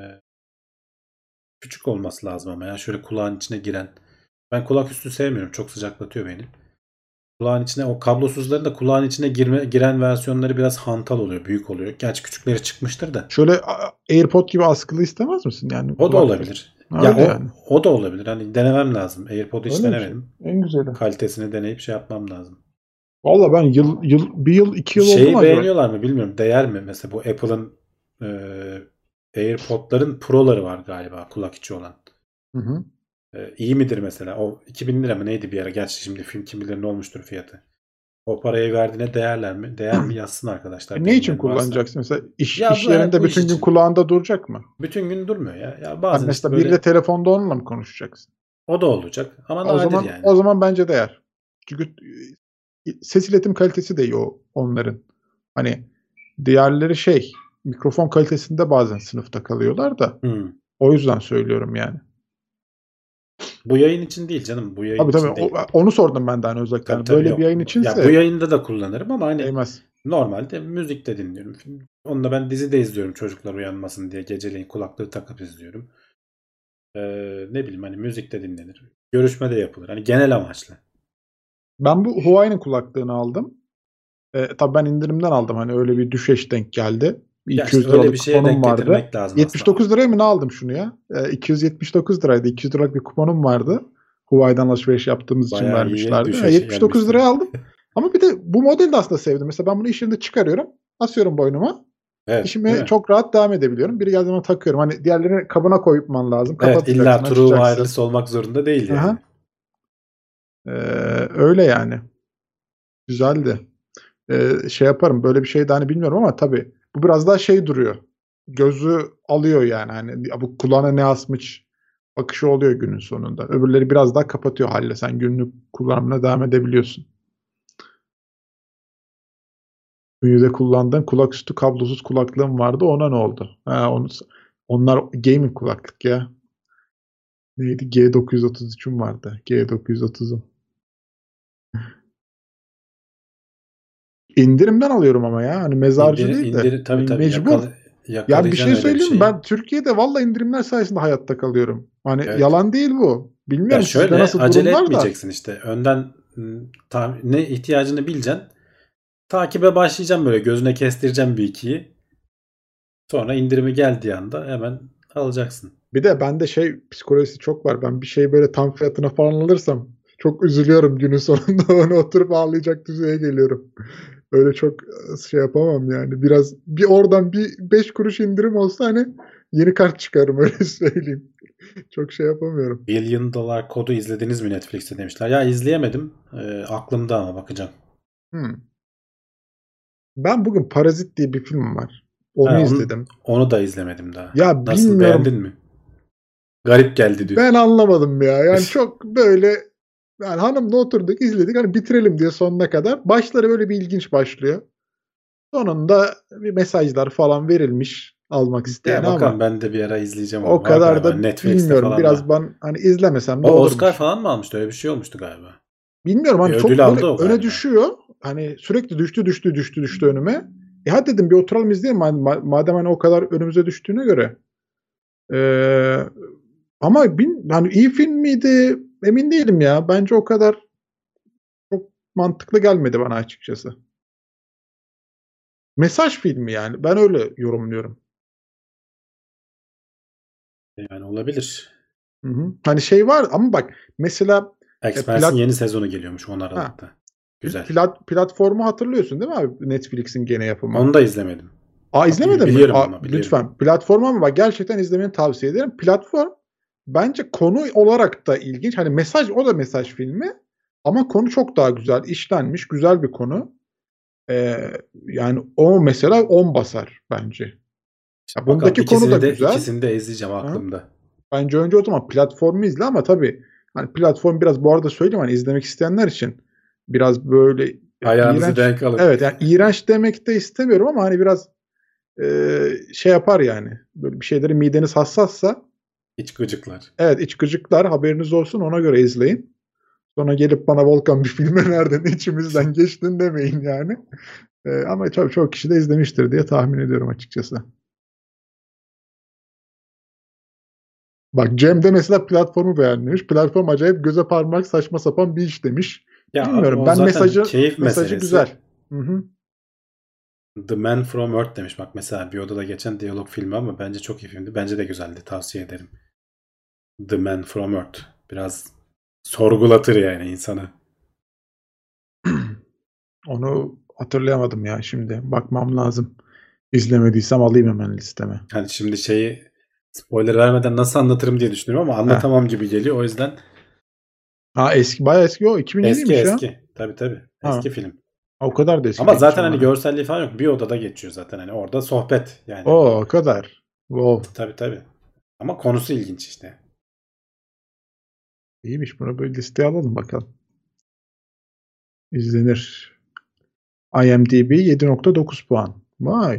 [SPEAKER 2] Küçük olması lazım ama ya şöyle kulağın içine giren. Ben kulak üstü sevmiyorum. Çok sıcaklatıyor beni. Kulağın içine o kablosuzların da kulağın içine giren versiyonları biraz hantal oluyor. Büyük oluyor. Gerçi küçükleri çıkmıştır da.
[SPEAKER 3] Şöyle AirPod gibi askılı istemez misin? Yani
[SPEAKER 2] O da olabilir. Ya
[SPEAKER 3] yani.
[SPEAKER 2] o da olabilir. Hani denemem lazım. AirPod'u hiç
[SPEAKER 3] Öyle
[SPEAKER 2] denemedim.
[SPEAKER 3] En güzeli.
[SPEAKER 2] Kalitesini deneyip şey yapmam lazım.
[SPEAKER 3] Valla ben bir yıl 2 yıl oldu
[SPEAKER 2] Şeyi
[SPEAKER 3] mu acaba?
[SPEAKER 2] beğeniyorlar mı bilmiyorum. Değer mi? Mesela bu Apple'ın AirPod'ların Pro'ları var galiba, kulak içi olan.
[SPEAKER 3] Hı hı.
[SPEAKER 2] İyi midir mesela? O 2000 lira mı neydi bir ara? Gerçi şimdi film kim bilir ne olmuştur fiyatı. O parayı verdiğine değerler mi? Değer mi yazsın arkadaşlar,
[SPEAKER 3] Ne için
[SPEAKER 2] dinleyen varsa.
[SPEAKER 3] kullanacaksın? Mesela
[SPEAKER 2] Ya
[SPEAKER 3] iş yerinde
[SPEAKER 2] bu iş
[SPEAKER 3] bütün gün
[SPEAKER 2] için.
[SPEAKER 3] kulağında duracak mı?
[SPEAKER 2] Bütün gün durmuyor ya. Ya
[SPEAKER 3] Hani
[SPEAKER 2] bazen işte
[SPEAKER 3] mesela biriyle
[SPEAKER 2] böyle
[SPEAKER 3] telefonda onunla mı konuşacaksın?
[SPEAKER 2] o da olacak ama
[SPEAKER 3] O
[SPEAKER 2] nadir
[SPEAKER 3] zaman
[SPEAKER 2] yani.
[SPEAKER 3] o zaman bence değer. Çünkü ses iletim kalitesi de iyi onların. Hani diğerleri mikrofon kalitesinde bazen sınıfta kalıyorlar da
[SPEAKER 2] Hmm.
[SPEAKER 3] o yüzden söylüyorum yani.
[SPEAKER 2] Bu yayın için değil canım. Bu yayın
[SPEAKER 3] Tabii
[SPEAKER 2] için değil.
[SPEAKER 3] onu sordum ben de hani özellikle.
[SPEAKER 2] Tabii
[SPEAKER 3] Hani
[SPEAKER 2] tabii
[SPEAKER 3] böyle bir
[SPEAKER 2] yok.
[SPEAKER 3] yayın
[SPEAKER 2] Ya bu
[SPEAKER 3] içinse
[SPEAKER 2] yayında da kullanırım ama hani
[SPEAKER 3] değmez.
[SPEAKER 2] normalde müzik de dinliyorum. Onu da ben dizi de izliyorum, çocuklar uyanmasın diye. Geceleyin kulaklığı takıp izliyorum. Ne bileyim, hani müzik de dinlenir. Görüşme de yapılır. Hani genel amaçlı.
[SPEAKER 3] Ben bu Huawei'nin kulaklığını aldım. Tabii ben indirimden aldım. Hani öyle bir düşeş denk geldi.
[SPEAKER 2] Ya işte
[SPEAKER 3] 200
[SPEAKER 2] öyle bir
[SPEAKER 3] liralık
[SPEAKER 2] şeye
[SPEAKER 3] kuponum
[SPEAKER 2] denk
[SPEAKER 3] vardı.
[SPEAKER 2] getirmek lazım aslında.
[SPEAKER 3] 79 liraya mı ne aldım şunu ya? 279 liraydı. 200 liralık bir kuponum vardı. Huawei'den alışveriş yaptığımız için
[SPEAKER 2] Bayağı iyi
[SPEAKER 3] vermişlerdi.
[SPEAKER 2] düşeş
[SPEAKER 3] 79
[SPEAKER 2] gelmişti.
[SPEAKER 3] liraya aldım. Ama bir de bu modeli de aslında sevdim. Mesela ben bunu iş yerinde çıkarıyorum. Asıyorum boynuma.
[SPEAKER 2] Evet, değil
[SPEAKER 3] İşime
[SPEAKER 2] mi?
[SPEAKER 3] çok rahat devam edebiliyorum. Biri geldiğinde takıyorum. Hani diğerlerini kabına koyman lazım.
[SPEAKER 2] Evet, illa
[SPEAKER 3] Kapatacaksın,
[SPEAKER 2] true
[SPEAKER 3] açacaksın.
[SPEAKER 2] wireless olmak zorunda değil yani.
[SPEAKER 3] Aha. Öyle yani. Güzeldi. Şey yaparım. Böyle bir şey de hani bilmiyorum ama tabii bu biraz daha duruyor. Gözü alıyor yani. Hani ya bu kulağına ne asmış bakışı oluyor günün sonunda. Öbürleri biraz daha kapatıyor halle. Sen günlük kullanımına devam edebiliyorsun. Bünyede kullandığın kulaküstü kablosuz kulaklığım vardı. Ona ne oldu? Onlar gaming kulaklık ya. Neydi? G933'üm vardı. G930'um. İndirimden alıyorum ama ya. Hani mezarcı değil de.
[SPEAKER 2] Tabii tabii
[SPEAKER 3] Mecbur. Ya bir
[SPEAKER 2] yakalayacaksın
[SPEAKER 3] şey
[SPEAKER 2] öyle bir
[SPEAKER 3] söyleyeyim mi?
[SPEAKER 2] şeyi.
[SPEAKER 3] Ben Türkiye'de valla indirimler sayesinde hayatta kalıyorum. Hani
[SPEAKER 2] Evet.
[SPEAKER 3] yalan değil bu.
[SPEAKER 2] Ya
[SPEAKER 3] Bilmiyorum sizde
[SPEAKER 2] şöyle,
[SPEAKER 3] nasıl
[SPEAKER 2] acele
[SPEAKER 3] durumlar da.
[SPEAKER 2] etmeyeceksin işte. Önden ne ihtiyacını bileceksin. Takibe başlayacağım, böyle gözüne kestireceğim bir ikiyi. Sonra indirimi geldiği anda hemen alacaksın.
[SPEAKER 3] Bir de bende psikolojisi çok var. Ben bir şey böyle tam fiyatına falan alırsam çok üzülüyorum günün sonunda. Onu oturup ağlayacak düzeye geliyorum. Öyle çok yapamam yani. Biraz bir oradan bir 5 kuruş indirim olsa hani yeni kart çıkarım öyle söyleyeyim. Çok yapamıyorum.
[SPEAKER 2] Billion Dollar Kodu izlediniz mi Netflix'te demişler. Ya izleyemedim. Aklımda ama bakacağım.
[SPEAKER 3] Hmm. Ben bugün Parazit diye bir film var. Onu izledim.
[SPEAKER 2] Onu da izlemedim daha.
[SPEAKER 3] Ya
[SPEAKER 2] Nasıl, beğendin
[SPEAKER 3] bilmiyorum.
[SPEAKER 2] mi? Garip geldi diyor.
[SPEAKER 3] Ben anlamadım ya. Yani çok böyle yani hanımla oturduk izledik. Hani bitirelim diye sonuna kadar. Başları böyle bir ilginç başlıyor. Sonunda bir mesajlar falan verilmiş almak
[SPEAKER 2] Ya
[SPEAKER 3] isteyene
[SPEAKER 2] bakalım,
[SPEAKER 3] ama
[SPEAKER 2] ben de bir ara izleyeceğim onu.
[SPEAKER 3] o
[SPEAKER 2] Var
[SPEAKER 3] kadar
[SPEAKER 2] galiba
[SPEAKER 3] da
[SPEAKER 2] Netflix'te
[SPEAKER 3] bilmiyorum.
[SPEAKER 2] falan
[SPEAKER 3] Biraz
[SPEAKER 2] da.
[SPEAKER 3] ben hani izlemesem de
[SPEAKER 2] O Oscar
[SPEAKER 3] olurmuş.
[SPEAKER 2] falan mı almıştı? Öyle bir şey olmuştu galiba.
[SPEAKER 3] Bilmiyorum
[SPEAKER 2] Bir
[SPEAKER 3] hani çok
[SPEAKER 2] ödül
[SPEAKER 3] böyle
[SPEAKER 2] aldı o
[SPEAKER 3] öne
[SPEAKER 2] galiba.
[SPEAKER 3] düşüyor. Hani sürekli düştü önüme. Hadi dedim bir oturalım izleyelim. Madem hani o kadar önümüze düştüğüne göre. Ee, ama hani iyi film miydi? Emin değilim ya. Bence o kadar çok mantıklı gelmedi bana açıkçası. Mesaj filmi yani. Ben öyle yorumluyorum.
[SPEAKER 2] Yani olabilir.
[SPEAKER 3] Hı hı. Hani var ama bak mesela
[SPEAKER 2] Expanse'in yeni sezonu geliyormuş 10
[SPEAKER 3] ha,
[SPEAKER 2] Aralık'ta. Güzel.
[SPEAKER 3] platformu hatırlıyorsun değil mi abi? Netflix'in gene yapımı.
[SPEAKER 2] Onu da izlemedim.
[SPEAKER 3] İzlemedin mi?
[SPEAKER 2] Biliyorum ama biliyorum.
[SPEAKER 3] Lütfen. Platformu ama bak gerçekten izlemeni tavsiye ederim. Platform bence konu olarak da ilginç. Hani o da mesaj filmi. Ama konu çok daha güzel. İşlenmiş. Güzel bir konu. Yani o mesela 10 basar bence. Ya
[SPEAKER 2] Bakalım,
[SPEAKER 3] bundaki konu da güzel.
[SPEAKER 2] ikisini de izleyeceğim
[SPEAKER 3] Ha?
[SPEAKER 2] aklımda.
[SPEAKER 3] Bence önce o zaman platformu izle ama tabii hani platform biraz bu arada söyleyeyim hani izlemek isteyenler için biraz böyle
[SPEAKER 2] Ayağınızı
[SPEAKER 3] iğrenç.
[SPEAKER 2] denk alın.
[SPEAKER 3] Evet yani iğrenç demek de istemiyorum ama hani biraz yapar yani. Böyle bir şeyleri mideniz hassassa
[SPEAKER 2] İç gıcıklar.
[SPEAKER 3] evet iç gıcıklar haberiniz olsun ona göre izleyin. Sonra gelip bana Volkan bir filmi nereden içimizden geçtin demeyin yani. Ama çok kişi de izlemiştir diye tahmin ediyorum açıkçası. Bak Cem de mesela platformu beğenmiş. Platform acayip göze parmak saçma sapan bir iş demiş.
[SPEAKER 2] Ya
[SPEAKER 3] Bilmiyorum.
[SPEAKER 2] o
[SPEAKER 3] Ben
[SPEAKER 2] zaten keyif
[SPEAKER 3] mesajı
[SPEAKER 2] meselesi.
[SPEAKER 3] güzel. Hı hı.
[SPEAKER 2] The Man from Earth demiş. Bak mesela bir odada geçen diyalog filmi ama bence çok iyi filmdi. Bence de güzeldi. Tavsiye ederim. The Man from Earth. Biraz sorgulatır yani insanı.
[SPEAKER 3] Onu hatırlayamadım ya şimdi. Bakmam lazım. İzlemediysem alayım hemen listeme.
[SPEAKER 2] Yani şimdi spoiler vermeden nasıl anlatırım diye düşünüyorum ama anlatamam gibi geliyor. O yüzden
[SPEAKER 3] Eski, bayağı eski o. 2007'ymiş ya.
[SPEAKER 2] eski. Tabii.
[SPEAKER 3] Ha,
[SPEAKER 2] Eski film.
[SPEAKER 3] o kadar da eski
[SPEAKER 2] Ama
[SPEAKER 3] değilmiş
[SPEAKER 2] zaten hani
[SPEAKER 3] ama.
[SPEAKER 2] görselliği falan yok. Bir odada geçiyor zaten. Hani orada sohbet yani.
[SPEAKER 3] O kadar. Wow.
[SPEAKER 2] Tabii. Ama konusu ilginç işte.
[SPEAKER 3] İyiymiş, bunu böyle listeye alalım bakalım. İzlenir. IMDb 7.9 puan. Vay.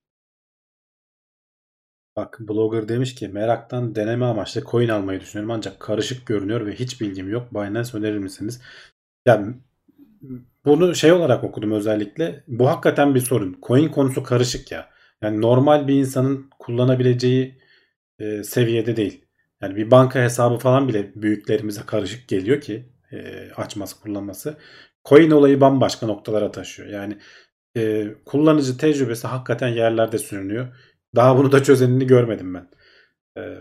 [SPEAKER 2] Bak blogger demiş ki meraktan deneme amaçlı coin almayı düşünüyorum ancak karışık görünüyor ve hiç bilgim yok. Binance önerir misiniz? Yani bunu olarak okudum özellikle. Bu hakikaten bir sorun. Coin konusu karışık ya. Yani normal bir insanın kullanabileceği seviyede değil. Yani bir banka hesabı falan bile büyüklerimize karışık geliyor ki açması kullanması. Coin olayı bambaşka noktalara taşıyor. Yani kullanıcı tecrübesi hakikaten yerlerde sürünüyor. Daha bunu da çözenini görmedim ben. E,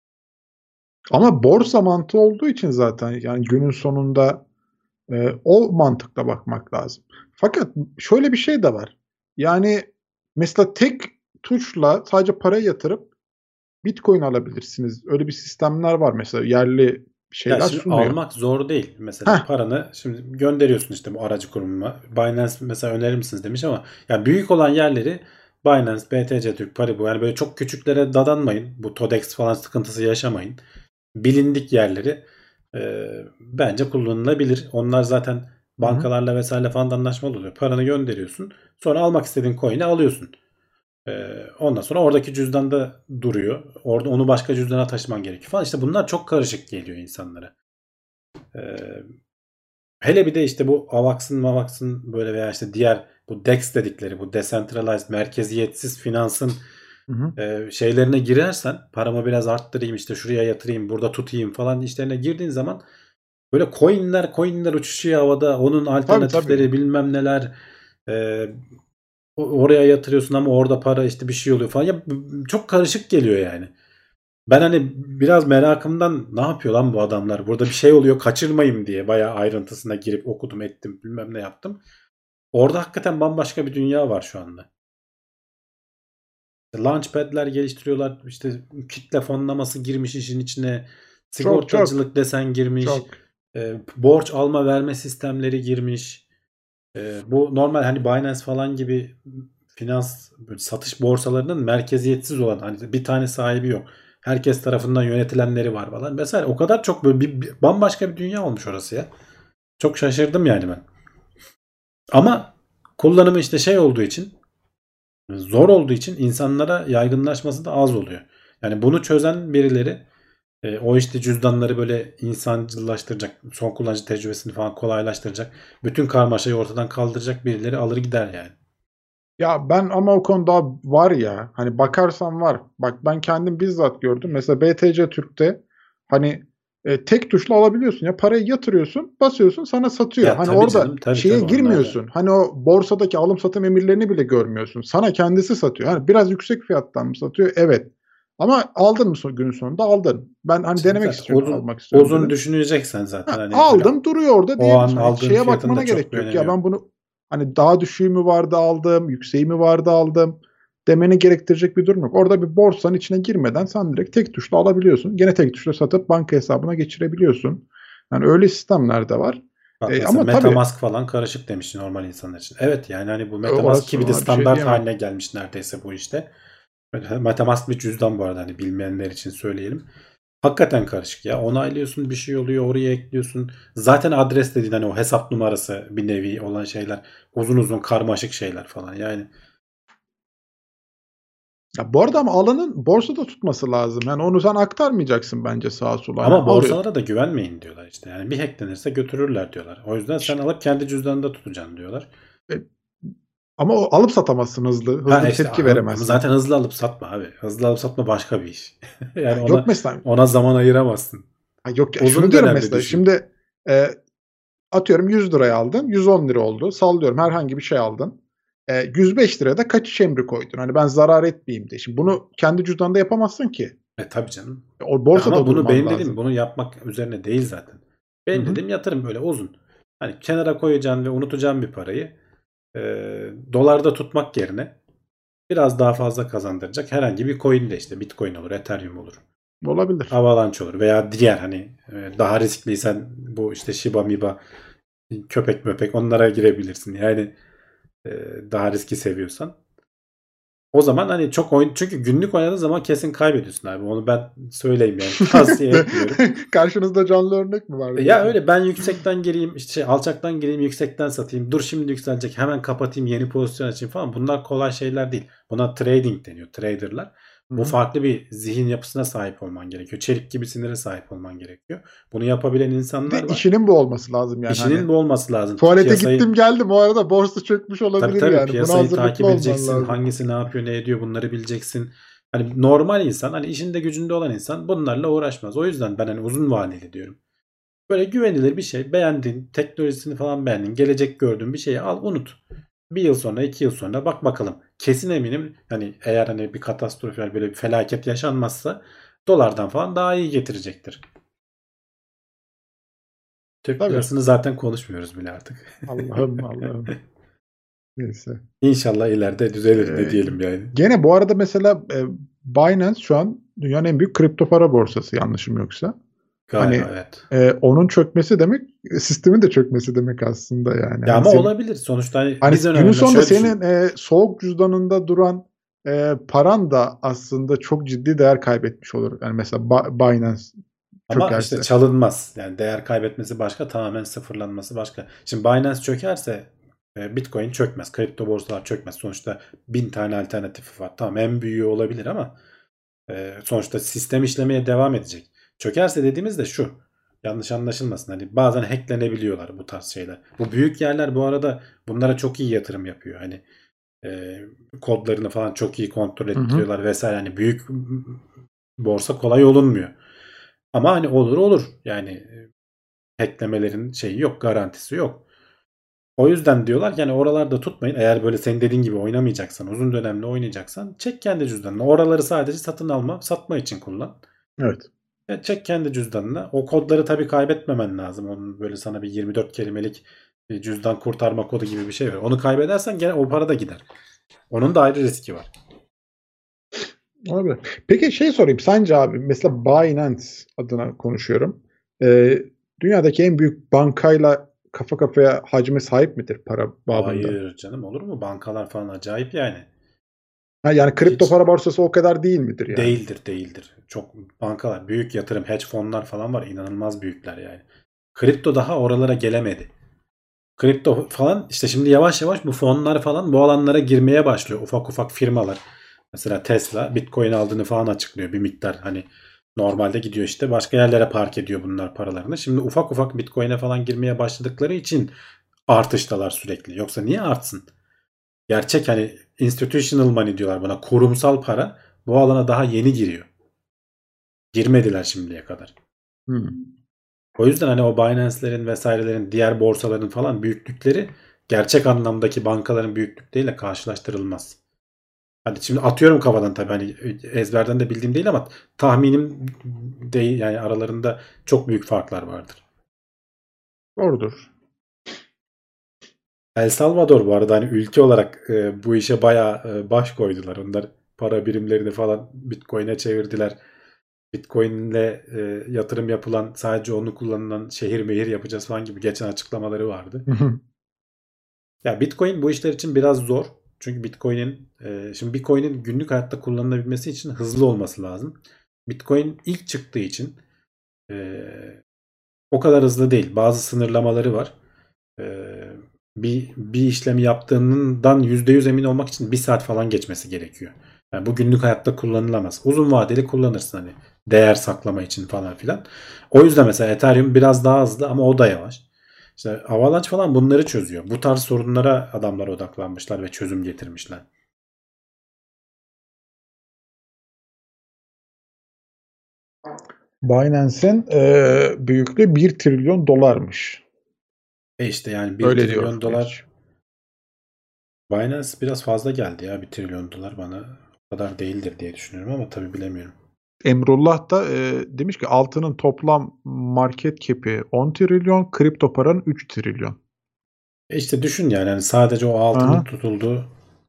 [SPEAKER 3] Ama borsa mantığı olduğu için zaten yani günün sonunda o mantıkla bakmak lazım. Fakat şöyle bir şey de var. Yani mesela tek tuşla sadece para yatırıp Bitcoin alabilirsiniz. Öyle bir sistemler var mesela, yerli
[SPEAKER 2] Ya
[SPEAKER 3] şeyler
[SPEAKER 2] şimdi
[SPEAKER 3] sunuyor.
[SPEAKER 2] almak zor değil. Mesela
[SPEAKER 3] Heh,
[SPEAKER 2] paranı şimdi gönderiyorsun işte bu aracı kurumuna. Binance mesela önerir misiniz demiş ama ya büyük olan yerleri Binance, BTC Türk, Paribu yani böyle çok küçüklere dadanmayın. Bu Todex falan sıkıntısı yaşamayın. Bilindik yerleri bence kullanılabilir. Onlar zaten
[SPEAKER 3] hı hı.
[SPEAKER 2] bankalarla vesaire falan da anlaşmalı oluyor. Paranı gönderiyorsun. Sonra almak istediğin coin'i alıyorsun. Ondan sonra oradaki cüzdanda duruyor. Orada onu başka cüzdana taşıman gerekiyor falan. İşte bunlar çok karışık geliyor insanlara. Ee, Hele bir de işte bu Avax'ın böyle veya işte diğer bu DEX dedikleri bu decentralized merkeziyetsiz finansın
[SPEAKER 3] Hı hı.
[SPEAKER 2] şeylerine girersen paramı biraz arttırayım işte şuraya yatırayım burada tutayım falan işlerine girdiğin zaman böyle coinler uçuşuyor havada onun
[SPEAKER 3] Tabii tabii.
[SPEAKER 2] alternatifleri bilmem neler e, oraya yatırıyorsun ama orada para işte bir şey oluyor falan ya çok karışık geliyor yani. Ben hani biraz merakımdan ne yapıyor lan bu adamlar? Burada bir şey oluyor kaçırmayayım diye bayağı ayrıntısına girip okudum ettim bilmem ne yaptım. Orada hakikaten bambaşka bir dünya var şu anda. Launchpad'ler geliştiriyorlar. İşte kitle fonlaması girmiş işin içine.
[SPEAKER 3] Çok çok
[SPEAKER 2] Sigortacılık desen girmiş.
[SPEAKER 3] çok.
[SPEAKER 2] Borç alma verme sistemleri girmiş. Bu normal hani Binance falan gibi finans böyle satış borsalarının merkeziyetsiz olan hani bir tane sahibi yok. Herkes tarafından yönetilenleri var falan. Mesela o kadar çok böyle bambaşka bir dünya olmuş orası ya. Çok şaşırdım yani ben. Ama kullanımı işte olduğu için zor olduğu için insanlara yaygınlaşması da az oluyor. Yani bunu çözen birileri o işte cüzdanları böyle insancıllaştıracak, son kullanıcı tecrübesini falan kolaylaştıracak, bütün karmaşayı ortadan kaldıracak birileri alır gider yani.
[SPEAKER 3] Ya ben ama o konuda var ya, hani bakarsan var. Bak ben kendim bizzat gördüm. Mesela BTC Türk'te hani tek tuşla alabiliyorsun ya, parayı yatırıyorsun, basıyorsun, sana satıyor.
[SPEAKER 2] Ya
[SPEAKER 3] Hani
[SPEAKER 2] tabii
[SPEAKER 3] orada
[SPEAKER 2] canım
[SPEAKER 3] şeye
[SPEAKER 2] tabii onlarda.
[SPEAKER 3] girmiyorsun. Hani o borsadaki alım satım emirlerini bile görmüyorsun. Sana kendisi satıyor. Hani biraz yüksek fiyattan mı satıyor? Evet. Ama aldın mı günün sonunda aldın. Ben hani
[SPEAKER 2] Şimdi
[SPEAKER 3] denemek
[SPEAKER 2] zaten
[SPEAKER 3] istiyorum,
[SPEAKER 2] uzun
[SPEAKER 3] almak istiyorum
[SPEAKER 2] uzun
[SPEAKER 3] dedin.
[SPEAKER 2] düşüneceksen zaten hani öyle
[SPEAKER 3] Aldım, duruyor orada
[SPEAKER 2] o an
[SPEAKER 3] diyebilirsin. Hani
[SPEAKER 2] aldığın
[SPEAKER 3] şeye
[SPEAKER 2] fiyatın
[SPEAKER 3] bakmana
[SPEAKER 2] da çok
[SPEAKER 3] gerek
[SPEAKER 2] bir
[SPEAKER 3] yok.
[SPEAKER 2] önemi
[SPEAKER 3] Ya
[SPEAKER 2] yok.
[SPEAKER 3] ben bunu hani daha düşüğü mü vardı aldım, yükseği mi vardı aldım demeni gerektirecek bir durum yok. Orada bir borsanın içine girmeden sen direkt tek tuşla alabiliyorsun. Gene tek tuşla satıp banka hesabına geçirebiliyorsun. Yani öyle sistemler de var.
[SPEAKER 2] Bak mesela
[SPEAKER 3] Ama tabii
[SPEAKER 2] MetaMask falan karışık demiş normal insanlar için. Evet yani hani bu MetaMask
[SPEAKER 3] orası,
[SPEAKER 2] ki bir de
[SPEAKER 3] ona bir şey
[SPEAKER 2] standart
[SPEAKER 3] diyemem.
[SPEAKER 2] haline gelmiş neredeyse bu işte. MetaMask bir cüzdan bu arada hani bilmeyenler için söyleyelim. Hakikaten karışık ya. Onaylıyorsun bir şey oluyor oraya ekliyorsun. Zaten adres dediğin hani o hesap numarası bir nevi olan şeyler. Uzun uzun karmaşık şeyler falan yani.
[SPEAKER 3] Ya bu arada ama alanın borsada tutması lazım. Yani onu sen aktarmayacaksın bence sağa sola. Hani
[SPEAKER 2] Ama
[SPEAKER 3] alıyorsun.
[SPEAKER 2] borsalara da güvenmeyin diyorlar işte. Yani bir hacklenirse götürürler diyorlar. O yüzden sen
[SPEAKER 3] İşte,
[SPEAKER 2] alıp kendi cüzdanında tutacaksın diyorlar.
[SPEAKER 3] e, ama o alıp satamazsın hızlı.
[SPEAKER 2] Ha
[SPEAKER 3] Hızlı bir
[SPEAKER 2] işte
[SPEAKER 3] tepki
[SPEAKER 2] ama
[SPEAKER 3] veremezsin.
[SPEAKER 2] zaten hızlı alıp satma abi. Hızlı alıp satma başka bir iş. Yani
[SPEAKER 3] Ya yok mesela.
[SPEAKER 2] ona zaman ayıramazsın.
[SPEAKER 3] Yok ya, şunu
[SPEAKER 2] Uzun
[SPEAKER 3] diyorum
[SPEAKER 2] dönemde
[SPEAKER 3] mesela.
[SPEAKER 2] düşün.
[SPEAKER 3] Şimdi e, atıyorum 100 liraya aldın. 110 lira oldu. Sallıyorum, herhangi bir şey aldın. 105 liraya da kaçış emri koydun. Hani ben zarar etmeyeyim diye. Şimdi bunu kendi cüzdanında yapamazsın ki.
[SPEAKER 2] Tabii canım.
[SPEAKER 3] O
[SPEAKER 2] Ya ama
[SPEAKER 3] borsada
[SPEAKER 2] bunu
[SPEAKER 3] durman
[SPEAKER 2] benim dediğim
[SPEAKER 3] lazım.
[SPEAKER 2] bunu yapmak üzerine değil zaten.
[SPEAKER 3] Hı
[SPEAKER 2] Benim
[SPEAKER 3] hı.
[SPEAKER 2] dediğim yatırım böyle uzun. Hani kenara koyacağın ve unutacağın bir parayı. dolarda tutmak yerine biraz daha fazla kazandıracak herhangi bir coin de işte Bitcoin olur, Ethereum olur.
[SPEAKER 3] Olabilir.
[SPEAKER 2] Avalanche olur veya diğer hani daha riskliysen bu işte Shiba Miba, köpek möpek onlara girebilirsin. Yani daha riski seviyorsan. O zaman hani çok oyun, çünkü günlük oynadığın zaman kesin kaybediyorsun abi. Onu ben söyleyeyim yani. Tavsiye etmiyorum.
[SPEAKER 3] Karşınızda canlı örnek mi var?
[SPEAKER 2] Ya öyle ben yüksekten gireyim, işte alçaktan gireyim, yüksekten satayım. Dur şimdi yükselecek, hemen kapatayım, yeni pozisyon açayım falan. Bunlar kolay şeyler değil. Buna trading deniyor. Traderlar. Bu farklı bir zihin yapısına sahip olman gerekiyor. Çelik gibi sinire sahip olman gerekiyor. Bunu yapabilen insanlar var.
[SPEAKER 3] İşinin bu olması lazım yani.
[SPEAKER 2] İşinin
[SPEAKER 3] hani
[SPEAKER 2] bu olması lazım.
[SPEAKER 3] Tuvalete gittim geldim, o arada borsa çökmüş olabilir
[SPEAKER 2] tabii,
[SPEAKER 3] yani.
[SPEAKER 2] piyasayı
[SPEAKER 3] Buna
[SPEAKER 2] takip
[SPEAKER 3] hazırlıklı olman
[SPEAKER 2] edeceksin.
[SPEAKER 3] lazım.
[SPEAKER 2] Hangisi ne yapıyor, ne ediyor, bunları bileceksin. Hani normal insan, hani işinde gücünde olan insan bunlarla uğraşmaz. O yüzden ben hani uzun vadeli diyorum. Böyle güvenilir bir şey, beğendin, teknolojisini falan beğendin, gelecek gördüğün bir şeyi al, unut. Bir yıl sonra, 2 yıl sonra bak bakalım. Kesin eminim hani eğer hani bir katastrofal böyle bir felaket yaşanmazsa dolardan falan daha iyi getirecektir. Türk
[SPEAKER 3] Tabii.
[SPEAKER 2] lirasını zaten konuşmuyoruz bile artık.
[SPEAKER 3] Allah'ım. Neyse.
[SPEAKER 2] İnşallah ileride düzelir, ne diyelim yani.
[SPEAKER 3] Gene bu arada mesela Binance şu an dünyanın en büyük kripto para borsası, yanlışım yoksa.
[SPEAKER 2] Galiba
[SPEAKER 3] Hani
[SPEAKER 2] evet.
[SPEAKER 3] onun çökmesi demek sistemin de çökmesi demek aslında yani.
[SPEAKER 2] Ya
[SPEAKER 3] Hani
[SPEAKER 2] ama
[SPEAKER 3] senin,
[SPEAKER 2] olabilir. Sonuçta hani
[SPEAKER 3] hani
[SPEAKER 2] biz
[SPEAKER 3] günün
[SPEAKER 2] önemli.
[SPEAKER 3] sonunda
[SPEAKER 2] Şöyle
[SPEAKER 3] senin soğuk cüzdanında duran paran da aslında çok ciddi değer kaybetmiş olur. Yani mesela Binance
[SPEAKER 2] ama
[SPEAKER 3] çökerse.
[SPEAKER 2] işte çalınmaz. Yani değer kaybetmesi başka, tamamen sıfırlanması başka. Şimdi Binance çökerse Bitcoin çökmez. Kripto borsalar çökmez. Sonuçta 1000 tane alternatifi var. Tamam, en büyüğü olabilir ama sonuçta sistem işlemeye devam edecek. Çökerse dediğimiz de şu. Yanlış anlaşılmasın. Hani bazen hacklenebiliyorlar bu tarz şeyler. Bu büyük yerler bu arada bunlara çok iyi yatırım yapıyor. Hani kodlarını falan çok iyi kontrol ettiriyorlar vesaire. Hani büyük borsa kolay olunmuyor. Ama hani olur. Yani hacklemelerin şeyi yok, garantisi yok. O yüzden diyorlar ki hani oralarda tutmayın. Eğer böyle senin dediğin gibi oynamayacaksan, uzun dönemli oynayacaksan çek kendi cüzdanına. Oraları sadece satın alma, satma için kullan.
[SPEAKER 3] Evet.
[SPEAKER 2] Çek kendi cüzdanına. O kodları tabii kaybetmemen lazım. Onun böyle sana bir 24 kelimelik bir cüzdan kurtarma kodu gibi bir şey var. Onu kaybedersen gene o para da gider. Onun da ayrı riski var.
[SPEAKER 3] Abi. Peki sorayım. Sence abi mesela Binance adına konuşuyorum. Dünyadaki en büyük bankayla kafa kafaya hacme sahip midir para babında?
[SPEAKER 2] Hayır canım, olur mu? Bankalar falan acayip yani.
[SPEAKER 3] Yani kripto
[SPEAKER 2] Hiç
[SPEAKER 3] para borsası o kadar değil midir yani?
[SPEAKER 2] değildir. Çok bankalar, büyük yatırım, hedge fonlar falan var. İnanılmaz büyükler yani. Kripto daha oralara gelemedi. Kripto falan işte şimdi yavaş yavaş bu fonlar falan bu alanlara girmeye başlıyor. Ufak ufak firmalar. Mesela Tesla Bitcoin aldığını falan açıklıyor bir miktar. Hani normalde gidiyor işte başka yerlere park ediyor bunlar paralarını. Şimdi ufak ufak Bitcoin'e falan girmeye başladıkları için artıştalar sürekli. Yoksa niye artsın? Gerçek hani institutional money diyorlar buna. Kurumsal para bu alana daha yeni giriyor. Girmediler şimdiye kadar. O yüzden hani o Binance'lerin vesairelerin, diğer borsaların falan büyüklükleri gerçek anlamdaki bankaların büyüklükleriyle karşılaştırılmaz. Hani şimdi atıyorum kafadan tabii, hani ezberden de bildiğim değil ama tahminim değil yani, aralarında çok büyük farklar vardır.
[SPEAKER 3] Doğrudur.
[SPEAKER 2] El Salvador bu arada hani ülke olarak bu işe bayağı baş koydular. Onlar para birimlerini falan Bitcoin'e çevirdiler. Bitcoin'le yatırım yapılan, sadece onu kullanılan şehir mehir yapacağız falan gibi geçen açıklamaları vardı. Ya Bitcoin bu işler için biraz zor. Çünkü şimdi Bitcoin'in günlük hayatta kullanılabilmesi için hızlı olması lazım. Bitcoin ilk çıktığı için e, o kadar hızlı değil. Bazı sınırlamaları var. Bir işlemi yaptığından %100 emin olmak için 1 saat falan geçmesi gerekiyor. Yani bu günlük hayatta kullanılamaz. Uzun vadeli kullanırsın hani değer saklama için falan filan. O yüzden mesela Ethereum biraz daha hızlı ama o da yavaş. İşte Avalanche falan bunları çözüyor. Bu tarz sorunlara adamlar odaklanmışlar ve çözüm getirmişler.
[SPEAKER 3] Binance'in büyüklüğü 1 trilyon dolarmış.
[SPEAKER 2] İşte yani 1
[SPEAKER 3] Öyle
[SPEAKER 2] trilyon
[SPEAKER 3] diyor gerçi.
[SPEAKER 2] dolar Binance biraz fazla geldi ya, 1 trilyon dolar bana o kadar değildir diye düşünüyorum ama tabii bilemiyorum.
[SPEAKER 3] Emrullah da demiş ki altının toplam market cap'i 10 trilyon, kripto paranın 3 trilyon.
[SPEAKER 2] İşte düşün yani hani sadece o altının
[SPEAKER 3] Aha.
[SPEAKER 2] tutulduğu.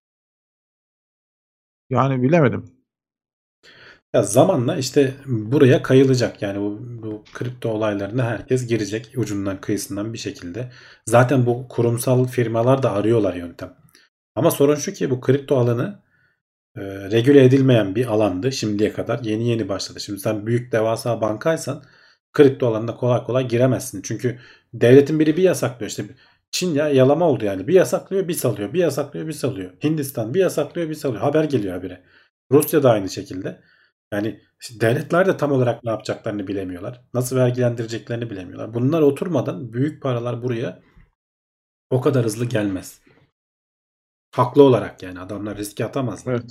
[SPEAKER 3] Yani bilemedim.
[SPEAKER 2] Ya zamanla işte buraya kayılacak. Yani bu kripto olaylarına herkes girecek ucundan kıyısından bir şekilde. Zaten bu kurumsal firmalar da arıyorlar yöntem. Ama sorun şu ki bu kripto alanı regüle edilmeyen bir alandı şimdiye kadar. Yeni yeni başladı. Şimdi sen büyük devasa bankaysan kripto alanına kolay kolay giremezsin. Çünkü devletin biri bir yasaklıyor. İşte Çin ya yalama oldu yani. Bir yasaklıyor bir salıyor. Bir yasaklıyor bir salıyor. Hindistan bir yasaklıyor bir salıyor. Haber geliyor habire. Rusya da aynı şekilde. Yani işte devletler de tam olarak ne yapacaklarını bilemiyorlar. Nasıl vergilendireceklerini bilemiyorlar. Bunlar oturmadan büyük paralar buraya o kadar hızlı gelmez. Haklı olarak yani adamlar riske atamazlar.
[SPEAKER 3] Evet.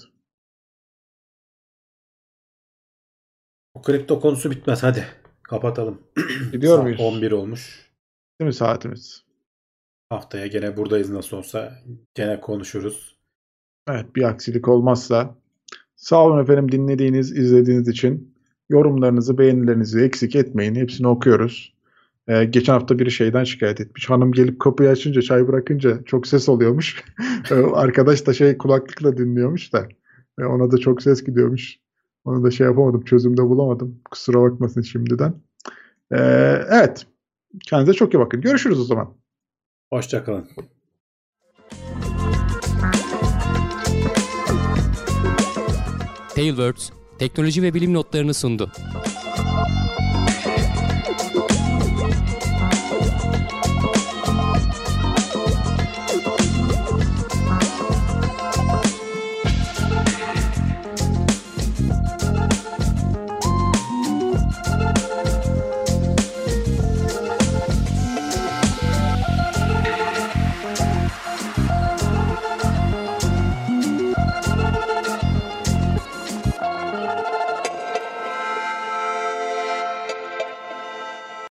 [SPEAKER 2] O kripto konusu bitmez hadi. Kapatalım.
[SPEAKER 3] Gidiyor
[SPEAKER 2] Saat
[SPEAKER 3] muyuz?
[SPEAKER 2] 11 olmuş.
[SPEAKER 3] Değil mi saatimiz?
[SPEAKER 2] Haftaya gene buradayız nasıl olsa. Gene konuşuruz.
[SPEAKER 3] Evet, bir aksilik olmazsa. Sağ olun efendim dinlediğiniz, izlediğiniz için. Yorumlarınızı, beğenilerinizi eksik etmeyin. Hepsini okuyoruz. Geçen hafta biri şeyden şikayet etmiş. Hanım gelip kapıyı açınca, çay bırakınca çok ses oluyormuş. Arkadaş da kulaklıkla dinliyormuş da. Ona da çok ses gidiyormuş. Onu da yapamadım, çözüm de bulamadım. Kusura bakmasın şimdiden. Evet, kendinize çok iyi bakın. Görüşürüz o zaman.
[SPEAKER 2] Hoşçakalın.
[SPEAKER 1] Tailwords, teknoloji ve bilim notlarını sundu.